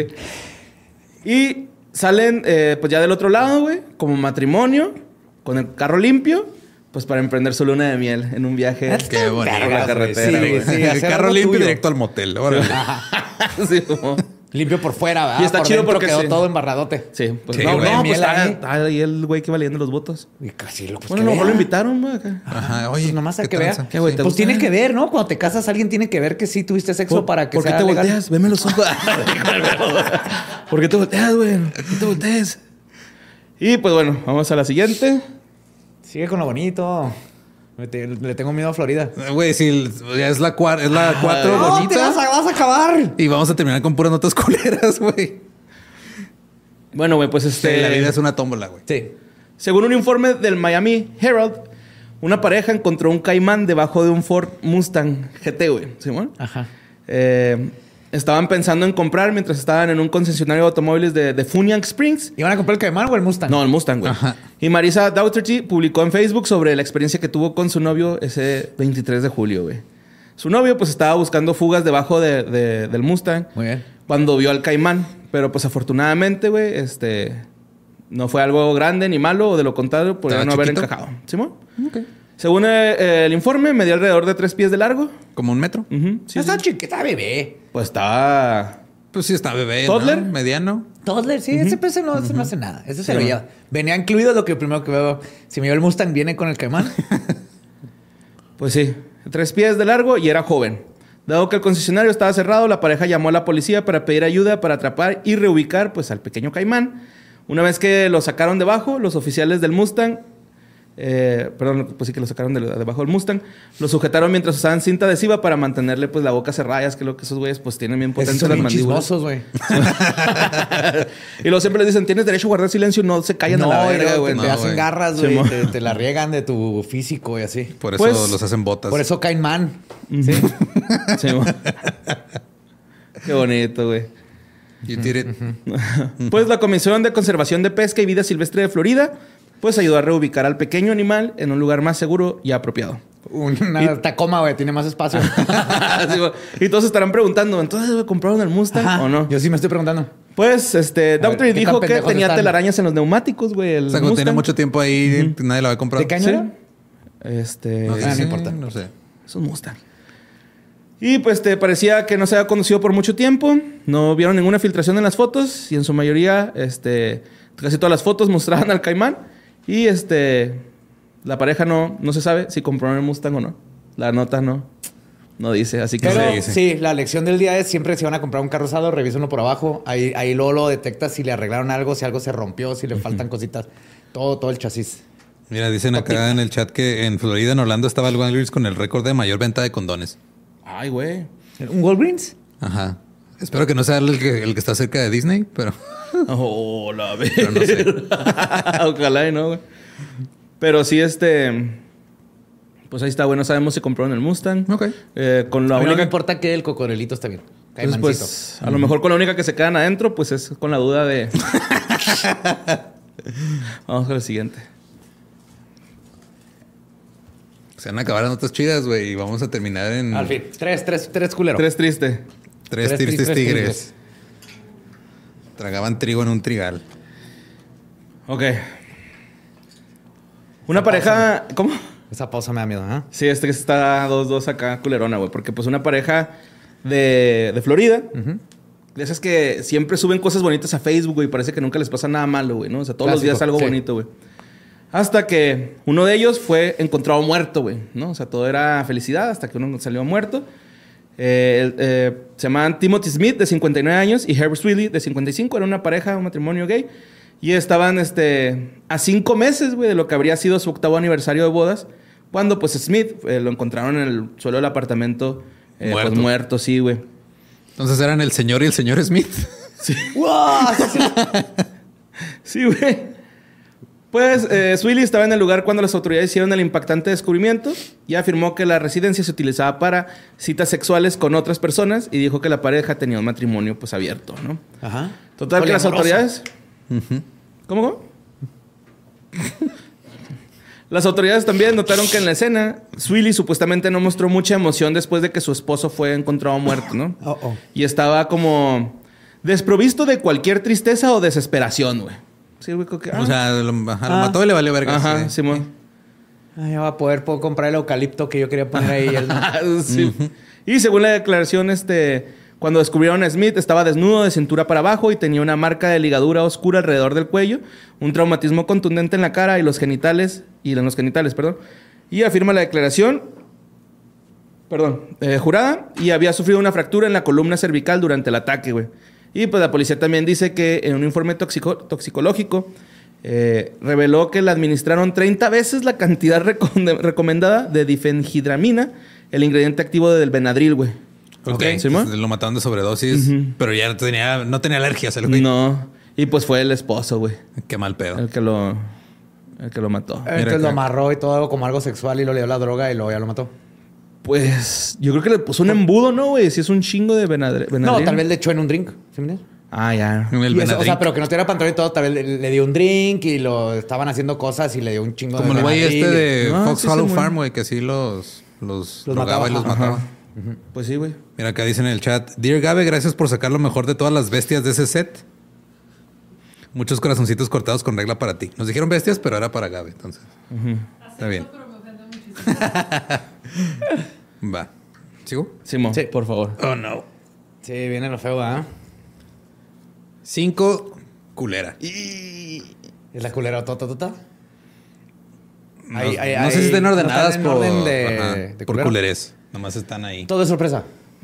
Y salen, pues ya del otro lado, güey, como matrimonio, con el carro limpio, pues para emprender su luna de miel en un viaje Qué bonito. por la carretera, Sí, güey. sí. El hacer carro algo limpio tuyo. directo al motel. Órale. Sí, como- Limpio por fuera, ¿verdad? Y está Por chido dentro porque quedó sí. todo embarradote. Sí, pues Sí, no, güey, no, pues miel ahí. está ahí el güey que va leyendo los votos. Y casi lo pues Bueno, a que lo mejor lo vea. invitaron, güey. acá. Ajá, oye. Pues nomás a ¿qué que vea. tranza? ¿Qué, güey? ¿Te Pues gusta? tiene que ver, ¿no? Cuando te casas, alguien tiene que ver que sí tuviste sexo para que ¿Por qué sea te legal. volteas? Veme los ojos. ¿Por qué te volteas, güey? ¿Por qué te volteas? Y pues bueno, vamos a la siguiente. Sigue con lo bonito. Le tengo miedo a Florida. Güey, sí, ya es la 4 No, te bonita. vas a acabar. Y vamos a terminar con puras notas culeras, güey. Bueno, güey, pues La vida es una tómbola, güey. Sí. Según un informe del Miami Herald, una pareja encontró un caimán debajo de un Ford Mustang GT, güey. ¿Simón? Ajá. Estaban pensando en comprar mientras estaban en un concesionario de automóviles de Funang Springs. ¿Iban a comprar el Caimán o el Mustang? No, el Mustang, güey. Ajá. Y Marisa Daugherty publicó en Facebook sobre la experiencia que tuvo con su novio ese 23 de julio, güey. Su novio, pues, estaba buscando fugas debajo del Mustang. Muy bien. Cuando vio al caimán. Pero, pues, afortunadamente, güey, no fue algo grande ni malo. O de lo contrario, podría ¿Estaba no haber chiquito? encajado. ¿Simón? Según el informe, medía alrededor de 3 pies de largo. Como un metro. Ujú, sí, Está sí. chiquita, bebé. Pues estaba... Pues sí, está bebé. ¿no? ¿Toddler? Mediano. Toddler, sí, ese pues no hace nada. Ese se lo lleva. Venía incluido lo que primero que veo. Si me lleva el Mustang, viene con el Caimán. Pues sí, 3 pies de largo y era joven. Dado que el concesionario estaba cerrado, la pareja llamó a la policía para pedir ayuda para atrapar y reubicar pues, al pequeño caimán. Una vez que lo sacaron debajo, los oficiales del Mustang... pues sí que lo sacaron debajo del Mustang. Lo sujetaron mientras usaban cinta adhesiva para mantenerle pues la boca cerrada. Es que lo que esos güeyes pues tienen bien potentes las mandíbulas. Chismosos, güey. Y luego siempre les dicen, tienes derecho a guardar silencio, no se callan a la verga, güey. Te hacen garras, güey. Te la riegan de tu físico y así. Por eso Pues, los hacen botas. Por eso caen man. Sí. Sí, qué bonito, güey. You did it. Pues la Comisión de Conservación de Pesca y Vida Silvestre de Florida pues ayudó a reubicar al pequeño animal en un lugar más seguro y apropiado. Una Tacoma, güey, tiene más espacio. Sí, y todos estarán preguntando, ¿entonces güey, compraron el Mustang o no? Yo sí me estoy preguntando. Pues, Daughtry dijo que tenía telarañas en los neumáticos, güey. O sea, cuando tenía mucho tiempo ahí, nadie lo había comprado. ¿De qué año era? No importa. No sé. Es un Mustang. Y pues parecía que no se había conducido por mucho tiempo. No vieron ninguna filtración en las fotos. Y en su mayoría, casi todas las fotos mostraban al caimán. Y la pareja no se sabe si compraron el Mustang o no. La nota no dice, así que... Pero sí, la lección del día es siempre si van a comprar un carro usado, revísenlo por abajo. Ahí luego lo detectas si le arreglaron algo, si algo se rompió, si le faltan cositas. Todo el chasis. Mira, dicen acá en el chat que en Florida, en Orlando, estaba el Walgreens con el récord de mayor venta de condones. Ay, güey. ¿Un Walgreens? Ajá. Espero que no sea el que está cerca de Disney, pero... Oh, la vez. Pero no sé. Ojalá y no, güey. Pero sí, pues ahí está, bueno, sabemos si compraron el Mustang. Ok. Con la A mí no única... me importa que el cocodrilito esté bien. Entonces, pues, a lo mejor con la única que se quedan adentro, pues es con la duda de... Vamos con el siguiente. Se van a acabar las notas chidas, güey, y vamos a terminar en... Al fin. Tres culero. Tres triste. Tres tristes tigres. Tragaban trigo en un trigal. Ok. Una pareja... ¿Cómo? Esa pausa me da miedo, ¿eh? Sí, que está 2-2 acá culerona, güey. Porque pues una pareja de Florida... De esas que siempre suben cosas bonitas a Facebook, güey. Y parece que nunca les pasa nada malo, güey, ¿no? O sea, todos los días algo bonito, güey. Hasta que uno de ellos fue encontrado muerto, güey, ¿no? O sea, todo era felicidad hasta que uno salió muerto. Se llamaban Timothy Smith, de 59 años, y Herbert Swilly, de 55. Era una pareja, un matrimonio gay. Y estaban a 5 meses, güey, de lo que habría sido su 8º aniversario de bodas. Cuando, pues, Smith lo encontraron en el suelo del apartamento muerto. Pues, muerto, sí, güey. Entonces eran el señor y el señor Smith. Sí. ¡Wow! Sí, güey. Pues Swilly estaba en el lugar cuando las autoridades hicieron el impactante descubrimiento y afirmó que la residencia se utilizaba para citas sexuales con otras personas y dijo que la pareja tenía un matrimonio pues abierto, ¿no? Ajá. Total que las autoridades... ¿Cómo? Las autoridades también notaron que en la escena Swilly supuestamente no mostró mucha emoción después de que su esposo fue encontrado muerto, ¿no? Y estaba como desprovisto de cualquier tristeza o desesperación, güey. Sí, güey, que, o sea, lo mató y le valió verga. Ajá, Simón. Ya puedo comprar el eucalipto que yo quería poner ahí. Sí. Y según la declaración, cuando descubrieron a Smith, estaba desnudo de cintura para abajo y tenía una marca de ligadura oscura alrededor del cuello, un traumatismo contundente en la cara y en los genitales, perdón. Y afirma la declaración, jurada, y había sufrido una fractura en la columna cervical durante el ataque, güey. Y pues la policía también dice que en un informe toxicológico reveló que le administraron 30 veces la cantidad recomendada de difenhidramina, el ingrediente activo del Benadryl, güey. Ok. ¿Sí, lo mataron de sobredosis, pero ya no tenía alergias el güey. No. Y pues fue el esposo, güey. Qué mal pedo. El que lo mató. Entonces lo amarró y todo como algo sexual y lo le dio la droga y luego ya lo mató. Pues yo creo que le puso un embudo, ¿no, güey? Si es un chingo de Benadryl. No, tal vez le echó en un drink. ¿Sí me entiendes? Ah, ya. O sea, pero que no tuviera pantalón y todo, tal vez le dio un drink y lo estaban haciendo cosas y le dio un chingo como de... Como el güey de Fox sí, Hollow Farm, güey, que así los drogaba y los mataba. Pues sí, güey. Mira, acá dicen en el chat: Dear Gabe, gracias por sacar lo mejor de todas las bestias de ese set. Muchos corazoncitos cortados con regla para ti. Nos dijeron bestias, pero era para Gabe, entonces. Está bien. Pero me ofende muchísimo. Va. ¿Sigo? Simón, sí, por favor. Oh, no. Sí, viene lo feo, ¿ah? 5, culera. ¿Es la culera tota? No sé si están ordenadas por orden por culerés. Nomás están ahí. Todo es sorpresa.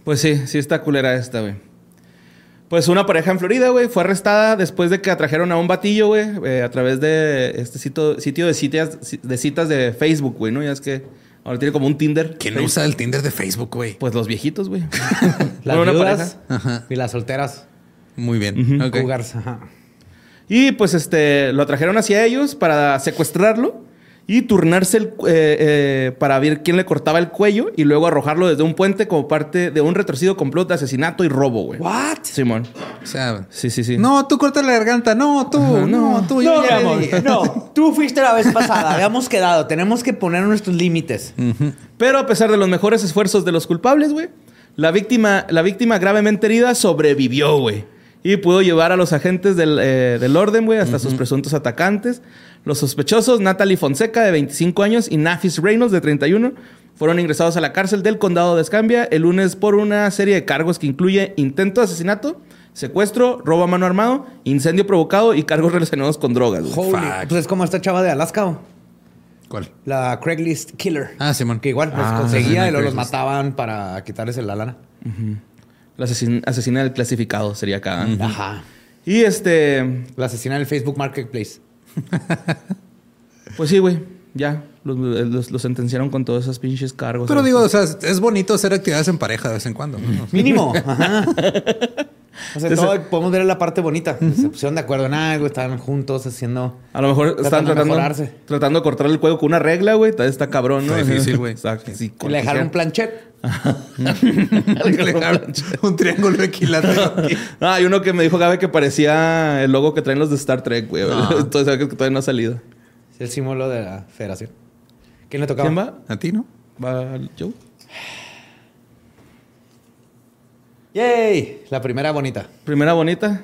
Pues sí, sí está culera esta, güey. Pues una pareja en Florida, güey, fue arrestada después de que atrajeron a un batillo, güey, a través de este sitio de citas de Facebook, güey, ¿no? Ya es que ahora tiene como un Tinder. ¿Quién usa el Tinder de Facebook, güey? Pues los viejitos, güey. Las Una viudas Ajá. y las solteras. Muy bien. Ok. Cougars, ajá. Y pues lo atrajeron hacia ellos para secuestrarlo y turnarse para ver quién le cortaba el cuello y luego arrojarlo desde un puente como parte de un retorcido complot de asesinato y robo, güey. ¿What? Simón. O sea, Sí. no, tú cortas la garganta. No, tú. Ajá, no, tú. No, yo ya le amor, dije. no, tú fuiste la vez pasada. Habíamos quedado. Tenemos que poner nuestros límites. Pero a pesar de los mejores esfuerzos de los culpables, güey, la víctima gravemente herida sobrevivió, güey. Y pudo llevar a los agentes del orden, güey, hasta sus presuntos atacantes. Los sospechosos, Natalie Fonseca, de 25 años, y Nafis Reynolds, de 31, fueron ingresados a la cárcel del condado de Escambia el lunes por una serie de cargos que incluye intento de asesinato, secuestro, robo a mano armado, incendio provocado y cargos relacionados con drogas, güey. Holy. Pues es como esta chava de Alaska, ¿o? ¿Cuál? La Craigslist Killer. Ah, Simón. Que igual los Ah, conseguía sí, y luego los Craigslist. mataban para quitarles la lana. La asesina del clasificado sería acá. Ajá. Y La asesina del Facebook Marketplace. pues sí, güey, ya. Los sentenciaron con todos esos pinches cargos. Pero digo, o sea, es bonito hacer actividades en pareja de vez en cuando, ¿no? Mínimo. Ajá. O sea, todo podemos ver la parte bonita. Se pusieron de acuerdo en algo, estaban juntos haciendo... A lo mejor están Tratando de mejorarse. tratando de cortar el cuello con una regla, güey. Todavía está cabrón, ¿no? Está difícil, güey. Exacto. Sí, Y le dejaron un planchet. Le dejaron un triángulo equilátero aquí. Ah, hay uno que me dijo Gabe que parecía el logo que traen los de Star Trek, güey. Ah. Entonces, ¿sabes que todavía no ha salido? Es el símbolo de la federación. ¿Quién le tocaba? ¿Quién va? ¿A ti, no? ¿Va Joe? ¡Yay! La primera bonita. Primera bonita.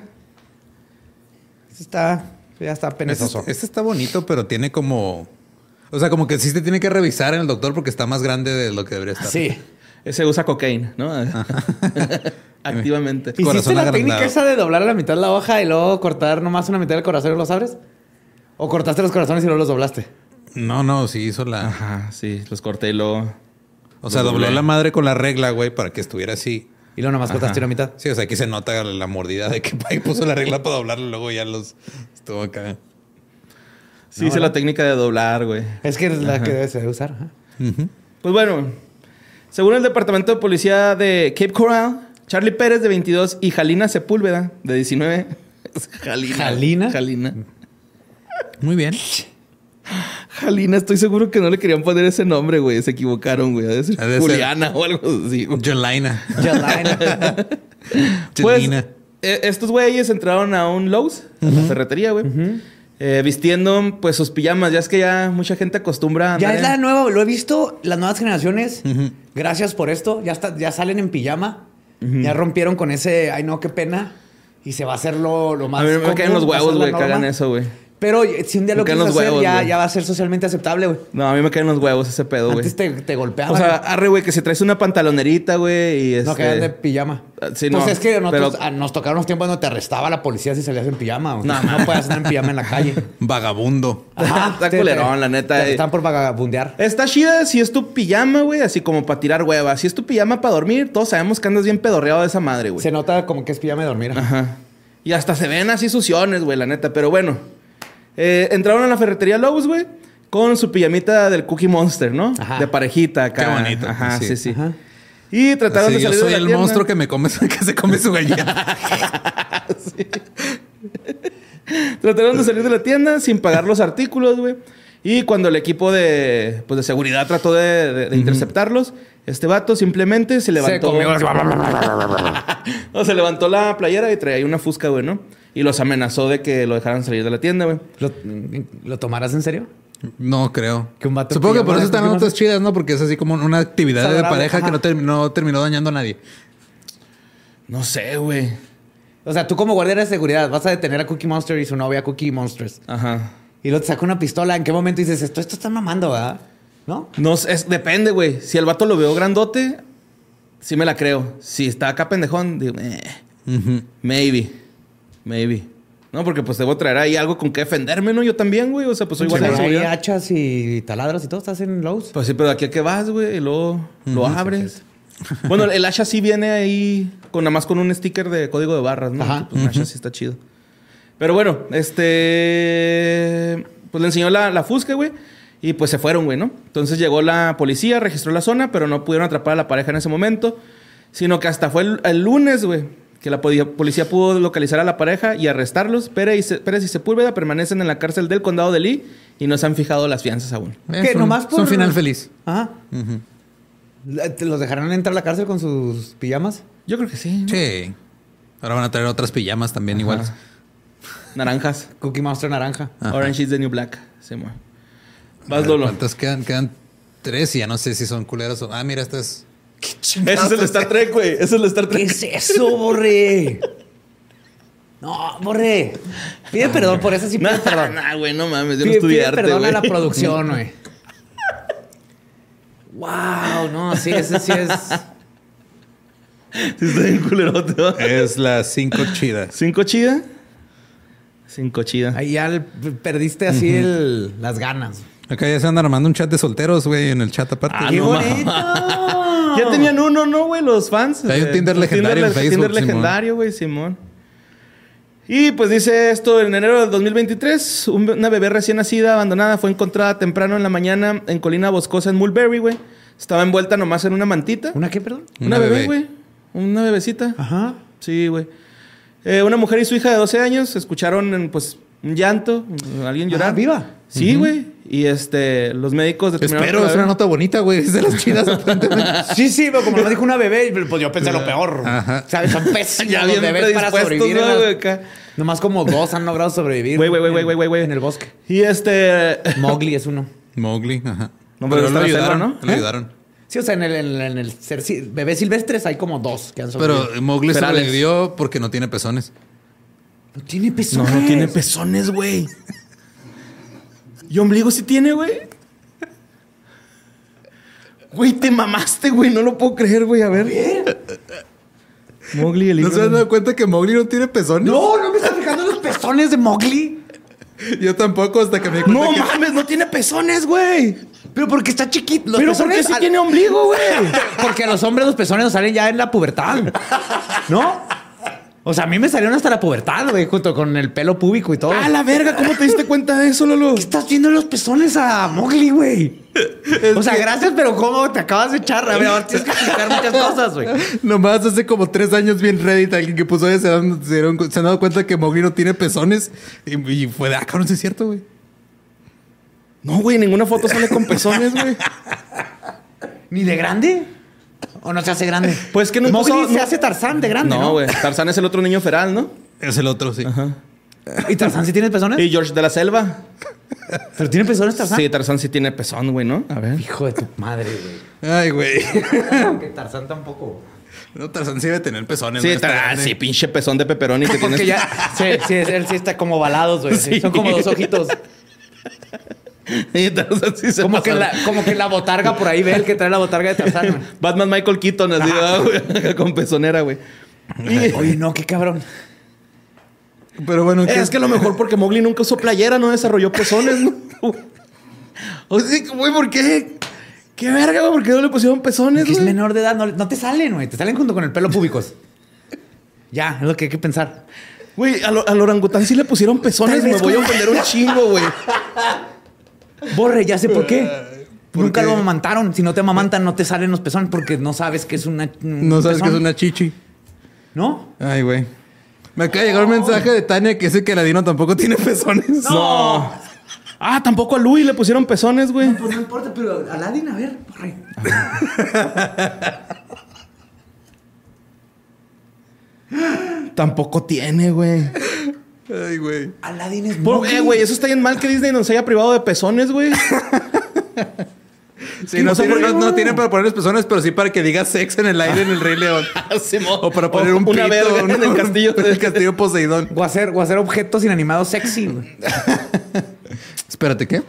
Ya está penezoso. Este está bonito, pero tiene como... O sea, como que sí se tiene que revisar en el doctor porque está más grande de lo que debería estar. Sí. Ese usa cocaína, ¿no? Activamente. ¿Hiciste Corazón la agrandado. técnica esa de doblar a la mitad la hoja y luego cortar nomás una mitad del corazón y los abres? ¿O cortaste los corazones y luego los doblaste? No, sí hizo la... Ajá, sí. Los corté y luego... O sea, dobló la madre con la regla, güey, para que estuviera así. Y luego nomás cortaste una mitad. Sí, o sea, aquí se nota la mordida de que ahí puso la regla para doblarlo, luego ya estuvo acá. Sí, hice la técnica de doblar, güey. Es que es la que debes de usar. Ajá. Pues bueno, según el Departamento de Policía de Cape Coral, Charlie Pérez, de 22, y Jalina Sepúlveda, de 19. ¿Jalina? Jalina. Muy bien. Jalina, estoy seguro que no le querían poner ese nombre, güey. Se equivocaron, güey. Debe ser Ha de ser. Juliana o algo así, güey. Jolaina. Yalaina. Pues, Jelina. estos güeyes entraron a un Lowe's, a la ferretería, güey. Vistiendo, pues, sus pijamas. Ya es que ya mucha gente acostumbra a Ya andar es la en- nueva, lo he visto, las nuevas generaciones. Gracias por esto. Ya salen en pijama. Ya rompieron con ese, ay no, qué pena. Y se va a hacer lo más A mí me común, caen los va a ser huevos, la güey, que norma. hagan eso, güey. Pero si un día Me lo caen quieres los hacer, huevos, ya, güey. ya va a ser socialmente aceptable, güey. No, a mí me caen los huevos ese pedo, güey. Antes te golpeaban. O sea, arre, güey, que si traes una pantalonerita, güey, y no, que eran de pijama. Sí, pues no, es que nosotros, pero- nos tocaron unos tiempos donde te arrestaba la policía si salías en pijama. Güey. No, No puedes andar en pijama en la calle. Vagabundo. Está culerón, la neta. Están por vagabundear. Está chida si es tu pijama, güey, así como para tirar hueva. Si es tu pijama para dormir, todos sabemos que andas bien pedorreado de esa madre, güey. Se nota como que es pijama de dormir. Ajá. Y hasta se ven así suciones, güey, la neta. Pero bueno, entraron a la ferretería Lowe's, güey, con su pijamita del Cookie Monster, ¿no? Ajá. De parejita acá. Qué bonito. Ajá, sí, Sí. sí. Ajá. Y trataron Así, de yo salir soy de la el tienda. monstruo que se come su gallina. Trataron de salir de la tienda sin pagar los artículos, güey. Y cuando el equipo de seguridad trató de interceptarlos, este vato simplemente se levantó. No, se levantó la playera y traía ahí una fusca, güey, ¿no? Y los amenazó de que lo dejaran salir de la tienda, güey. ¿Lo tomarás en serio? No creo. Que un vato Supongo que por pijama eso están de Cookie notas chidas, ¿no? Porque es así como una actividad Es de adorable, pareja ajá. que no terminó dañando a nadie. No sé, güey. O sea, tú como guardia de seguridad vas a detener a Cookie Monster y su novia Cookie Monsters. Ajá. Y luego te saca una pistola. ¿En qué momento dices, esto está mamando, verdad? ¿No? No, depende, güey. Si el vato lo veo grandote, sí me la creo. Si está acá pendejón, digo, maybe. No, porque pues debo traer ahí algo con que defenderme, ¿no? Yo también, güey. O sea, pues soy guardia de Hay seguridad. hachas y taladros y todo. ¿Estás en Lowe's? Pues sí, pero de aquí a qué vas, güey. Y luego lo abres. Bueno, el hacha sí viene ahí nada más con un sticker de código de barras, ¿no? Ajá. Pues el hacha sí está chido. Pero bueno, pues le enseñó la fusca, güey. Y pues se fueron, güey, ¿no? Entonces llegó la policía, registró la zona, pero no pudieron atrapar a la pareja en ese momento. Sino que hasta fue el lunes, güey, que la policía pudo localizar a la pareja y arrestarlos. Pérez y Sepúlveda permanecen en la cárcel del condado de Lee y no se han fijado las fianzas aún. Que nomás Es un final feliz. Ajá. ¿Los dejarán entrar a la cárcel con sus pijamas? Yo creo que sí. Sí. Ahora van a traer otras pijamas también igual. Naranjas. Cookie Monster naranja. Ajá. Orange is the new black. Sí, mo. Vas, Lolo. ¿Cuántas quedan? Quedan 3 y ya no sé si son culeras o... Ah, mira, esta es... Ese es el Star Trek, güey. Ese es el Star ¿Qué Trek. es eso, Borre? No, Borre. Pide perdón por eso, sí pide perdón. Nah, güey, no mames. Yo no Pide estudié arte, perdón güey. a la producción, güey. Wow, no, sí, ese sí es... Sí, está bien culerote, ¿no? Es la 5 chida. ¿5 chida? 5 chida. Ahí ya perdiste así las ganas. Acá ya se andan armando un chat de solteros, güey, en el chat aparte. Ah, ¡Qué no, bonito! Ya tenían uno, ¿no, güey? Los fans. Hay un Tinder legendario en Facebook, Tinder Simón. legendario, güey, Simón. Y pues dice esto, en enero del 2023, una bebé recién nacida, abandonada, fue encontrada temprano en la mañana en Colina Boscosa, en Mulberry, güey. Estaba envuelta nomás en una mantita. ¿Una qué, perdón? Una bebé, güey. Una bebecita. Ajá. Sí, güey. Una mujer y su hija de 12 años escucharon, pues, un llanto, alguien llorar. Ah, viva. Sí, güey. Y los médicos determinaron... Espero, que la es una bebé- nota bonita, güey. Es de las chidas, aparentemente. Sí, sí, pero como me dijo una bebé, pues yo pensé lo peor. Ajá. ¿Sabes? Son pésimos Ya los bien bebés para predispuestos, sobrevivir. ¿no, en las- güey? Acá. Nomás como 2 han logrado sobrevivir. Güey. En el bosque. Y Mowgli es uno. Mowgli, ajá. No, pero lo está ayudaron, selva, ¿no? ¿no? Lo ayudaron. Sí, o sea, en el bebés silvestres hay como 2 que han sobrevivido. Pero Mowgli Ferales. sobrevivió porque no tiene pezones. No tiene No, pezones. no tiene pezones, güey. ¿Y ombligo sí tiene, güey? Güey, te mamaste, güey. No lo puedo creer, güey. A ver. Mowgli, el ¿No hijo se han de- dado cuenta que Mowgli no tiene pezones? No me estás fijando en los pezones de Mowgli. Yo tampoco, hasta que me di cuenta No que... mames, no tiene pezones, güey. Pero porque está chiquito. Los Pero ¿por qué pezones sí al- tiene ombligo, güey? Porque a los hombres los pezones nos salen ya en la pubertad. ¿No? O sea, a mí me salieron hasta la pubertad, güey, junto con el pelo púbico y todo. ¡Ah, la verga! ¿Cómo te diste cuenta de eso, Lolo? ¿Qué estás viendo en los pezones a Mowgli, güey? O sea, gracias, pero ¿cómo te acabas de echar? A ver, ahora tienes que explicar muchas cosas, güey. Nomás hace como 3 años vi en Reddit alguien que puso, oye, se han dado cuenta que Mowgli no tiene pezones. Y fue de, cabrón, sí es cierto, güey. No, güey, ninguna foto sale con pezones, güey. ¿Ni de grande? ¿O no se hace grande? Pues que no Mowgli puso- se no- hace Tarzán de grande, ¿no? No, güey. Tarzán es el otro niño feral, ¿no? Es el otro, sí. ¿Y Tarzán sí tiene pezones? Y George de la Selva. ¿Pero tiene pezones Tarzán? Sí, Tarzán sí tiene pezón, güey, ¿no? A ver. Hijo de tu madre, güey. Ay, güey. Que Tarzán tampoco. No, Tarzán sí debe tener pezones. Sí, güey, está grande. sí, pinche pezón de pepperoni que Porque tienes. ya... Sí, él sí está como ovalados, güey. Sí. Son como 2 ojitos. Sí, Tarzán sí se Como pasa. que la botarga por ahí ve el que trae la botarga de Tarzán, güey. Batman Michael Keaton, así, güey. Con pezonera, güey. Oye, no, qué cabrón. Pero bueno, ¿qué? Es que a lo mejor porque Mowgli nunca usó playera, no desarrolló pezones, ¿no? O sea, güey, ¿por qué? ¿Qué verga, güey? ¿Por qué no le pusieron pezones, Que es güey? menor de edad, no te salen, güey. Te salen junto con el pelo públicos. Ya, es lo que hay que pensar. Güey, al orangután sí le pusieron pezones. Tal Me vez voy a como- ofender un chingo, güey. Borre, ya sé por qué. ¿Por Nunca qué? lo amamantaron. Si no te amamantan, no te salen los pezones porque no sabes que es un No sabes que es pezón. una chichi. ¿No? Ay, güey. Me acaba de llegar un mensaje de Tania que dice que Aladino tampoco tiene pezones. No. Ah, tampoco a Louis le pusieron pezones, güey. Pues no importa, pero Aladdin, a ver, borre. Tampoco tiene, güey. Ay, güey. Aladdin es Mowgli. Güey, eso está bien mal que Disney nos haya privado de pezones, güey. Sí, no tienen para ponerles pezones, pero sí para que diga sex en el aire en el Rey León. O para poner un una pito verga en el castillo. en el castillo Poseidón. O hacer objetos inanimados sexy, güey. Espérate, ¿qué?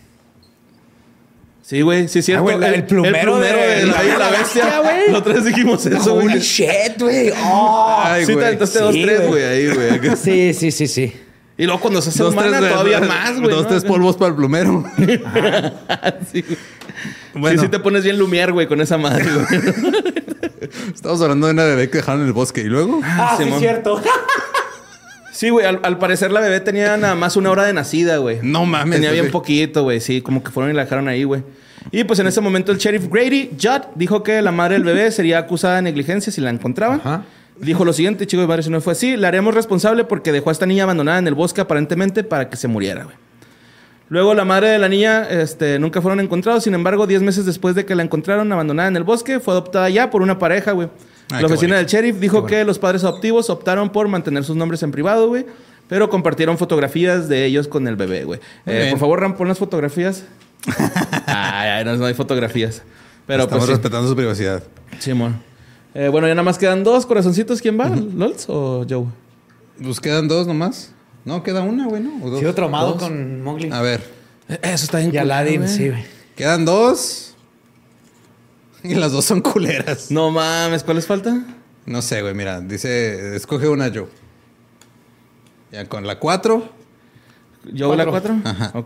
Sí, güey, sí es cierto. güey, el plumero de la Bella y la Bestia, güey. La otra vez dijimos eso, Holy güey. shit, güey. Oh. Ay, Sí, te güey. aventaste Sí, 2-3, güey. güey, ahí, güey. Sí. Y luego cuando se hace Dos, humana tres, todavía más, güey. Dos, ¿no? tres polvos para el plumero. Sí, güey. Bueno. Sí te pones bien Lumière, güey, con esa madre, güey. Estamos hablando de una bebé que dejaron en el bosque y luego. Sí, es cierto. Sí, güey. Al parecer la bebé tenía nada más 1 hora de nacida, güey. No mames. Tenía bien poquito, güey. Sí, como que fueron y la dejaron ahí, güey. Y pues en ese momento el sheriff Grady Judd dijo que la madre del bebé sería acusada de negligencia si la encontraban. Ajá. Dijo lo siguiente, chico de madre, si no fue así, la haremos responsable porque dejó a esta niña abandonada en el bosque aparentemente para que se muriera, güey. Luego la madre de la niña nunca fueron encontrados. Sin embargo, 10 meses después de que la encontraron abandonada en el bosque, fue adoptada ya por una pareja, güey. La oficina del sheriff dijo que los padres adoptivos optaron por mantener sus nombres en privado, güey. Pero compartieron fotografías de ellos con el bebé, güey. Por favor, Ram, pon las fotografías. Ay, no hay fotografías. Pero estamos pues, respetando su privacidad. Sí, amor. Bueno, ya nada más quedan 2 corazoncitos. ¿Quién va? ¿Lolz o Joe? Pues quedan 2 nomás. No, queda una, güey, ¿no? ¿O 2? Sigo traumado con Mowgli. A ver. Eso está bien. Y Aladdin, sí, güey. Quedan 2. Y las 2 son culeras. No mames, ¿cuál les falta? No sé, güey, mira. Dice, escoge una, Joe. Ya con la 4. ¿Joe la 4? Ajá. Ok.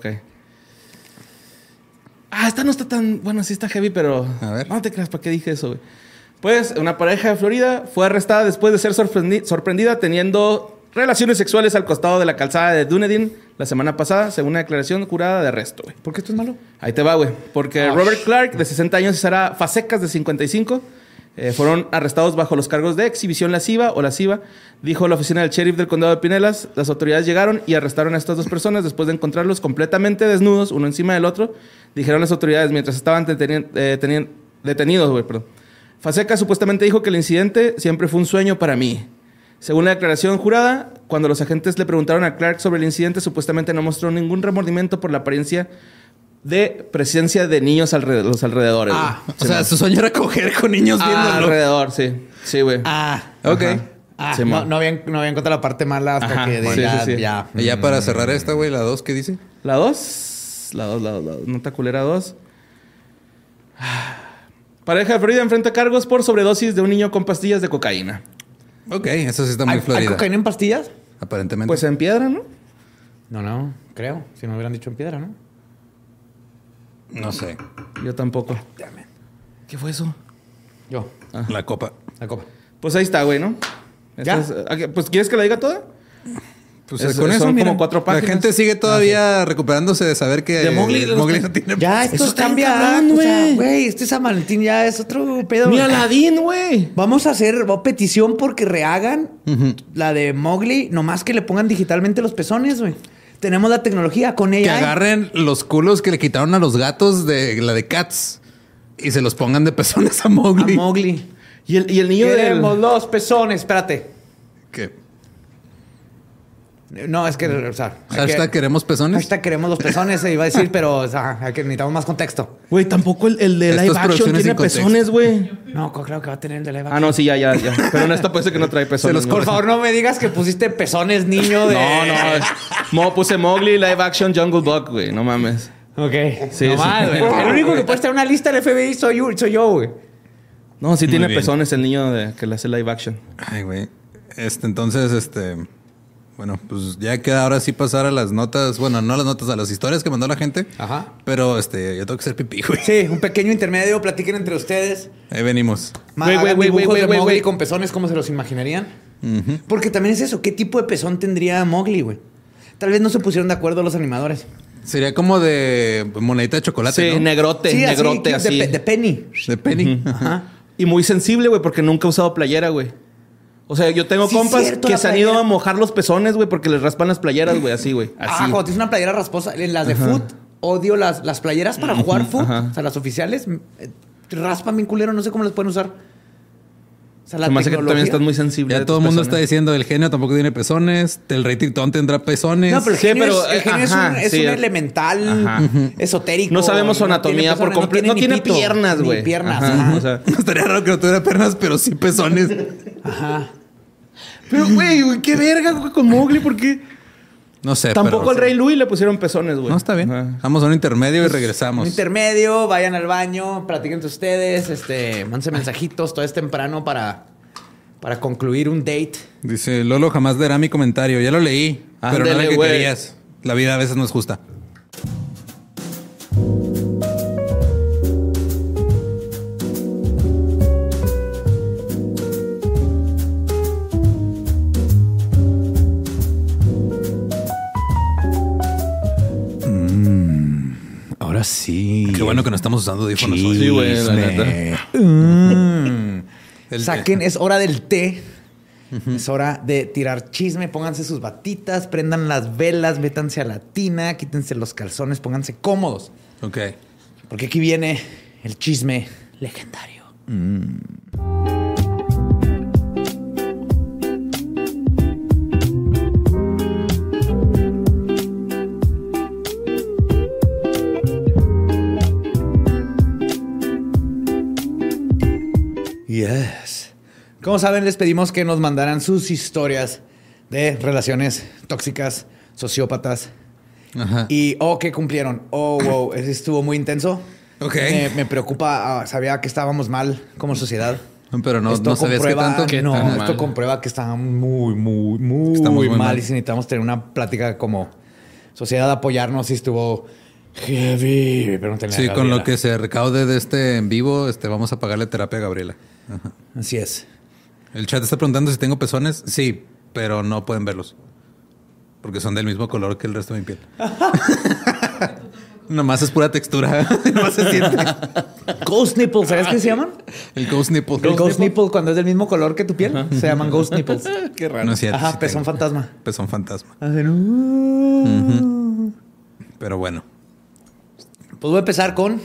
Esta no está tan... Bueno, sí está heavy, pero... A ver. No te creas, ¿para qué dije eso, güey? Pues, una pareja de Florida fue arrestada después de ser sorprendida teniendo relaciones sexuales al costado de la calzada de Dunedin la semana pasada, según una declaración jurada de arresto, güey. ¿Por qué esto es malo? Ahí te va, güey. Porque Robert Clark, de 60 años, y Sara Fasecas, de 55, fueron arrestados bajo los cargos de exhibición lasciva o lasciva. Dijo la oficina del sheriff del condado de Pinellas. Las autoridades llegaron y arrestaron a estas 2 personas después de encontrarlos completamente desnudos, uno encima del otro. Dijeron las autoridades mientras estaban detenidos, güey, perdón. Fasecas supuestamente dijo que el incidente siempre fue un sueño para mí. Según la declaración jurada, cuando los agentes le preguntaron a Clark sobre el incidente, supuestamente no mostró ningún remordimiento por la apariencia de presencia de niños los alrededores. O sea, su sueño era coger con niños viéndolo. Alrededor, sí. Sí, güey. Ok. Sí, no había encontrado la parte mala hasta que ya. Y ya para cerrar esta, güey, la 2, ¿qué dice? La 2. Nota culera 2. Pareja de Florida enfrenta cargos por sobredosis de un niño con pastillas de cocaína. Ok, eso sí está muy Florida. ¿Hay cocaína en pastillas? Aparentemente. Pues en piedra, ¿no? No, creo. Si no hubieran dicho en piedra, ¿no? No sé. Yo tampoco. ¿Qué fue eso? Yo. La copa. Pues ahí está, güey, ¿no? ¿Ya? Pues, ¿quieres que la diga toda? Pues con eso, mira, como 4 páginas. La gente sigue todavía recuperándose de saber que de Mowgli no tiene... Ya, esto está cambia, cabrón, o sea, güey. güey, este San Valentín ya es otro pedo. Ni Aladdin, güey. Vamos a hacer petición porque rehagan la de Mowgli, nomás que le pongan digitalmente los pezones, güey. Tenemos la tecnología con ella. Que agarren los culos que le quitaron a los gatos de la de Cats y se los pongan de pezones a Mowgli. Y el niño Queremos los pezones, espérate. ¿Qué? No, es que, o sea... Hashtag queremos pezones. Hashtag queremos los pezones, se iba a decir, pero, o sea, necesitamos más contexto. Güey, tampoco el de live action tiene pezones, güey. No, creo que va a tener el de live action. Ah, no, sí, ya. Pero en esta puede ser que no trae pezones. Por favor, no me digas que pusiste pezones niño de... No. Puse Mowgli Live Action Jungle Book, güey. No mames. Ok. Sí, no mames, güey. El único que puede estar en una lista del FBI soy yo, güey. No, sí Muy tiene bien. pezones el niño que le hace live action. Ay, güey. Entonces, bueno, pues ya queda ahora sí pasar a las notas. Bueno, no a las notas, a las historias que mandó la gente. Ajá. Pero yo tengo que hacer pipí, güey. Sí, un pequeño intermedio. Platiquen entre ustedes. Ahí venimos. Mowgli con pezones, ¿cómo se los imaginarían? Porque también es eso. ¿Qué tipo de pezón tendría Mowgli, güey? Tal vez no se pusieron de acuerdo los animadores. Sería como de monedita de chocolate, Sí, ¿no? negrote, así. De penny. De penny. Ajá. Y muy sensible, güey, porque nunca ha usado playera, güey. O sea, yo tengo Sí, compas cierto, que la se han playera. ido a mojar los pezones, güey, porque les raspan las playeras, güey, así, güey. Así. Cuando tienes una playera rasposa. En las de foot, odio las playeras para jugar foot. Ajá. O sea, las oficiales raspan bien culero. No sé cómo las pueden usar. O sea, Se me hace que también estás muy sensible. Ya de todo el tus mundo pezones. está diciendo el genio tampoco tiene pezones. El rey Tritón tendrá pezones. No, pero el Sí, genio, pero, el genio ajá, es sí. un elemental Ajá. esotérico. No sabemos su anatomía tiene por completo. No ni tiene pito, piernas, güey. Ni piernas. Ajá. Ajá. O sea, Estaría raro que no tuviera piernas, pero sí pezones. Ajá. pero, güey, qué verga, güey, con Mowgli, porque No sé, tampoco pero... al Rey Louis le pusieron pezones, güey. No, está bien. Ajá. Vamos a un intermedio y regresamos. Un intermedio, vayan al baño, platiquen entre ustedes, mándense mensajitos, todo es temprano para concluir un date. Dice, Lolo jamás leerá mi comentario. Ya lo leí, pero no era Ándele, el que güey. querías. La vida a veces no es justa. Qué bueno que no estamos usando audífonos hoy. Sí, güey, la neta. Saquen, es hora del té. Es hora de tirar chisme. Pónganse sus batitas, prendan las velas, métanse a la tina, quítense los calzones, pónganse cómodos. Ok. Porque aquí viene el chisme legendario. Yes. Como saben, les pedimos que nos mandaran sus historias de relaciones tóxicas, sociópatas. Ajá. Y, que cumplieron. Wow, ese estuvo muy intenso. Ok. Me preocupa, sabía que estábamos mal como sociedad. Pero no sabías qué tanto. Esto comprueba que está muy mal. Y si necesitamos tener una plática como sociedad, apoyarnos, y estuvo heavy. Pero no tenía Sí, con lo que se recaude de este en vivo, vamos a pagarle terapia a Gabriela. Ajá. Así es. El chat está preguntando si tengo pezones. Sí, pero no pueden verlos. Porque son del mismo color que el resto de mi piel. Nomás es pura textura. Nomás se siente. Ghost nipple, ¿sabes qué se llaman? El ghost nipple. El ghost nipple, cuando es del mismo color que tu piel, se llaman ghost nipples. Qué raro. No es cierto. Ajá, sí pezón tengo. fantasma. Pezón fantasma. Hacen, Pero bueno. Pues voy a empezar con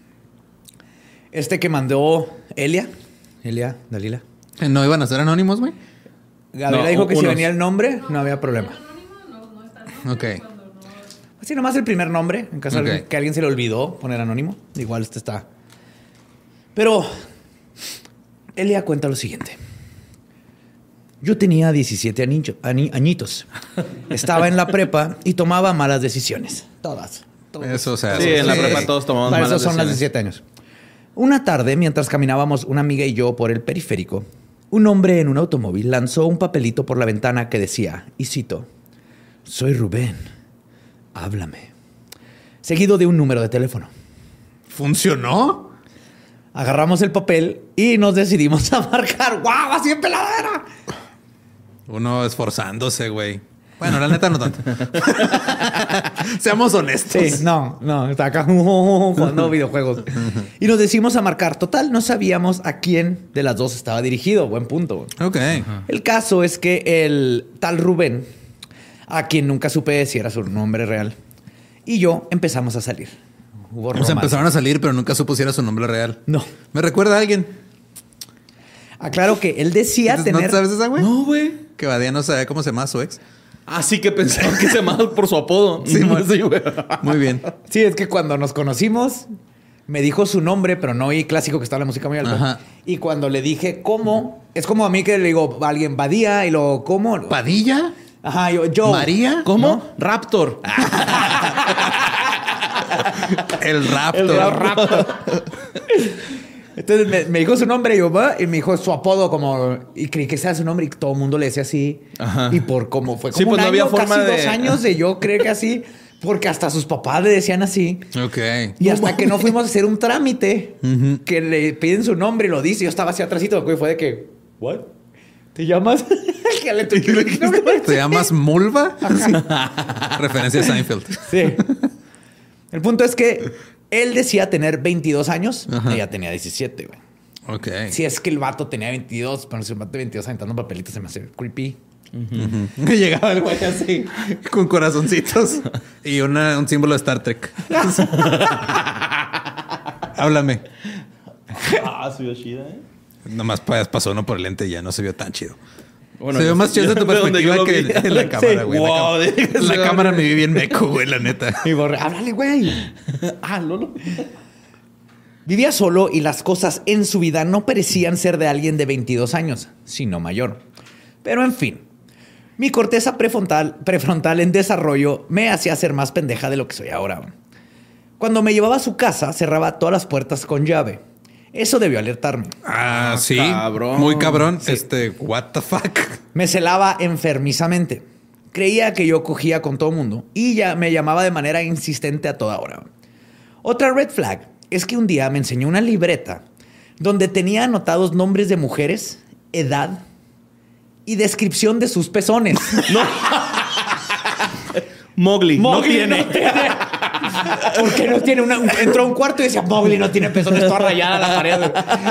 que mandó Elia, Dalila. ¿No iban a ser anónimos, güey? Gabriela No, dijo que si unos. venía el nombre, no había problema. Ok. Así nomás el primer nombre, en caso de Ok. que alguien se le olvidó poner anónimo. Igual está. Pero Elia cuenta lo siguiente. Yo tenía 17 añitos. Estaba en la prepa y tomaba malas decisiones. Todas. Eso, o sea. Sí, en la prepa todos tomamos Para malas eso son las decisiones. 17 años. Una tarde, mientras caminábamos una amiga y yo por el periférico, un hombre en un automóvil lanzó un papelito por la ventana que decía, y cito, soy Rubén, háblame. Seguido de un número de teléfono. ¿Funcionó? Agarramos el papel y nos decidimos a marcar. ¡Guau! ¡Así en peladera! Uno esforzándose, güey. Bueno, la neta no tanto. Seamos honestos. Sí, no, está acá jugando videojuegos. Y nos decidimos a marcar. Total, no sabíamos a quién de las dos estaba dirigido. Buen punto. Ok. El caso es que el tal Rubén, a quien nunca supe si era su nombre real, y yo empezamos a salir. Hubo O sea, romance. empezaron a salir, pero nunca supo si era su nombre real. No. Me recuerda a alguien. Aclaro que él decía ¿No tener... sabes esa, güey? No, güey. Que Badía no sabía cómo se llama su ex. Ah, sí que pensaba que se llamaba por su apodo. Sí, Sí, güey. Muy bien. Sí, es que cuando nos conocimos, me dijo su nombre, pero no oí clásico que está en la música muy alta. Ajá. Y cuando le dije cómo, es como a mí que le digo a alguien Badía y luego ¿cómo? ¿Padilla? Ajá, yo. ¿María? ¿Cómo? ¿No? Raptor. El Raptor. Entonces me dijo su nombre y yo, ¿va? Y me dijo su apodo como... Y creí que sea su nombre y todo el mundo le decía así. Ajá. Y por como fue como Sí, pues un no año, había forma casi de... 2 años de yo creer que así. Porque hasta sus papás le decían así. Ok. Y hasta que no fuimos a hacer un trámite que le piden su nombre y lo dice. Yo estaba así atrásito y fue de que... ¿What? ¿Te llamas? Que le tuiteé el nombre. ¿Te llamas Mulva? Referencia a Seinfeld. Sí. El punto es que él decía tener 22 años. Ajá. Ella tenía 17, güey. Ok. Si es que el vato tenía 22, pero si el vato de 22 aventando papelitos se me hace creepy. Llegaba el güey así, con corazoncitos y un símbolo de Star Trek. Háblame. Ah, se vio chida, ¿eh? Nomás pasó uno por el lente y ya no se vio tan chido. Bueno, se vio más chido de tu de donde yo perspectiva lo que vi. en la cámara, güey. Wow, La cámara me vi bien meco, güey, la neta. Y borré, háblale, güey. Ah, Lolo. Vivía solo y las cosas en su vida no parecían ser de alguien de 22 años, sino mayor. Pero en fin, mi corteza prefrontal en desarrollo me hacía ser más pendeja de lo que soy ahora. Cuando me llevaba a su casa, cerraba todas las puertas con llave. Eso debió alertarme. Ah, sí. cabrón. Muy cabrón. Sí. What the fuck. Me celaba enfermizamente. Creía que yo cogía con todo mundo y ya me llamaba de manera insistente a toda hora. Otra red flag es que un día me enseñó una libreta donde tenía anotados nombres de mujeres, edad y descripción de sus pezones. Mowgli. No Mowgli tiene. ¿Por qué no tiene una? Entró a un cuarto y decía, Mowgli no tiene pezones, toda rayada la pared.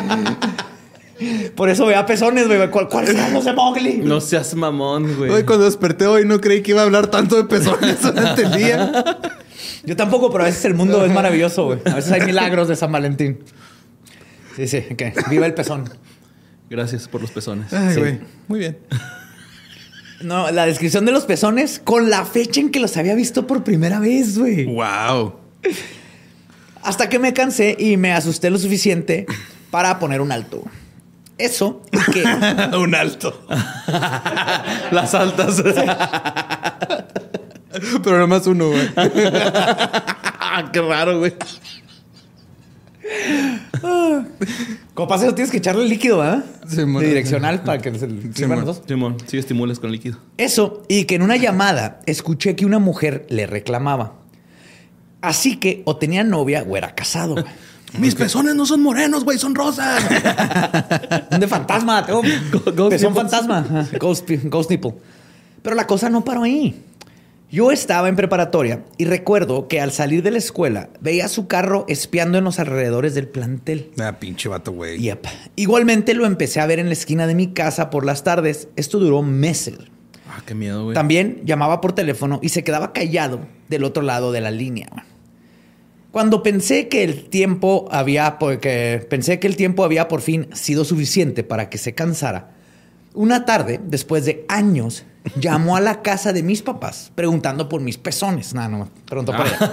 Por eso veía pezones, güey. ¿Cuáles son los de Mowgli? No seas mamón, güey. Hoy cuando desperté hoy no creí que iba a hablar tanto de pezones durante el día. Yo tampoco, pero a veces el mundo es maravilloso, güey. A veces hay milagros de San Valentín. Sí, que viva el pezón. Gracias por los pezones. Ay, Sí. güey. Muy bien. No, la descripción de los pezones con la fecha en que los había visto por primera vez, güey. Wow. Hasta que me cansé y me asusté lo suficiente para poner un alto. Eso y que... Un alto. Las altas. Pero nada más uno, güey. Qué raro, güey. Como pasa eso, tienes que echarle líquido, ¿verdad? Sí, bueno. De direccional para que se sirvan los dos. Simón, sí estimulas con líquido. Eso, y que en una llamada escuché que una mujer le reclamaba. Así que o tenía novia o era casado, güey. Mis pezones no son morenos, güey, son rosas. Un de fantasma, tengo Ghost pezón nipple. fantasma. Ajá, Ghost nipple. Pero la cosa no paró ahí. Yo estaba en preparatoria y recuerdo que al salir de la escuela veía su carro espiando en los alrededores del plantel. Ah, pinche vato, güey. Yep. Igualmente lo empecé a ver en la esquina de mi casa por las tardes. Esto duró meses. Ah, qué miedo, güey. También llamaba por teléfono y se quedaba callado del otro lado de la línea. Cuando pensé que el tiempo había por fin sido suficiente para que se cansara, una tarde, después de años, llamó a la casa de mis papás preguntando por mis pezones. No, preguntó por ella.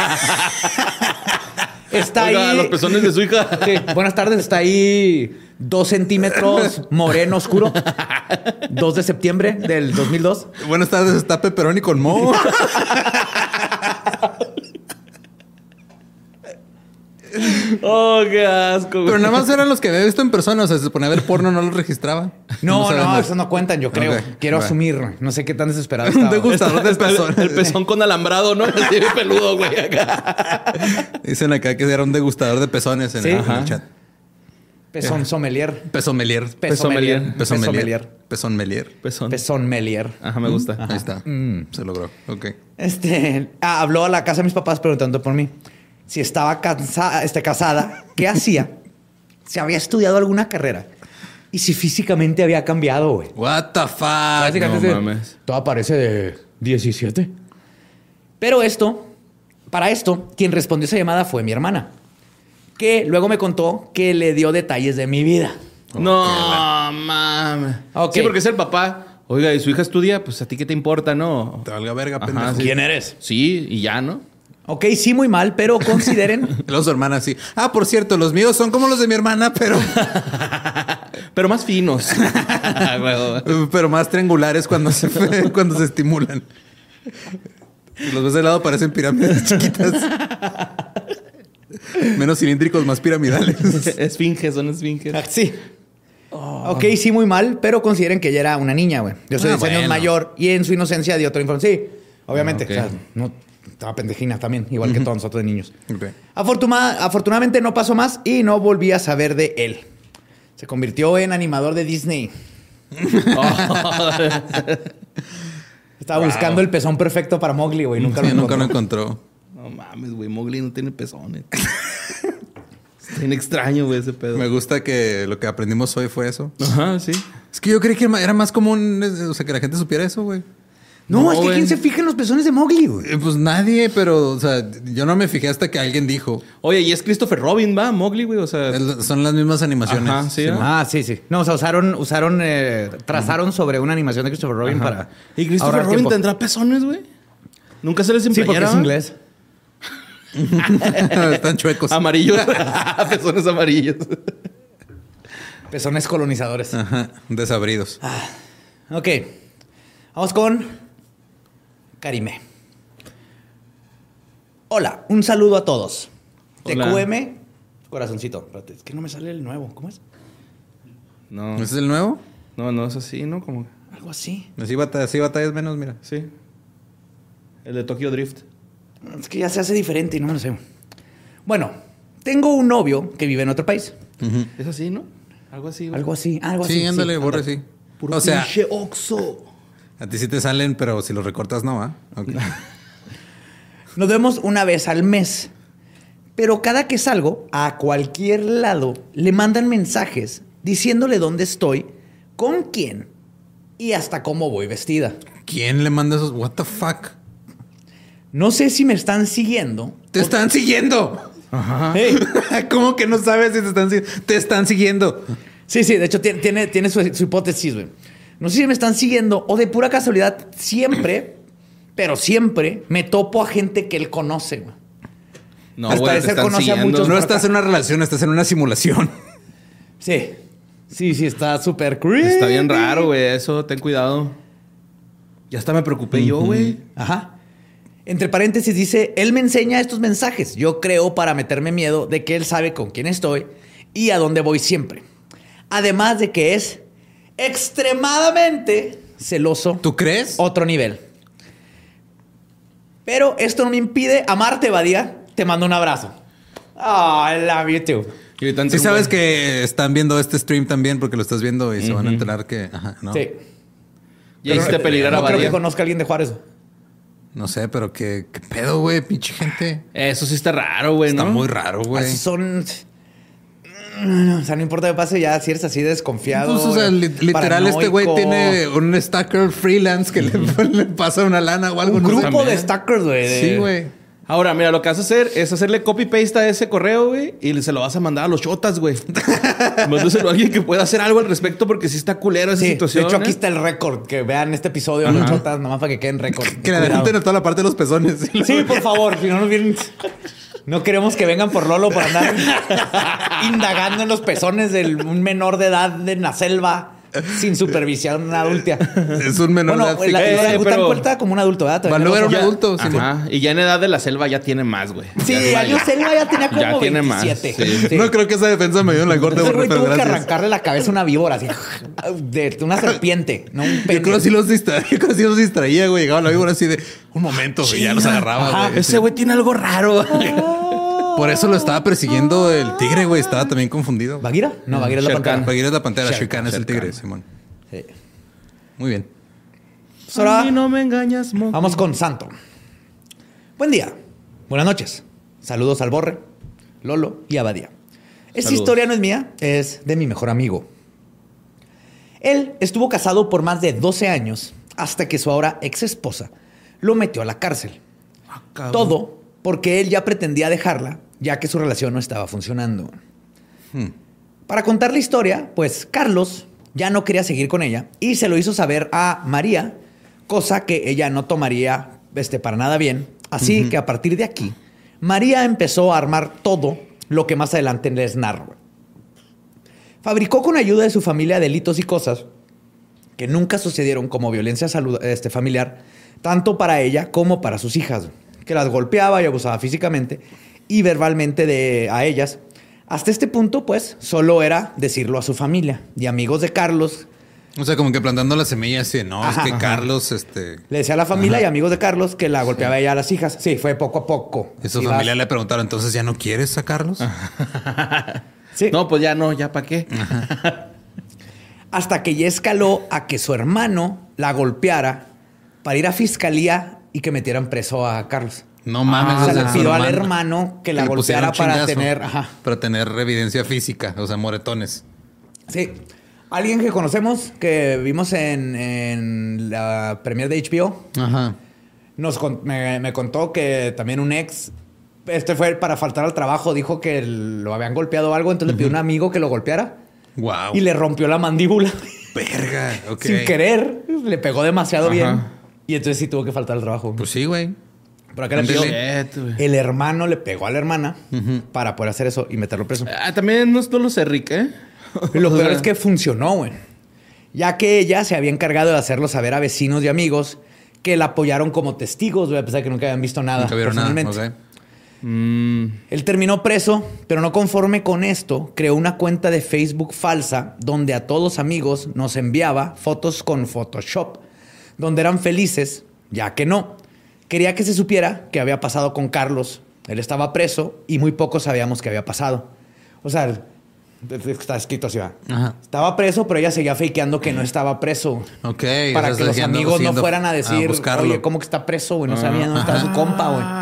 Está Oiga, ahí. los pezones de su hija. Sí, buenas tardes, está ahí 2 centímetros moreno oscuro. 2 de septiembre del 2002. Buenas tardes, está Pepperoni con Mo. Oh, qué asco, güey. Pero nada más eran los que había visto en persona. O sea, se ponía a ver porno, no los registraba. No, sabemos. eso no cuentan, yo creo. Ok, Quiero va. asumir. No sé qué tan desesperado Un estaba. degustador de pezones. El pezón con alambrado, ¿no? Así de peludo, güey. Acá. Dicen acá que era un degustador de pezones en, Sí. el, en Ajá. el chat. Pezón sommelier. Pezomelier. Pezomelier. Pezomelier. Pezomelier. Pezón. Pezón melier. Ajá, me gusta. Ahí está. Se logró. Ok. Habló a la casa de mis papás preguntando por mí. Si estaba casada, ¿qué hacía? Si había estudiado alguna carrera. Y si físicamente había cambiado, güey. What the fuck. Básicamente no mames. todo parece de 17. Pero para esto, quien respondió esa llamada fue mi hermana. Que luego me contó que le dio detalles de mi vida. No, mames. Ok. Sí, porque es el papá. Oiga, ¿y su hija estudia? Pues a ti qué te importa, ¿no? Te valga verga, Ajá, pendejo. sí. ¿Quién eres? Sí, y ya, ¿no? Ok, sí, muy mal, pero consideren... Luego su hermana sí. Ah, por cierto, los míos son como los de mi hermana, Pero más finos. pero más triangulares cuando se estimulan. Si los ves de lado parecen pirámides chiquitas. Menos cilíndricos, más piramidales. Esfinges, son esfinges. Sí. Ok, sí, muy mal, pero consideren que ella era una niña, güey. Yo soy 10 años bueno. mayor y en su inocencia dio otra información. Sí, obviamente. Ok. O sea, no, estaba pendejina también, igual que todos nosotros de niños. Ok. Afortunadamente no pasó más y no volví a saber de él. Se convirtió en animador de Disney. Estaba buscando el pezón perfecto para Mowgli, güey. Nunca lo Sí, nunca lo encontró. encontró. No mames, güey. Mowgli no tiene pezones. Está bien extraño, güey, ese pedo. Me gusta que lo que aprendimos hoy fue eso. Ajá, sí. Es que yo creí que era más común, o sea, que la gente supiera eso, güey. No, es que güey. ¿quién se fija en los pezones de Mowgli, güey? Pues nadie, pero, o sea, yo no me fijé hasta que alguien dijo. Oye, y es Christopher Robin, ¿va? Mowgli, güey. O sea, Son las mismas animaciones. Ajá, sí, ¿no? Ah, sí, sí. No, o sea, trazaron sobre una animación de Christopher Robin para ¿y Christopher ahorrar Robin tiempo. tendrá pezones, güey? Nunca se les Sí, porque empleará. es inglés. Están chuecos. Amarillos. Pezones amarillos. Pezones colonizadores. Ajá, desabridos. Ok. Vamos con Karime. Hola, un saludo a todos. Hola. TQM, corazoncito. Espérate, es que no me sale el nuevo. ¿Cómo es? No, ¿Ese es el nuevo? no es así, ¿no? Como... Algo así. Así batallas menos, mira. Sí. El de Tokyo Drift. Es que ya se hace diferente y no me lo sé. Bueno, tengo un novio que vive en otro país. Es así, ¿no? Algo así, güey. Algo así, algo así. Sí, ándale, borre, ándale. sí. Puro O sea, pinche Oxxo. a ti sí te salen, pero si los recortas no, ¿ah? Ok. Nos vemos una vez al mes. Pero cada que salgo a cualquier lado, le mandan mensajes diciéndole dónde estoy, con quién y hasta cómo voy vestida. ¿Quién le manda esos? What the fuck? No sé si me están siguiendo. ¡Te están siguiendo! Ajá. Hey. ¿Cómo que no sabes si te están siguiendo? ¡Te están siguiendo! Sí, de hecho tiene su hipótesis, güey. No sé si me están siguiendo o de pura casualidad siempre, pero siempre me topo a gente que él conoce, güey. No, Al güey, te parecer están conoce a siguiendo. muchos. No estás en una relación, estás en una simulación. Sí, está súper creepy. Está bien raro, güey. Eso, ten cuidado. Ya hasta me preocupé yo, güey. Ajá. Entre paréntesis dice, él me enseña estos mensajes. Yo creo para meterme miedo de que él sabe con quién estoy y a dónde voy siempre. Además de que es extremadamente celoso. ¿Tú crees? Otro nivel. Pero esto no me impide amarte, Badía. Te mando un abrazo. I love you too. Y ahorita Sí sabes que están viendo este stream también porque lo estás viendo y se van a enterar que... Ajá, ¿no? Sí. Ya hiciste peligrar a No creo Badía. que conozca a alguien de Juárez. No sé, pero ¿qué pedo, güey? Pinche gente. Eso sí está raro, güey, ¿no? Está muy raro, güey. Así son... O sea, no importa que pase ya si eres así desconfiado. Pues, o sea, literal, este güey paranoico. tiene un stalker freelance que le pasa una lana o algo. Un no sé. grupo de también. stalkers, güey. Sí, güey. Ahora, mira, lo que vas a hacer es hacerle copy-paste a ese correo, güey, y se lo vas a mandar a los chotas, güey. Mándaselo a alguien que pueda hacer algo al respecto porque sí está culero esa Sí, situación. de hecho, aquí ¿eh? está el récord. Que vean este episodio de los chotas, nomás para que queden récord. Que le adelanten a toda la parte de los pezones. Sí, por favor, si no nos vienen... No queremos que vengan por Lolo por andar indagando en los pezones de un menor de edad en la selva sin supervisión adulta. Es un menor de edad. Bueno, la orangután pero- cuenta como un adulto, ¿verdad? Todavía Valú no era un son- adulto. Sí, Ajá. Y ya en edad de la selva ya tiene más, güey. Sí, Ya años selva ya tenía como Ya tiene más, 27. sí. Sí. No creo que esa defensa me dio en la corte, Ese güey pero tuvo que gracias. arrancarle la cabeza a una víbora así. De una serpiente, no un pene. Yo creo que sí los distraía, güey. Llegaba la víbora así de un momento y ya los agarraba, Ajá. güey. Ese güey tiene algo raro. Por eso lo estaba persiguiendo el tigre, güey. Estaba también confundido. ¿Baguira? No, Baguira es la Shere Khan. pantera. Bagheera es la pantera, Shere Shere Khan es el Shere tigre, Khan. Simón. Sí. Muy bien. Pues ahora A mí no me engañas, mo. vamos con Santo. Buen día. Buenas noches. Saludos al Borre, Lolo y Abadía. Esta Saludos. historia no es mía, es de mi mejor amigo. Él estuvo casado por más de 12 años hasta que su ahora ex esposa lo metió a la cárcel. Cabrón. Todo porque él ya pretendía dejarla, ya que su relación no estaba funcionando. Para contar la historia, pues Carlos ya no quería seguir con ella y se lo hizo saber a María, cosa que ella no tomaría para nada bien. Así que a partir de aquí, María empezó a armar todo lo que más adelante les narro. Fabricó con ayuda de su familia delitos y cosas que nunca sucedieron como violencia familiar, tanto para ella como para sus hijas, que las golpeaba y abusaba físicamente y verbalmente a ellas. Hasta este punto, pues, solo era decirlo a su familia y amigos de Carlos. O sea, como que plantando las semillas así, no, Ajá, es que ajá. Carlos, Le decía a la familia y amigos de Carlos que la golpeaba ella a las hijas. Sí, fue poco a poco. y su Así familia vas. le preguntaron, entonces ya no quieres sacarlos. Sí. No, pues ya no, ya para qué. Hasta que ya escaló a que su hermano la golpeara para ir a fiscalía y que metieran preso a Carlos. No mames. o sea, desde le su pidió al hermano hermano que la le pusiera golpeara un para chingazo, tener... Ajá. para tener evidencia física, o sea, moretones. Sí. Alguien que conocemos, que vimos en la premier de HBO, Ajá. me contó que también un ex, fue para faltar al trabajo, dijo que lo habían golpeado o algo, entonces le pidió a un amigo que lo golpeara Wow. y le rompió la mandíbula. Verga, ok. Sin querer, le pegó demasiado Ajá. bien. Y entonces sí tuvo que faltar al trabajo. Pues sí, güey. Pero acá le pidió, Shit, güey. el hermano le pegó a la hermana para poder hacer eso y meterlo preso. Ah, también no lo sé, Rick, ¿eh? Y lo O peor sea, es que funcionó, güey. Ya que ella se había encargado de hacerlo saber a vecinos y amigos que la apoyaron como testigos, güey, a pesar de que nunca habían visto nada Nunca vieron nada. personalmente. Ok. Él terminó preso, pero no conforme con esto, creó una cuenta de Facebook falsa donde a todos los amigos nos enviaba fotos con Photoshop, donde eran felices, ya que no. Quería que se supiera qué había pasado con Carlos. Él estaba preso y muy pocos sabíamos qué había pasado. O sea, está escrito así, ¿va? Ajá. Estaba preso, pero ella seguía fakeando que no estaba preso. Ok. Para o sea, que los siguiendo- amigos no siguiendo fueran a decir, buscarlo. oye, ¿cómo que está preso, güey? No sabían dónde estaba su compa, güey.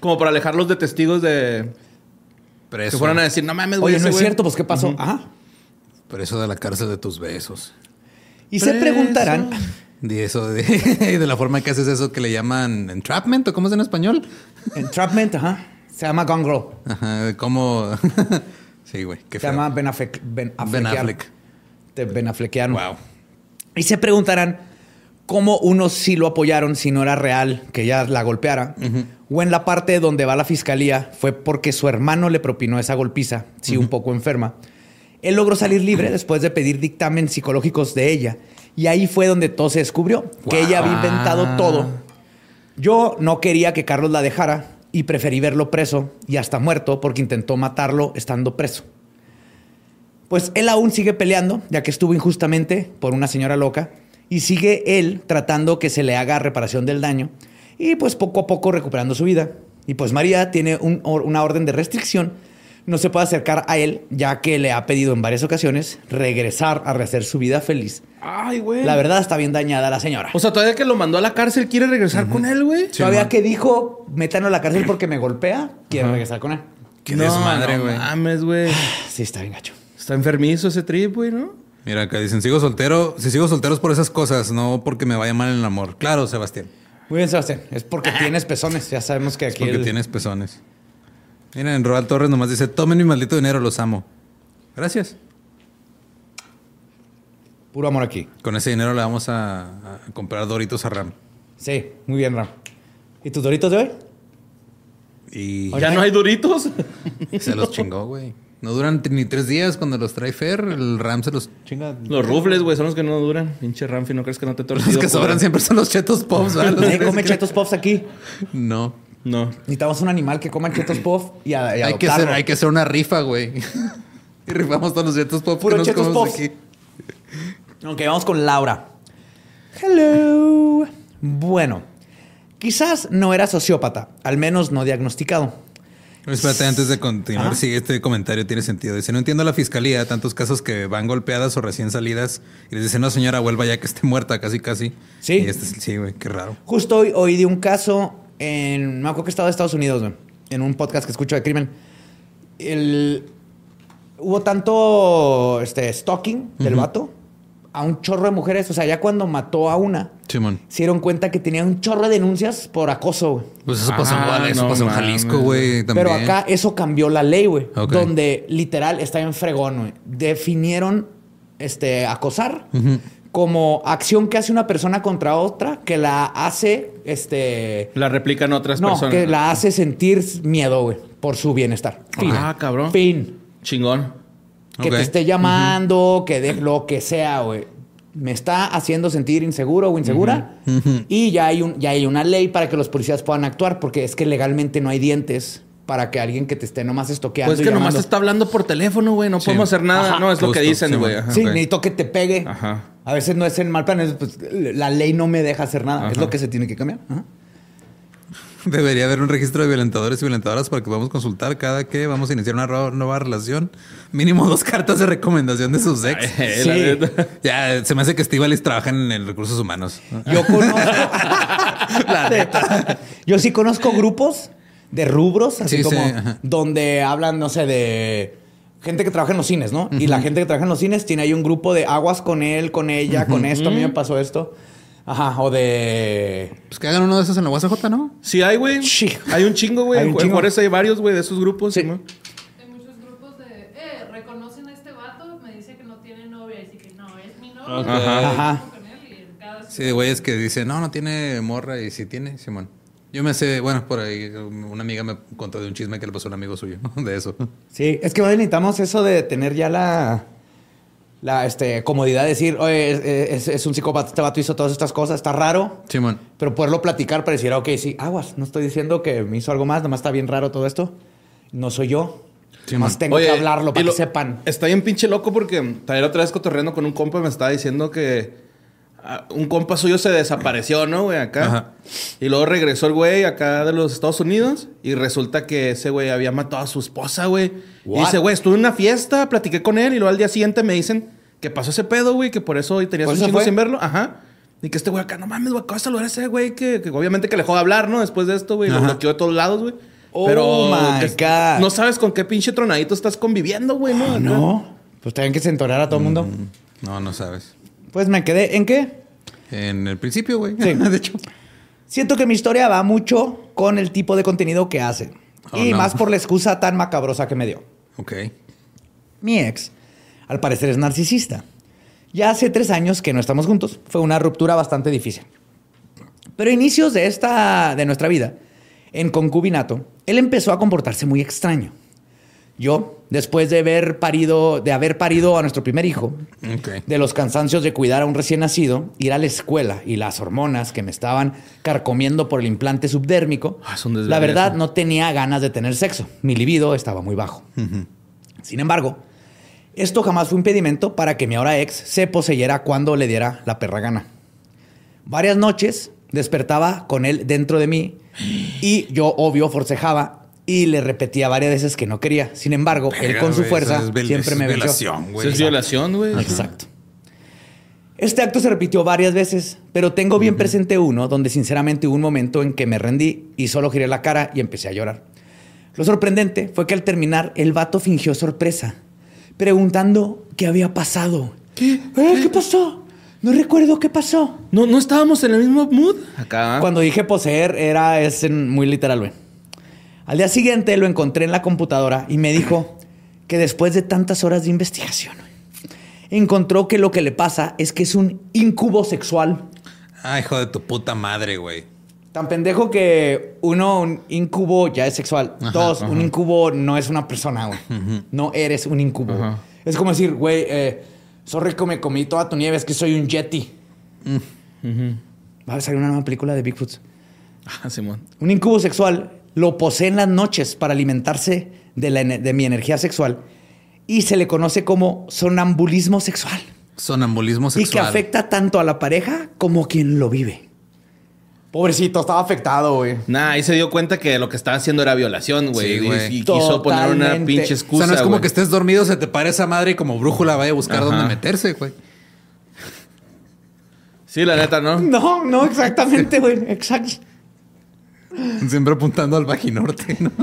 Como para alejarlos de testigos de... Preso. Que fueran a decir, no mames, güey. Oye, no es güey. cierto, pues ¿qué pasó? Ajá. Preso de la cárcel de tus besos. Y se preguntarán... Y eso de la forma que haces eso que le llaman entrapment, ¿o cómo es en español? Entrapment, ajá. Se llama Gone Girl. Ajá, ¿cómo? Sí, güey. Qué Se feo. llama Ben Affleck. Ben Affleck. Te Ben Affleckiano. Wow. Y se preguntarán cómo unos sí lo apoyaron si no era real que ella la golpeara. O en la parte donde va la fiscalía fue porque su hermano le propinó esa golpiza, sí, un poco enferma. Él logró salir libre después de pedir dictamen psicológicos de ella. Y ahí fue donde todo se descubrió, que ella había inventado todo. Yo no quería que Carlos la dejara y preferí verlo preso y hasta muerto porque intentó matarlo estando preso. Pues él aún sigue peleando, ya que estuvo injustamente por una señora loca, y sigue él tratando que se le haga reparación del daño y pues poco a poco recuperando su vida. Y pues María tiene una orden de restricción. No se puede acercar a él, ya que le ha pedido en varias ocasiones regresar a rehacer su vida feliz. Ay, güey. La verdad está bien dañada la señora. O sea, todavía que lo mandó a la cárcel, quiere regresar con él, güey. Todavía que dijo, métanlo a la cárcel porque me golpea, quiere regresar con él. Qué desmadre, güey. No mames, güey. Sí, está bien gacho. Está enfermizo ese trip, güey, ¿no? Mira, acá dicen, sigo soltero. Si sigo soltero es por esas cosas, no porque me vaya mal en el amor. Claro, Sebastián. Muy bien, Sebastián. Es porque tienes pezones. Ya sabemos que Es aquí... porque tienes pezones. Miren, Roald Torres nomás dice, tomen mi maldito dinero, los amo. Gracias. Puro amor aquí. Con ese dinero le vamos a comprar Doritos a Ram. Sí, muy bien, Ram. ¿Y tus doritos de hoy? Y ¿Ya no hay duritos? se los chingó, güey. No duran ni 3 días cuando los trae Fer. El Ram se los chinga. Los rufles, güey, son los que no duran. Pinche Ramfi, ¿no crees que no te he Los torcido? que sobran siempre son los Chetos Pops, ¿verdad? Los Nadie que- come Chetos Puffs aquí. No. No. Necesitamos un animal que coma Chetos Puff y Hay que hacer una rifa, güey. Y rifamos todos los Chetos Pops Puro que nos Chetos comemos Puffs. aquí. Ok, vamos con Laura. Hello. Bueno, quizás no era sociópata, al menos no diagnosticado. Espérate, antes de continuar, Ajá. sí, este comentario tiene sentido. Dice, no entiendo a la fiscalía, tantos casos que van golpeadas o recién salidas y les dicen, no señora, vuelva ya que esté muerta, casi, casi. Sí. Y sí, güey, qué raro. Justo hoy oí de un caso en... No me acuerdo que estaba de Estados Unidos, güey, en un podcast que escucho de crimen. Hubo tanto stalking del vato a un chorro de mujeres. O sea, ya cuando mató a una, Simón. se dieron cuenta que tenía un chorro de denuncias por acoso, güey. Pues eso pasó, eso no pasó en mames. Jalisco, güey, también. Pero acá eso cambió la ley, güey. Ok. Donde literal está en fregón, güey. Definieron acosar como acción que hace una persona contra otra que la hace La replican otras no, personas. que la hace sentir miedo, güey, por su bienestar. Fin. Ah, cabrón. Fin. Chingón. Que Ok. te esté llamando, que de lo que sea, güey. Me está haciendo sentir inseguro o insegura. Y ya hay una ley para que los policías puedan actuar, porque es que legalmente no hay dientes para que alguien que te esté nomás estoqueando. Pues y que nomás llamando. te está hablando por teléfono, güey. No Sí. podemos hacer nada. Ajá. No, es lo que Justo, dicen, sí, güey. man. Ajá. Sí, Ok. necesito que te pegue. Ajá. A veces no es en mal plan, es, pues, la ley no me deja hacer nada. Ajá. Es lo que se tiene que cambiar. Ajá. Debería haber un registro de violentadores y violentadoras para que podamos consultar cada que vamos a iniciar una nueva relación. Mínimo 2 cartas de recomendación de sus ex. Sí. La neta. Ya, se me hace que Estíbaliz trabaja en recursos humanos. Yo conozco. Yo sí conozco grupos de rubros, así Sí, sí, como ajá. donde hablan, no sé, de gente que trabaja en los cines, ¿no? Y la gente que trabaja en los cines tiene ahí un grupo de aguas con él, con ella, con esto, a mí me pasó esto. Ajá, o de... Pues que hagan uno de esos en la UACJ, ¿no? Sí hay, güey. Sí. Hay un chingo, güey. Hay un En chingo. Juárez hay varios, güey, de esos grupos. Sí. Simón. Hay muchos grupos de, reconocen a este vato, me dice que no tiene novia, y que no, es mi novia. Ok. Ajá. Con él y en cada Sí, de güeyes que dicen, no tiene morra y sí tiene, Simón. Yo me sé, bueno, por ahí una amiga me contó de un chisme que le pasó a un amigo suyo, de eso. Sí, es que necesitamos eso de tener ya la comodidad de decir, oye, es un psicópata, este vato hizo todas estas cosas, está raro. Simón. Pero poderlo platicar para decir, ok, sí, aguas, no estoy diciendo que me hizo algo más, nomás está bien raro todo esto. No soy yo. Sí, Nomás man. tengo Oye, que hablarlo y para que sepan. Está bien pinche loco porque también otra vez cotorreando con un compa me estaba diciendo que un compa suyo se desapareció, ¿no, güey? Acá. Ajá. Y luego regresó el güey acá de los Estados Unidos y resulta que ese güey había matado a su esposa, güey. Y What? dice, güey, estuve en una fiesta, platiqué con él y luego al día siguiente me dicen que pasó ese pedo, güey, que por eso hoy tenías ¿Por un eso chingo fue? sin verlo. Ajá. Y que este güey acá, no mames, güey, acabo de saludar a ese güey que obviamente que le dejó de hablar, ¿no? Después de esto, güey, lo Ajá. bloqueó de todos lados, güey. Oh my God. No sabes con qué pinche tronadito estás conviviendo, güey, ¿no? No. Pues tienen que entonar a todo el mundo. No sabes. Pues me quedé en qué. En el principio, güey. Sí. De hecho. Siento que mi historia va mucho con el tipo de contenido que hace. Y más por la excusa tan macabrosa que me dio. Ok. Mi ex, al parecer, es narcisista. Ya hace 3 años que no estamos juntos. Fue una ruptura bastante difícil. Pero a inicios de nuestra vida, en concubinato, él empezó a comportarse muy extraño. Yo, después de haber parido a nuestro primer hijo, Ok. de los cansancios de cuidar a un recién nacido, ir a la escuela y las hormonas que me estaban carcomiendo por el implante subdérmico, Es un desvergue la verdad eso. no tenía ganas de tener sexo. Mi libido estaba muy bajo. Sin embargo, esto jamás fue impedimento para que mi ahora ex se poseyera cuando le diera la perra gana. Varias noches despertaba con él dentro de mí y yo, obvio, forcejaba y le repetía varias veces que no quería. Sin embargo, él con su Güey, fuerza eso es siempre me venció. violación, Eso güey. es violación, güey. Exacto. Este acto se repitió varias veces, pero tengo bien presente uno donde sinceramente hubo un momento en que me rendí y solo giré la cara y empecé a llorar. Lo sorprendente fue que al terminar el vato fingió sorpresa, preguntando qué había pasado. ¿Qué pasó? No recuerdo qué pasó. No estábamos en el mismo mood. Acá. Cuando dije poseer es muy literal, güey. Al día siguiente lo encontré en la computadora y me dijo que después de tantas horas de investigación, güey, encontró que lo que le pasa es que es un incubo sexual. Ay, hijo de tu puta madre, güey. Tan pendejo que un incubo ya es sexual. Dos, un incubo no es una persona, güey. No eres un incubo. Ajá. Es como decir, güey, sorry que me comí toda tu nieve, es que soy un yeti. Va a salir una nueva película de Bigfoot. Simón. Un incubo sexual lo posee en las noches para alimentarse de mi energía sexual y se le conoce como sonambulismo sexual. Sonambulismo Y que sexual. afecta tanto a la pareja como quien lo vive. Pobrecito, estaba afectado, güey. Nah, ahí se dio cuenta que lo que estaba haciendo era violación, güey. Sí, güey. Y quiso poner una Totalmente. pinche O excusa, sea, no es como güey. que estés dormido, se te pare esa madre y como brújula vaya a buscar Ajá. dónde meterse, güey. Sí, la neta, ¿no? No, exactamente, güey. Exacto. Siempre apuntando al vaginorte, ¿no?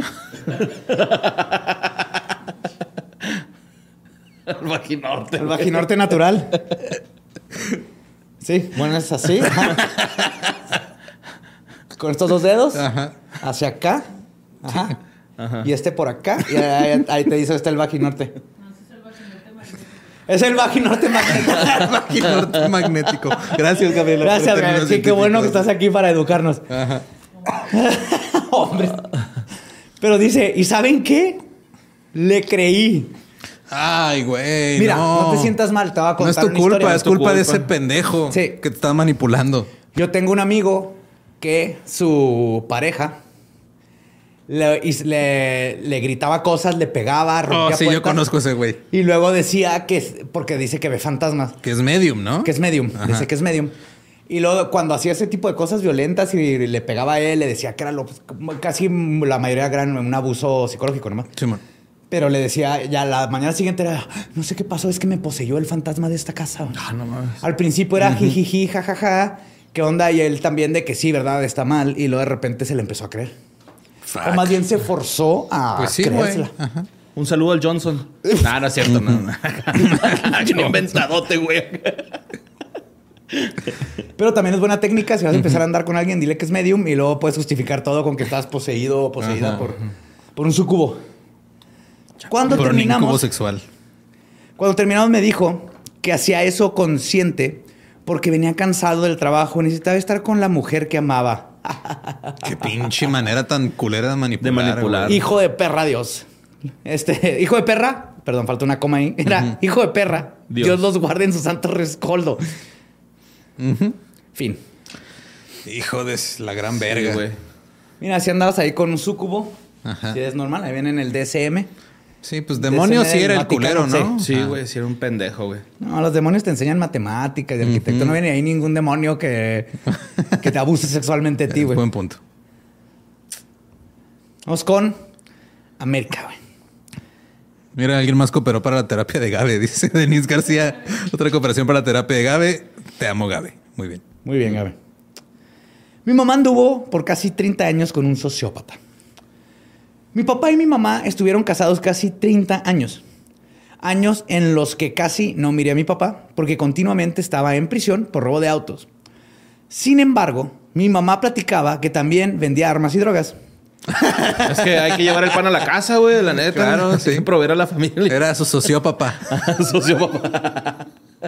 El vaginorte. El vaginorte natural. Sí, bueno, es así. Ajá. Con estos 2 dedos. Ajá. Hacia acá. Ajá. Y este por acá. Y ahí te dice, está el vaginorte. Es el vaginorte magnético. Vaginorte magnético. Gracias, Gabriela. por Gracias, el término Gabriel. Sí, qué bueno que científico. estás aquí para educarnos. Ajá. Hombre. Pero dice, ¿y saben qué? Le creí. Ay, güey. Mira, no te sientas mal, te voy a No es contar tu una culpa, historia. es culpa de ese pendejo Sí. que te está manipulando. Yo tengo un amigo que su pareja le gritaba cosas, le pegaba, rompía Oh, sí, yo puertas. conozco a ese güey. Y luego decía porque dice que ve fantasmas, Que es medium, ¿no? que es medium. Ajá. Dice que es medium. Y luego cuando hacía ese tipo de cosas violentas y le pegaba a él, le decía que era casi la mayoría eran un abuso psicológico nomás. Sí, man. Pero le decía, ya la mañana siguiente era, no sé qué pasó, es que me poseyó el fantasma de esta casa. No mames. Al principio era jijiji, jajaja, qué onda, y él también de que sí, ¿verdad? Está mal, y luego de repente se le empezó a creer. Fuck. O más bien se forzó a Pues sí, güey. creérsela. Ajá. Un saludo al Johnson. No es cierto, no. Bien inventadote, güey. Pero también es buena técnica, si vas a empezar a andar con alguien, dile que es medium y luego puedes justificar todo con que estás poseído o poseída por un sucubo. Cuando Por un incubo terminamos, sexual. me dijo que hacía eso consciente porque venía cansado del trabajo, necesitaba estar con la mujer que amaba. Qué pinche manera tan culera de manipular. De manipular. güey. Hijo de perra, Dios. Hijo de perra, perdón, falta una coma ahí. Era hijo de perra. Dios los guarde en su santo rescoldo. Fin. Hijo de la gran Sí, verga. güey. Mira, si andabas ahí con un súcubo, Ajá. si es normal, ahí viene en el DSM. Sí, pues demonio sí era el Vaticano, culero, ¿no? Sí, Ajá. güey, sí era un pendejo, güey. No, los demonios te enseñan matemáticas y arquitecto. No viene ahí ningún demonio que te abuse sexualmente de ti, güey. Buen punto. Vamos con América, güey. Mira, alguien más cooperó para la terapia de Gabe, dice Denise García. Otra cooperación para la terapia de Gabe. Te amo, Gabe. Muy bien. Muy bien, Gaby. Mi mamá anduvo por casi 30 años con un sociópata. Mi papá y mi mamá estuvieron casados casi 30 años. Años en los que casi no miré a mi papá porque continuamente estaba en prisión por robo de autos. Sin embargo, mi mamá platicaba que también vendía armas y drogas. Es que hay que llevar el pan a la casa, güey, la neta. Claro, sí. Hay que proveer a la familia. Era su sociópata. Sociópata.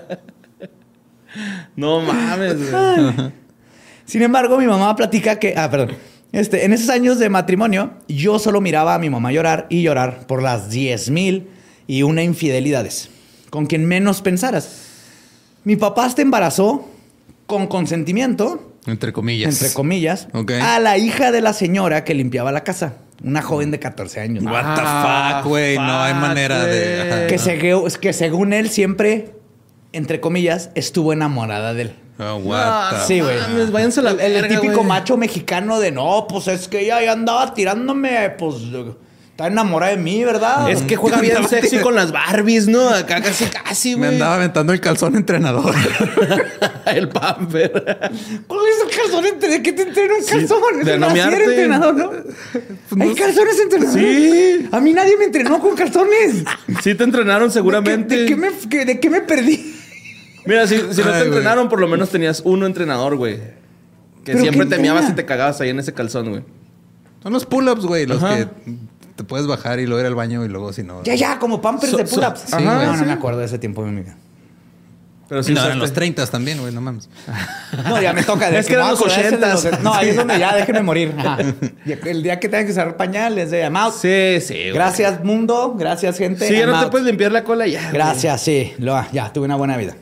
No mames, güey. Sin embargo, mi mamá platica que... en esos años de matrimonio, yo solo miraba a mi mamá llorar y llorar por las 10,001 infidelidades. Con quien menos pensaras. Mi papá se embarazó con consentimiento... Entre comillas. Okay. A la hija de la señora que limpiaba la casa. Una joven de 14 años. What the fuck, güey. No hay manera de... Que según él siempre, entre comillas, estuvo enamorada de él. Oh, what the... Sí, güey. Váyanse a la El verga, típico güey. macho mexicano de no, pues es que ella ya andaba tirándome, pues está enamorada de mí, ¿verdad? Es que juega bien sexy con las Barbies, ¿no? Acá casi, Me güey. andaba aventando el calzón entrenador. El pamper. ¿Cuál es el calzón? ¿De qué te entrena un calzón? de Es no un mearte. brasier entrenador, ¿no? Hay calzones entrenadores. Sí. A mí nadie me entrenó con calzones. Sí te entrenaron seguramente. ¿De qué me perdí? Mira, si no te Ay, entrenaron, por lo menos tenías uno entrenador, güey. Que ¿Pero siempre qué te miabas entrena? y te cagabas ahí en ese calzón, güey. Son los pull-ups, güey. Los Ajá. que te puedes bajar y luego ir al baño y luego si no... Ya, como Pampers de pull-ups. sí, güey. No me acuerdo de ese tiempo de mi vida. Pero sí No, eran usaste- los 30 también, güey. No mames. No, ya me toca. Es que eran los 80s. No, ahí es donde ya déjenme morir. Ajá. Y el día que tengan que usar pañales, I'm out. Sí, güey. Gracias, mundo. Gracias, gente. Sí, ya I'm no te out. puedes limpiar la cola ya. güey. Gracias, sí. Ya, tuve una buena vida.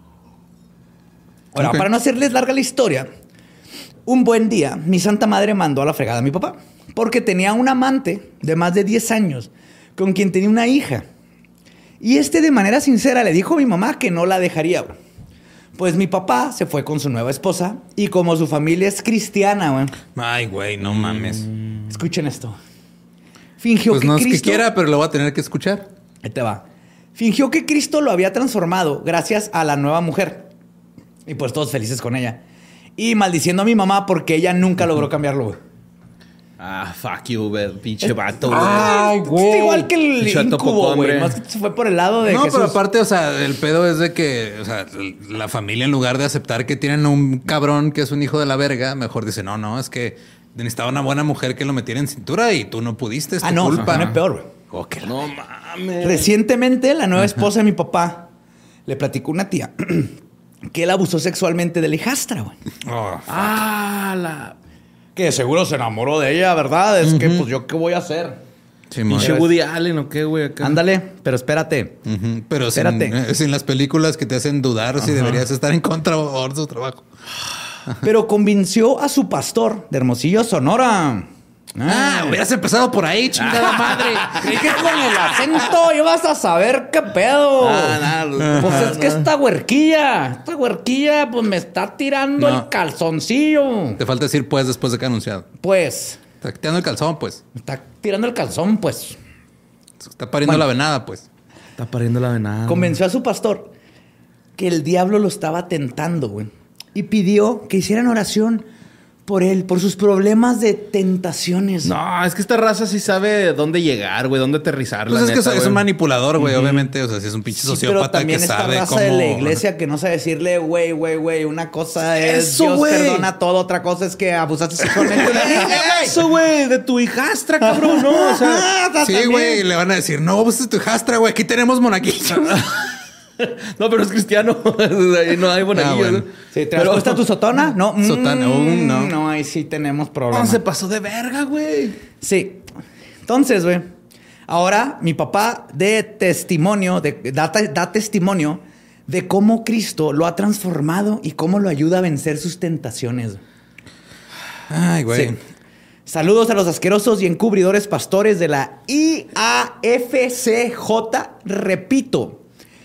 Ahora, Ok. para no hacerles larga la historia, un buen día, mi santa madre mandó a la fregada a mi papá. Porque tenía un amante de más de 10 años con quien tenía una hija. Y de manera sincera le dijo a mi mamá que no la dejaría, güey. Pues mi papá se fue con su nueva esposa y como su familia es cristiana, güey. Ay, güey, no mames. Escuchen esto. Fingió Pues que no es que Cristo... quiera, pero lo voy a tener que escuchar. Ahí te va. Fingió que Cristo lo había transformado gracias a la nueva mujer. Y pues todos felices con ella. Y maldiciendo a mi mamá porque ella nunca logró cambiarlo, güey. Ah, fuck you, güey. Pinche vato, güey. Ay, güey. Es igual que el Pinche vato incubo, poco, güey. hombre. Más que se fue por el lado de No, Jesús. pero aparte, o sea, el pedo es de que, o sea, la familia en lugar de aceptar que tienen un cabrón que es un hijo de la verga, mejor dice, no, es que necesitaba una buena mujer que lo metiera en cintura y tú no pudiste, es tu no, culpa. no es peor, güey. Oh, que la- No mames. Recientemente, la nueva esposa de mi papá le platicó a una tía que él abusó sexualmente de la hijastra, güey. Oh, Que de seguro se enamoró de ella, ¿verdad? Es que, pues, ¿yo qué voy a hacer? sí, mo- Pinche Woody Allen o qué, güey. Acá. Ándale, pero espérate. Ujú, pero Espérate. sin las películas que te hacen dudar si deberías estar en contra o de su trabajo. Pero convenció a su pastor de Hermosillo, Sonora. Hubieras empezado por ahí, chingada madre. Creí que con el acento ibas a saber qué pedo. Pues es que esta huerquilla, pues me está tirando No. el calzoncillo. Te falta decir pues después de que ha anunciado. Pues, Está tirando el calzón, pues. me está tirando el calzón, pues. Está pariendo Bueno. la venada, pues. Está pariendo la venada. Convenció a su pastor que el diablo lo estaba tentando, güey. Y pidió que hicieran oración por él, por sus problemas de tentaciones. No, es que esta raza sí sabe dónde llegar, güey, dónde aterrizar. Pues la es que neta, es güey. un manipulador, güey, obviamente. O sea, si es un pinche Sí, sociópata pero también que esta sabe raza cómo... de la iglesia que no sabe decirle, güey, una cosa es Eso, Dios güey. perdona todo, otra cosa es que abusaste sexualmente de una niña, güey. Eso, güey, de tu hijastra, cabrón, ¿no? O sea, Sí, También. güey, le van a decir, no, pues es tu hijastra, güey, aquí tenemos monaguillos. no, pero es cristiano. Ahí no hay monaguillos. bueno. ¿no? Sí, ¿te das cuenta tu sotona? No. Sotana, no. No, ahí sí tenemos No, problemas. se pasó de verga, güey. Sí. Entonces, güey, ahora mi papá da testimonio de cómo Cristo lo ha transformado y cómo lo ayuda a vencer sus tentaciones. Ay, güey. Sí. Saludos a los asquerosos y encubridores pastores de la IAFCJ. Repito.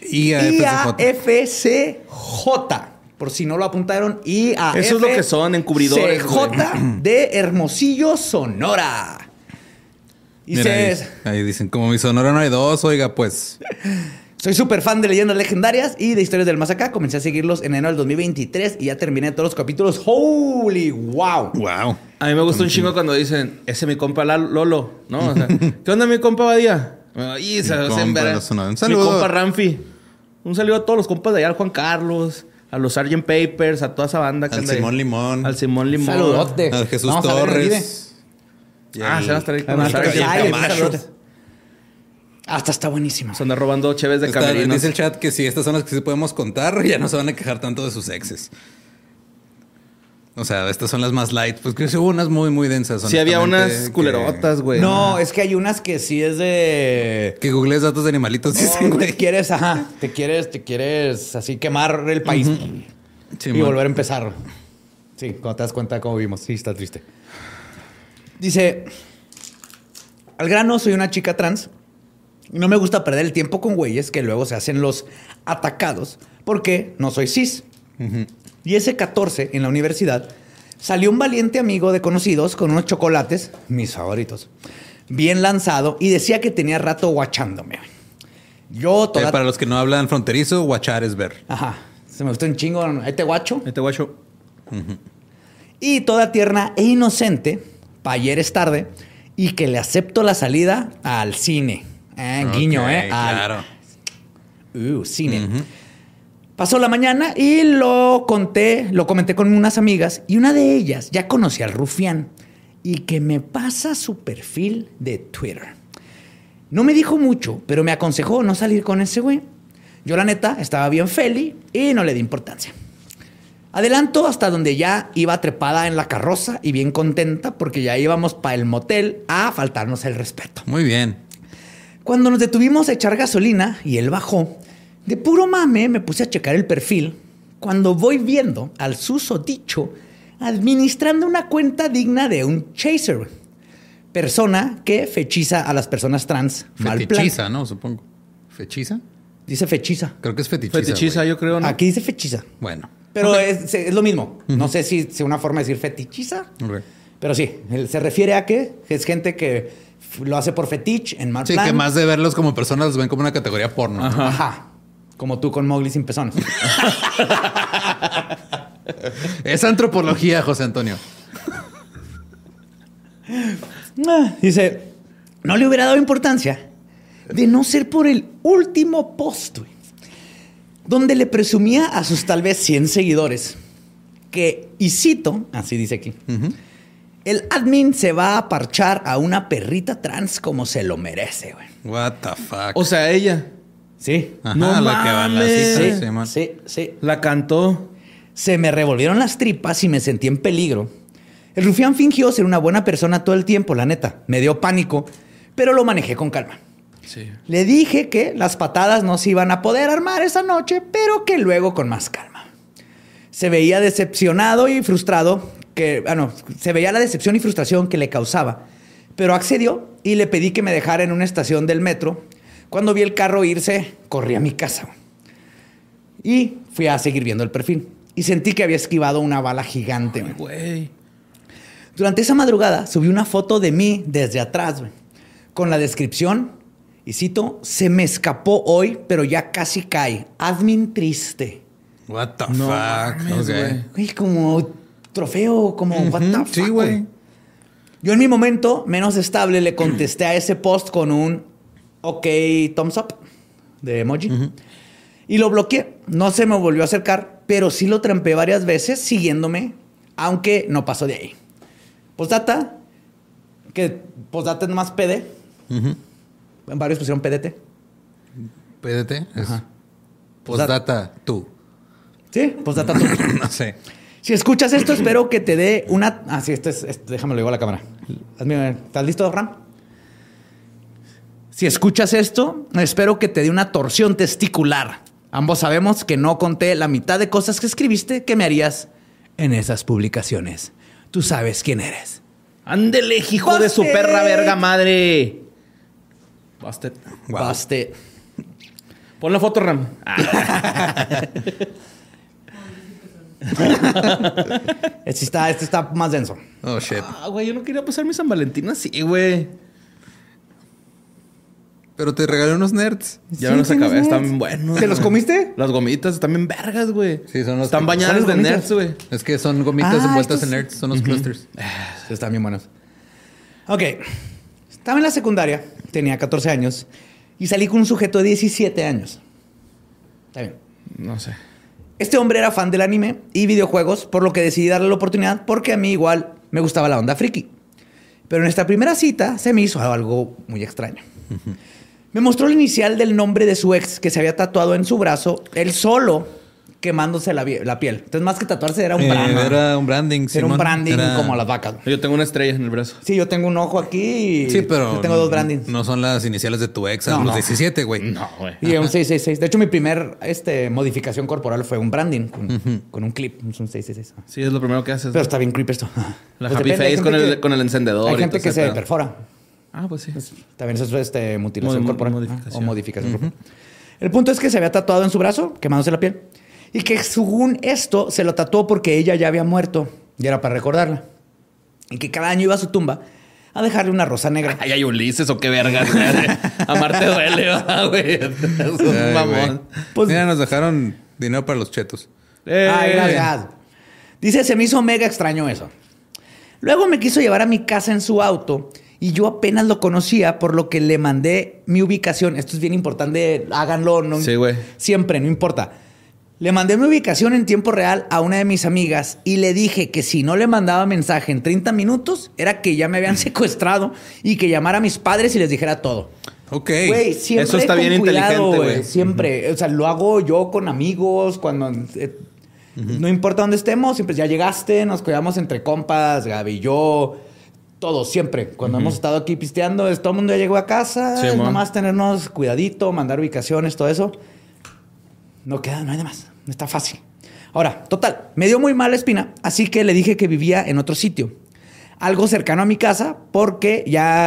IAFCJ. Por si no lo apuntaron, IAFCJ. Eso es lo que son, encubridores, güey. de Hermosillo, Sonora. Y Mira, ahí dicen, como mi Sonora no hay dos, oiga, pues. Soy súper fan de leyendas legendarias y de historias del más acá. Comencé a seguirlos en enero del 2023 y ya terminé todos los capítulos. ¡Holy wow! Wow. A mí me gusta un chingo cuando dicen, ese es mi compa Lolo, ¿no? O sea, ¿qué onda mi compa Badía? Y se compa, un saludo. Mi compa Ramfi. Un saludo a todos los compas de allá, al Juan Carlos, a los Sgt. Papers, a toda esa banda. Al Simón Limón. Al Simón Limón. Saludote. Al Jesús Vamos a ver, Torres. Se van a estar ahí con Además, los Sgt. ay, Papers. saludote. Hasta está buenísimo. Se anda robando cheves de camerinos. Dice el chat que si estas son las que sí podemos contar, ya no se van a quejar tanto de sus exes. O sea, estas son las más light. Pues que hubo unas muy, muy densas. Sí, había unas honestamente, culerotas, güey. No, es que hay unas que sí es de... Que googlees datos de animalitos. Dicen, No, güey. te quieres así quemar el país Sí, y man. volver a empezar. Sí, cuando te das cuenta de cómo vivimos. Sí, está triste. Dice, al grano, soy una chica trans y no me gusta perder el tiempo con güeyes que luego se hacen los atacados porque no soy cis. Y ese 14 en la universidad salió un valiente amigo de conocidos con unos chocolates, mis favoritos, bien lanzado y decía que tenía rato guachándome. Yo toda... Para los que no hablan fronterizo, guachar es ver. Ajá. Se me gustó un chingo. Ahí te guacho. Este guacho. Y toda tierna e inocente, pa' ayer es tarde, y que le acepto la salida al cine. Guiño, Ok, Al Claro. cine. Pasó la mañana y lo comenté con unas amigas y una de ellas ya conocía al rufián y que me pasa su perfil de Twitter. No me dijo mucho, pero me aconsejó no salir con ese güey. Yo, la neta, estaba bien feli y no le di importancia. Adelanto hasta donde ya iba trepada en la carroza y bien contenta porque ya íbamos para el motel a faltarnos el respeto. Muy bien. Cuando nos detuvimos a echar gasolina y él bajó, de puro mame me puse a checar el perfil cuando voy viendo al susodicho administrando una cuenta digna de un chaser. Persona que fechiza a las personas trans. Mal plan. Fetichiza, ¿no? Supongo. ¿Fechiza? Dice fechiza. Creo que es fetichiza. Fetichiza, güey. yo creo, ¿no? Aquí dice fechiza. Bueno. Pero es lo mismo. No sé si es una forma de decir fetichiza. Ok. Pero sí, se refiere a que es gente que lo hace por fetiche, en mal Sí, plan. que más de verlos como personas los ven como una categoría porno. Ajá. Como tú con Mowgli sin pezones. Es antropología, José Antonio. Dice, no le hubiera dado importancia de no ser por el último post, güey, donde le presumía a sus tal vez 100 seguidores que, y cito, así dice aquí, el admin se va a parchar a una perrita trans como se lo merece, güey. What the fuck. O sea, ella Sí. Ajá, no la que va a la mames. cita, Sí, man. sí. la cantó. Se me revolvieron las tripas y me sentí en peligro. El rufián fingió ser una buena persona todo el tiempo, la neta. Me dio pánico, pero lo manejé con calma. Sí. Le dije que las patadas no se iban a poder armar esa noche, pero que luego con más calma. Se veía decepcionado y frustrado, se veía la decepción y frustración que le causaba, pero accedió y le pedí que me dejara en una estación del metro. Cuando vi el carro irse, corrí a mi casa y fui a seguir viendo el perfil. Y sentí que había esquivado una bala gigante. Güey. Güey. Durante esa madrugada subí una foto de mí desde atrás, güey, con la descripción, y cito, se me escapó hoy, pero ya casi cae. Admin triste. What the No fuck. mames, Ok. güey. Güey, como trofeo, como what the fuck, Sí, güey. Yo en mi momento menos estable le contesté a ese post con un ok thumbs up de emoji. Y lo bloqueé. No se me volvió a acercar, pero sí lo trampé varias veces siguiéndome, aunque no pasó de ahí. Postdata, que postdata es más PD. En varios pusieron PDT. PDT es Ajá. postdata tú. Sí, postdata tú. No sé. Si escuchas esto, espero que te dé una... Ah, sí, déjame lo digo a la cámara. ¿Estás listo, Ram? Si escuchas esto, espero que te dé una torsión testicular. Ambos sabemos que no conté la mitad de cosas que escribiste que me harías en esas publicaciones. Tú sabes quién eres. Ándele, hijo de su Busted. perra verga madre. Busted. Wow. Busted. Pon la foto, Ram. Este está más denso. Oh, shit. Güey, yo no quería pasar mi San Valentín así, güey. Pero te regalé unos nerds. Ya me los acabé. Están bien buenos. ¿Te los comiste? Las gomitas están bien vergas, güey. Sí, son los Están que- bañadas de ¿Cuáles nerds, güey. Es que son gomitas envueltas estos- en nerds. Son los clusters. Están bien buenos. Ok. Estaba en la secundaria. Tenía 14 años. Y salí con un sujeto de 17 años. Está bien. No sé. Este hombre era fan del anime y videojuegos, por lo que decidí darle la oportunidad porque a mí igual me gustaba la onda friki. Pero en esta primera cita se me hizo algo muy extraño. Me mostró el inicial del nombre de su ex que se había tatuado en su brazo, él solo quemándose la piel. Entonces, más que tatuarse, era un branding. Era un branding, Era un Simón. branding Era- como las vacas. Yo tengo una estrella en el brazo. Sí, yo tengo un ojo aquí y Sí, pero... yo tengo dos brandings. No son las iniciales de tu ex a No, los no. 17, güey. No, güey. Y un 666. De hecho, mi primer modificación corporal fue un branding con un clip. Es un 666. Sí, es lo primero que haces. Pero está bien creepy esto. La Pues happy depende, hay face gente con el encendedor. Hay y gente todo que ese se pedo. perfora. Ah, pues sí. También eso es mutilación corporal. modificación. O modificación corporal. El punto es que se había tatuado en su brazo, quemándose la piel. Y que según esto se lo tatuó porque ella ya había muerto. Y era para recordarla. Y que cada año iba a su tumba a dejarle una rosa negra. Ay, hay Ulises o qué vergas. Güey. Amarte duele, ¿verdad, güey. Es un Ay, mamón. güey. Pues- Mira, nos dejaron dinero para los chetos. Ay, gracias. Dice, se me hizo mega extraño eso. Luego me quiso llevar a mi casa en su auto y yo apenas lo conocía, por lo que le mandé mi ubicación. Esto es bien importante, háganlo. No, Sí, güey. Siempre, no importa. Le mandé mi ubicación en tiempo real a una de mis amigas y le dije que si no le mandaba mensaje en 30 minutos, era que ya me habían secuestrado y que llamara a mis padres y les dijera todo. Ok. Güey, siempre Eso está con bien cuidado, inteligente, güey. Siempre. O sea, lo hago yo con amigos, cuando... No importa dónde estemos, siempre ya llegaste, nos cuidamos entre compas, Gaby y yo, todos, siempre. Cuando hemos estado aquí pisteando, todo el mundo ya llegó a casa, Sí, es mon. nomás tenernos cuidadito, mandar ubicaciones, todo eso. No hay nada más. Está fácil. Ahora, total, me dio muy mala espina, así que le dije que vivía en otro sitio. Algo cercano a mi casa, porque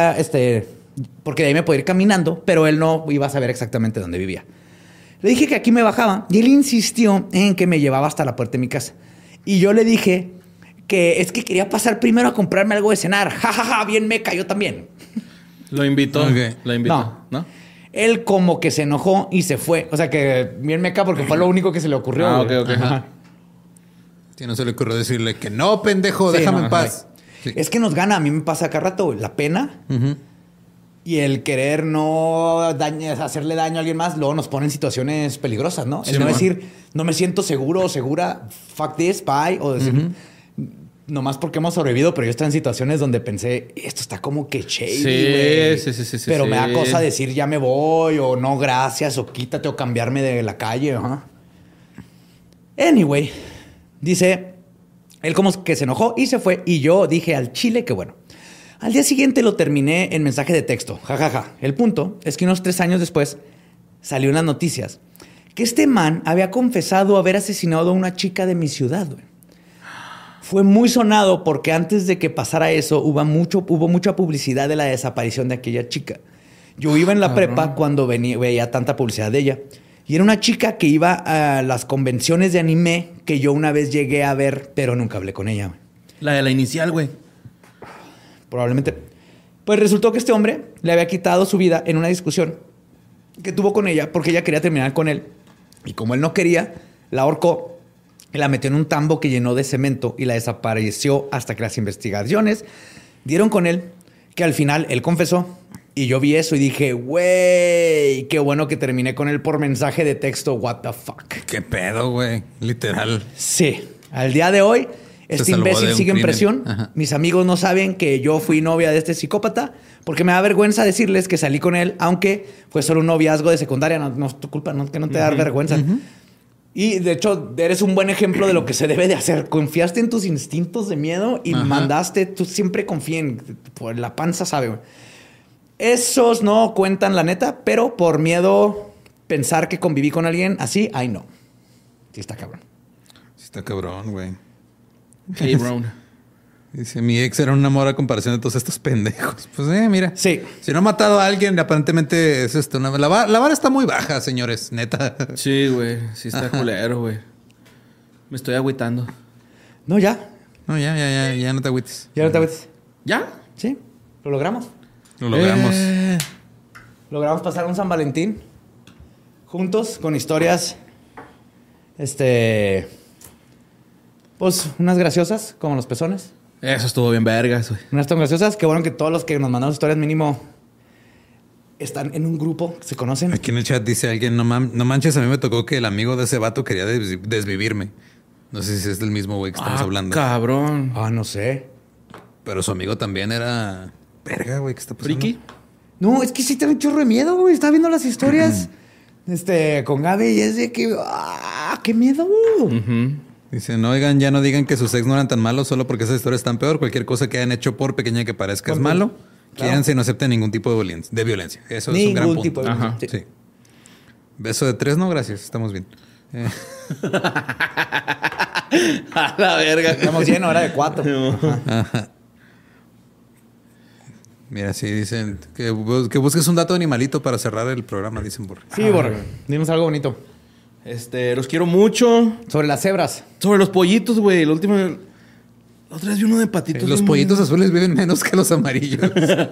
porque de ahí me podía ir caminando, pero él no iba a saber exactamente dónde vivía. Le dije que aquí me bajaba y él insistió en que me llevaba hasta la puerta de mi casa. Y yo le dije que es que quería pasar primero a comprarme algo de cenar. Ja, ja, ja, bien meca, yo también. Lo invitó. Ok. Lo invitó. ¿No? Él como que se enojó y se fue. O sea que bien meca porque fue lo único que se le ocurrió. Ah, güey. ok. Ajá. Si no se le ocurrió decirle que no, pendejo, Sí, déjame no, en paz. Sí. Es que nos gana. A mí me pasa acá rato, güey, la pena y el querer no hacerle daño a alguien más. Luego nos pone en situaciones peligrosas, ¿no? Sí, El no man. decir, no me siento seguro o segura, fuck this, bye. O decir, nomás porque hemos sobrevivido, pero yo estoy en situaciones donde pensé, esto está como que shady, güey. Sí. Pero me da sí. cosa decir, ya me voy, o no, gracias, o quítate, o cambiarme de la calle. Ajá. Anyway, dice, él como que se enojó y se fue. Y yo dije al chile que bueno. Al día siguiente lo terminé en mensaje de texto. Ja, ja, ja. El punto es que unos 3 años después salió en las noticias que este man había confesado haber asesinado a una chica de mi ciudad, güey. Fue muy sonado porque antes de que pasara eso hubo mucha publicidad de la desaparición de aquella chica. Yo iba en la prepa cuando veía tanta publicidad de ella. Y era una chica que iba a las convenciones de anime que yo una vez llegué a ver, pero nunca hablé con ella, güey. La de la inicial, güey. Probablemente. Pues resultó que este hombre le había quitado su vida en una discusión que tuvo con ella porque ella quería terminar con él. Y como él no quería, la ahorcó y la metió en un tambo que llenó de cemento y la desapareció hasta que las investigaciones dieron con él, que al final él confesó. Y yo vi eso y dije, güey, qué bueno que terminé con él por mensaje de texto. What the fuck. ¿Qué pedo, güey? Literal. Sí. Al día de hoy, este salvó de imbécil un sigue en crimen. presión. Ajá. Mis amigos no saben que yo fui novia de este psicópata porque me da vergüenza decirles que salí con él, aunque fue solo un noviazgo de secundaria. No es tu culpa, no, que no te da vergüenza. Y de hecho, eres un buen ejemplo de lo que se debe de hacer. Confiaste en tus instintos de miedo y Ajá. mandaste. Tú siempre confíen. Por la panza sabe, güey. Esos no cuentan la neta, pero por miedo pensar que conviví con alguien así, ay no. Sí está cabrón. Sí está cabrón, güey. Hey, Brown. Dice, mi ex era un amor a comparación de todos estos pendejos. Pues, mira. Sí. Si no ha matado a alguien, aparentemente es esto. La vara está muy baja, señores. Neta. Sí, güey. Sí está culero, güey. Me estoy agüitando. No, ya. No, ya no te agüites. Ya no te agüites. ¿Ya? Sí, lo logramos. Lo logramos. logramos pasar un San Valentín juntos con historias, pues unas graciosas como los pezones. Eso estuvo bien vergas, güey. Unas tan graciosas. Qué bueno que todos los que nos mandaron historias mínimo están en un grupo, se conocen. Aquí en el chat dice alguien, no manches, a mí me tocó que el amigo de ese vato quería desvivirme. No sé si es del mismo güey que estamos hablando. Cabrón. No sé. Pero su amigo también era... Verga, güey, ¿qué está pasando? ¿Friki? No, es que sí te da un chorro de miedo, güey. Estaba viendo las historias con Gaby y es de que... ¡qué miedo! Dicen, oigan, ya no digan que sus ex no eran tan malos solo porque esas historias están peor. Cualquier cosa que hayan hecho, por pequeña que parezca, es malo. Claro. Quédense y no acepten ningún tipo de violencia. Eso es un gran punto. Tipo de Ajá. sí. Sí. Beso de 3, no, gracias. Estamos bien. A la verga. Estamos llenos, ahora de 4. Ajá. Mira, sí, dicen que busques un dato de animalito para cerrar el programa, dicen por... Sí, Borre. Dinos algo bonito. Los quiero mucho. Sobre las cebras. Sobre los pollitos, güey. La otra vez vi uno de patitos. Los pollitos azules viven menos que los amarillos.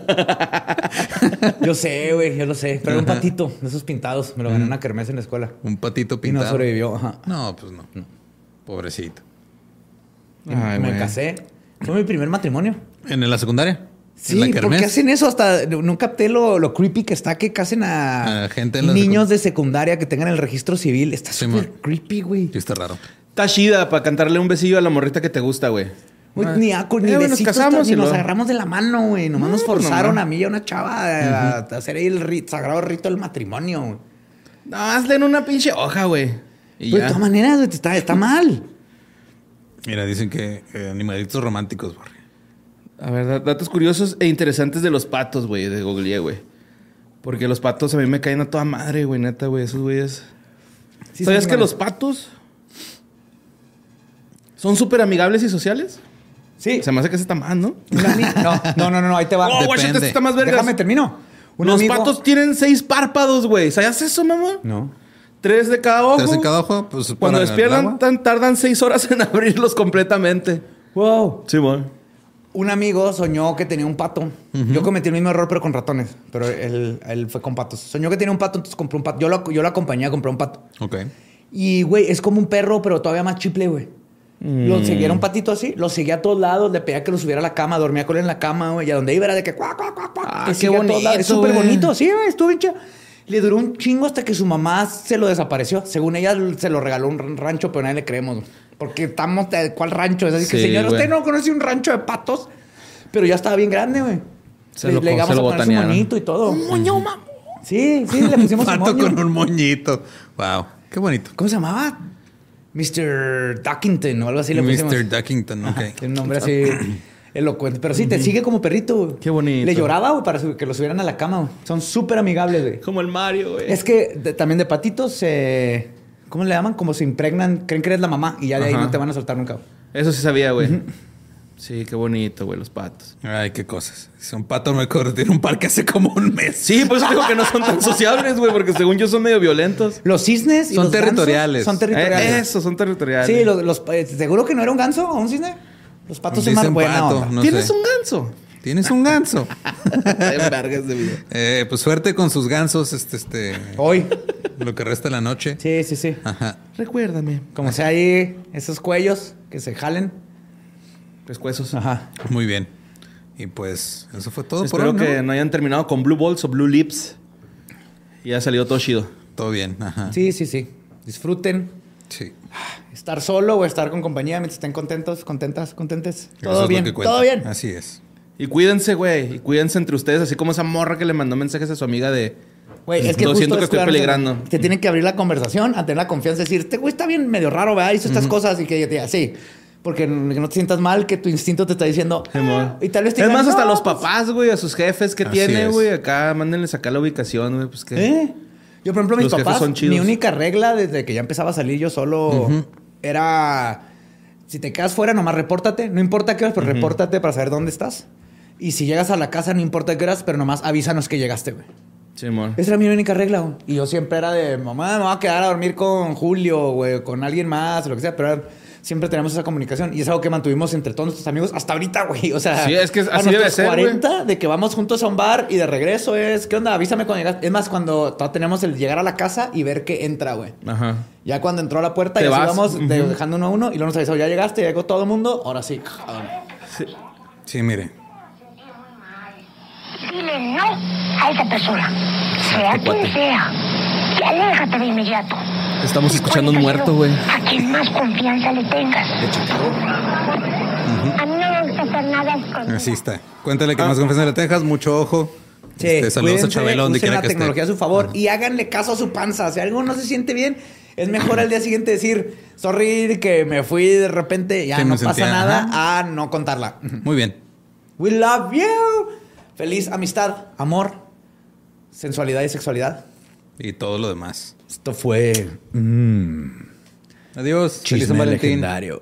Yo sé, güey, yo lo sé. Pero era un patito de esos pintados. Me lo gané en una kermés en la escuela. Un patito Y pintado. no sobrevivió. Ajá. No, pues no. Pobrecito. Ay, Me güey. casé. Fue mi primer matrimonio. ¿En la secundaria? Sí, ¿En la ¿por kermés? qué hacen eso? Hasta no capté lo creepy que está que casen a gente en la niños de secundaria que tengan el registro civil. Está Sí, súper man. creepy, güey. Sí, está raro. Está chida para cantarle un besillo a la morrita que te gusta, güey. Güey, ni nos nos casamos ni y nos lo- agarramos de la mano, güey. Nomás nos forzaron nomás. a mí y a una chava a hacer ahí el sagrado rito del matrimonio, güey. No, hazle en una pinche hoja, güey. Y Pero de ya. todas maneras, güey, está mal. Mira, dicen que animalitos románticos, Borre. A ver, datos curiosos e interesantes de los patos, güey, de Google, güey. Porque los patos a mí me caen a toda madre, güey, neta, güey. Esos güeyes. Sí, ¿Sabías sí, que sí, los patos son súper amigables y sociales? Sí. Se me hace que ese está mal, ¿no? No, ahí te va. Oh, güey, Depende. este está más vergas. Déjame termino. Un Los amigo- patos tienen 6 párpados, güey. ¿Sabías eso, mamá? No. 3 de cada ojo. 3 en cada ojo, pues... Cuando para el despiertan, agua. tardan 6 horas en abrirlos completamente. Wow. Sí, güey. Un amigo soñó que tenía un pato. Yo cometí el mismo error, pero con ratones. Pero él fue con patos. Soñó que tenía un pato, entonces compró un pato. Yo lo acompañé a comprar un pato. Ok. Y, güey, es como un perro, pero todavía más chiple, güey. Lo seguía, era un patito así. Lo seguía a todos lados. Le pedía que lo subiera a la cama. Dormía con él en la cama, güey. Y a donde iba era de que cuac, cuac, cuac, cuac. Ah, Te qué seguía a todos bonito, lados. Es súper güey. bonito. Sí, güey. Estuvo bien chido. Le duró un chingo hasta que su mamá se lo desapareció. Según ella, se lo regaló un rancho, pero nadie le creemos, güey. Porque estamos... ¿Cuál rancho? Es así que, Sí, señor, güey. usted no conoce un rancho de patos. Pero ya estaba bien grande, güey. Se lo llegamos a poner su botanearon. monito y todo. Un moño, mamá. Sí, le pusimos un Pato moño. con un moñito. Wow. Qué bonito. ¿Cómo se llamaba? Mr. Duckington o algo así le pusimos. Mr. Duckington, ok. Tiene un nombre así elocuente. Pero sí, te sigue como perrito, güey. Qué bonito. Le lloraba, güey, para que lo subieran a la cama, güey. Son súper amigables, güey. Como el Mario, güey. Es que también de patitos, ¿cómo le llaman? Como se impregnan, creen que eres la mamá y ya de ahí Ajá. no te van a soltar nunca. Eso sí sabía, güey. Sí, qué bonito, güey, los patos. Ay, qué cosas. Si un pato me acuerdo, tiene un parque hace como un mes. Sí, por eso digo que no son tan sociables, güey, porque según yo son medio violentos. Los cisnes y Son los gansos territoriales. son territoriales. Eso, son territoriales. Sí, ¿seguro que no era un ganso o un cisne? Los patos son más Dicen buena pato, onda. no ¿Tienes sé. un ganso? Tienes un ganso. En vergas de vida. Pues suerte con sus gansos, Hoy. lo que resta de la noche. Sí. Ajá. Recuérdame. Como sea ahí esos cuellos que se jalen. Pescuezos. Ajá. Muy bien. Y pues eso fue todo por Espero hoy, ¿no? que no hayan terminado con Blue Balls o Blue Lips. Y ha salido todo chido. Todo bien. Ajá. Sí. Disfruten Sí. estar solo o estar con compañía mientras estén contentos, contentes. Eso Todo es bien, lo que cuenta. todo bien. Así es. Y cuídense, güey. Y cuídense entre ustedes. Así como esa morra que le mandó mensajes a su amiga de... Güey, es que Lo justo siento que es estoy cuidarse. peligrando. Te tienen que abrir la conversación, a tener la confianza, decir, este güey está bien medio raro, ¿verdad? Hizo estas cosas y que ella te diga, sí. Porque no te sientas mal, que tu instinto te está diciendo. Y tal vez te Es digan, más, hasta "No, los pues, papás, güey, a sus jefes que Así tiene, es. güey. Acá, mándenles acá la ubicación, güey. Pues que... Yo, por ejemplo, mis Los jefes papás, son chidos. mi única regla desde que ya empezaba a salir yo solo era... Si te quedas fuera, nomás repórtate. No importa qué horas, pero repórtate para saber dónde estás. Y si llegas a la casa, no importa qué horas, pero nomás avísanos que llegaste, güey. Sí, amor. Esa era mi única regla, güey. Y yo siempre era de, mamá, me voy a quedar a dormir con Julio, güey, con alguien más, o lo que sea. Pero siempre tenemos esa comunicación y es algo que mantuvimos entre todos nuestros amigos hasta ahorita, güey. O sea, sí, es que a así debe nuestros ser, 40 güey. de que vamos juntos a un bar y de regreso es, ¿qué onda? Avísame cuando llegas. Es más, cuando todavía tenemos el llegar a la casa y ver que entra, güey. Ajá. Ya cuando entró a la puerta, Te ya vas. íbamos dejando uno a uno y luego nos avisó, ya llegaste, ya llegó todo el mundo, ahora sí. Sí, mire. Dile no a esa persona, sea quien sea, y aléjate de inmediato. Estamos Y escuchando un muerto, cuéntaselo güey. a quien más confianza le tengas. A mí no me gusta hacer nada escondido. Así está. Cuéntale que más confianza le tengas, mucho ojo. Sí, Saludos a cuídense, Chabelo donde usen quiera la que tecnología esté. a su favor y háganle caso a su panza. Si algo no se siente bien, es mejor al día siguiente decir, sorry, que me fui de repente, ya Que no me pasa sentía, nada, ajá. a no contarla. Muy bien. We love you. Feliz amistad, amor, sensualidad y sexualidad. Y todo lo demás. Esto fue Adiós. Feliz San Chisme Valentín. legendario.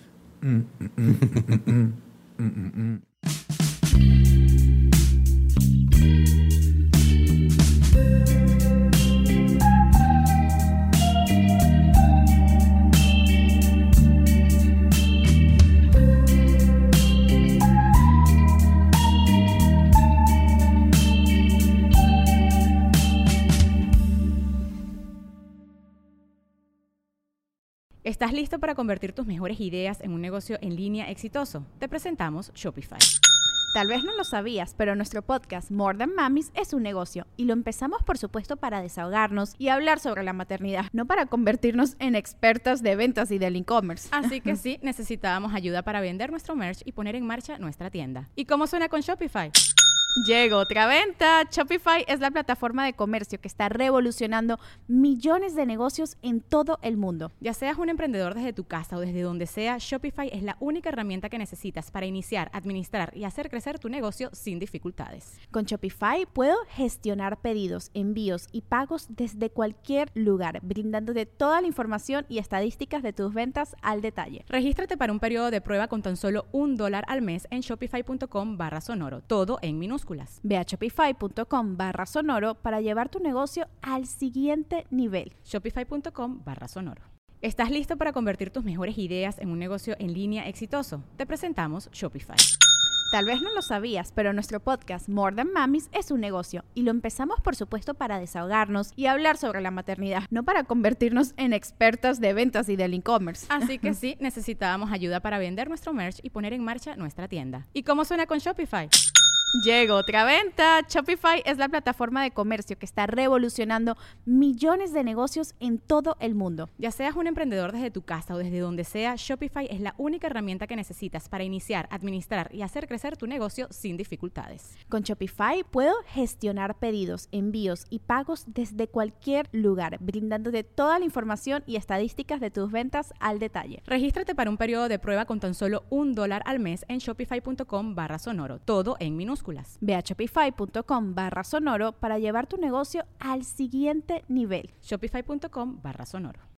¿Estás listo para convertir tus mejores ideas en un negocio en línea exitoso? Te presentamos Shopify. Tal vez no lo sabías, pero nuestro podcast More Than Mamis es un negocio y lo empezamos por supuesto para desahogarnos y hablar sobre la maternidad, no para convertirnos en expertas de ventas y del e-commerce. Así que sí, necesitábamos ayuda para vender nuestro merch y poner en marcha nuestra tienda. ¿Y cómo suena con Shopify? Llegó otra venta. Shopify es la plataforma de comercio que está revolucionando millones de negocios en todo el mundo. Ya seas un emprendedor desde tu casa o desde donde sea, Shopify es la única herramienta que necesitas para iniciar, administrar y hacer crecer tu negocio sin dificultades. Con Shopify puedo gestionar pedidos, envíos y pagos desde cualquier lugar, brindándote toda la información y estadísticas de tus ventas al detalle. Regístrate para un periodo de prueba con tan solo $1 al mes en shopify.com/sonoro, todo en minúsculas. Ve a shopify.com/sonoro para llevar tu negocio al siguiente nivel. Shopify.com/sonoro. ¿Estás listo para convertir tus mejores ideas en un negocio en línea exitoso? Te presentamos Shopify. Tal vez no lo sabías, pero nuestro podcast More Than Mamis es un negocio y lo empezamos por supuesto para desahogarnos y hablar sobre la maternidad, no para convertirnos en expertas de ventas y del e-commerce. Así que sí, necesitábamos ayuda para vender nuestro merch y poner en marcha nuestra tienda. ¿Y cómo suena con Shopify? Llegó otra venta. Shopify es la plataforma de comercio que está revolucionando millones de negocios en todo el mundo. Ya seas un emprendedor desde tu casa o desde donde sea, Shopify es la única herramienta que necesitas para iniciar, administrar y hacer crecer tu negocio sin dificultades. Con Shopify puedo gestionar pedidos, envíos y pagos desde cualquier lugar, brindándote toda la información y estadísticas de tus ventas al detalle. Regístrate para un periodo de prueba con tan solo $1 al mes en shopify.com/sonoro, todo en minúsculas. Ve a shopify.com/sonoro para llevar tu negocio al siguiente nivel. Shopify.com/sonoro.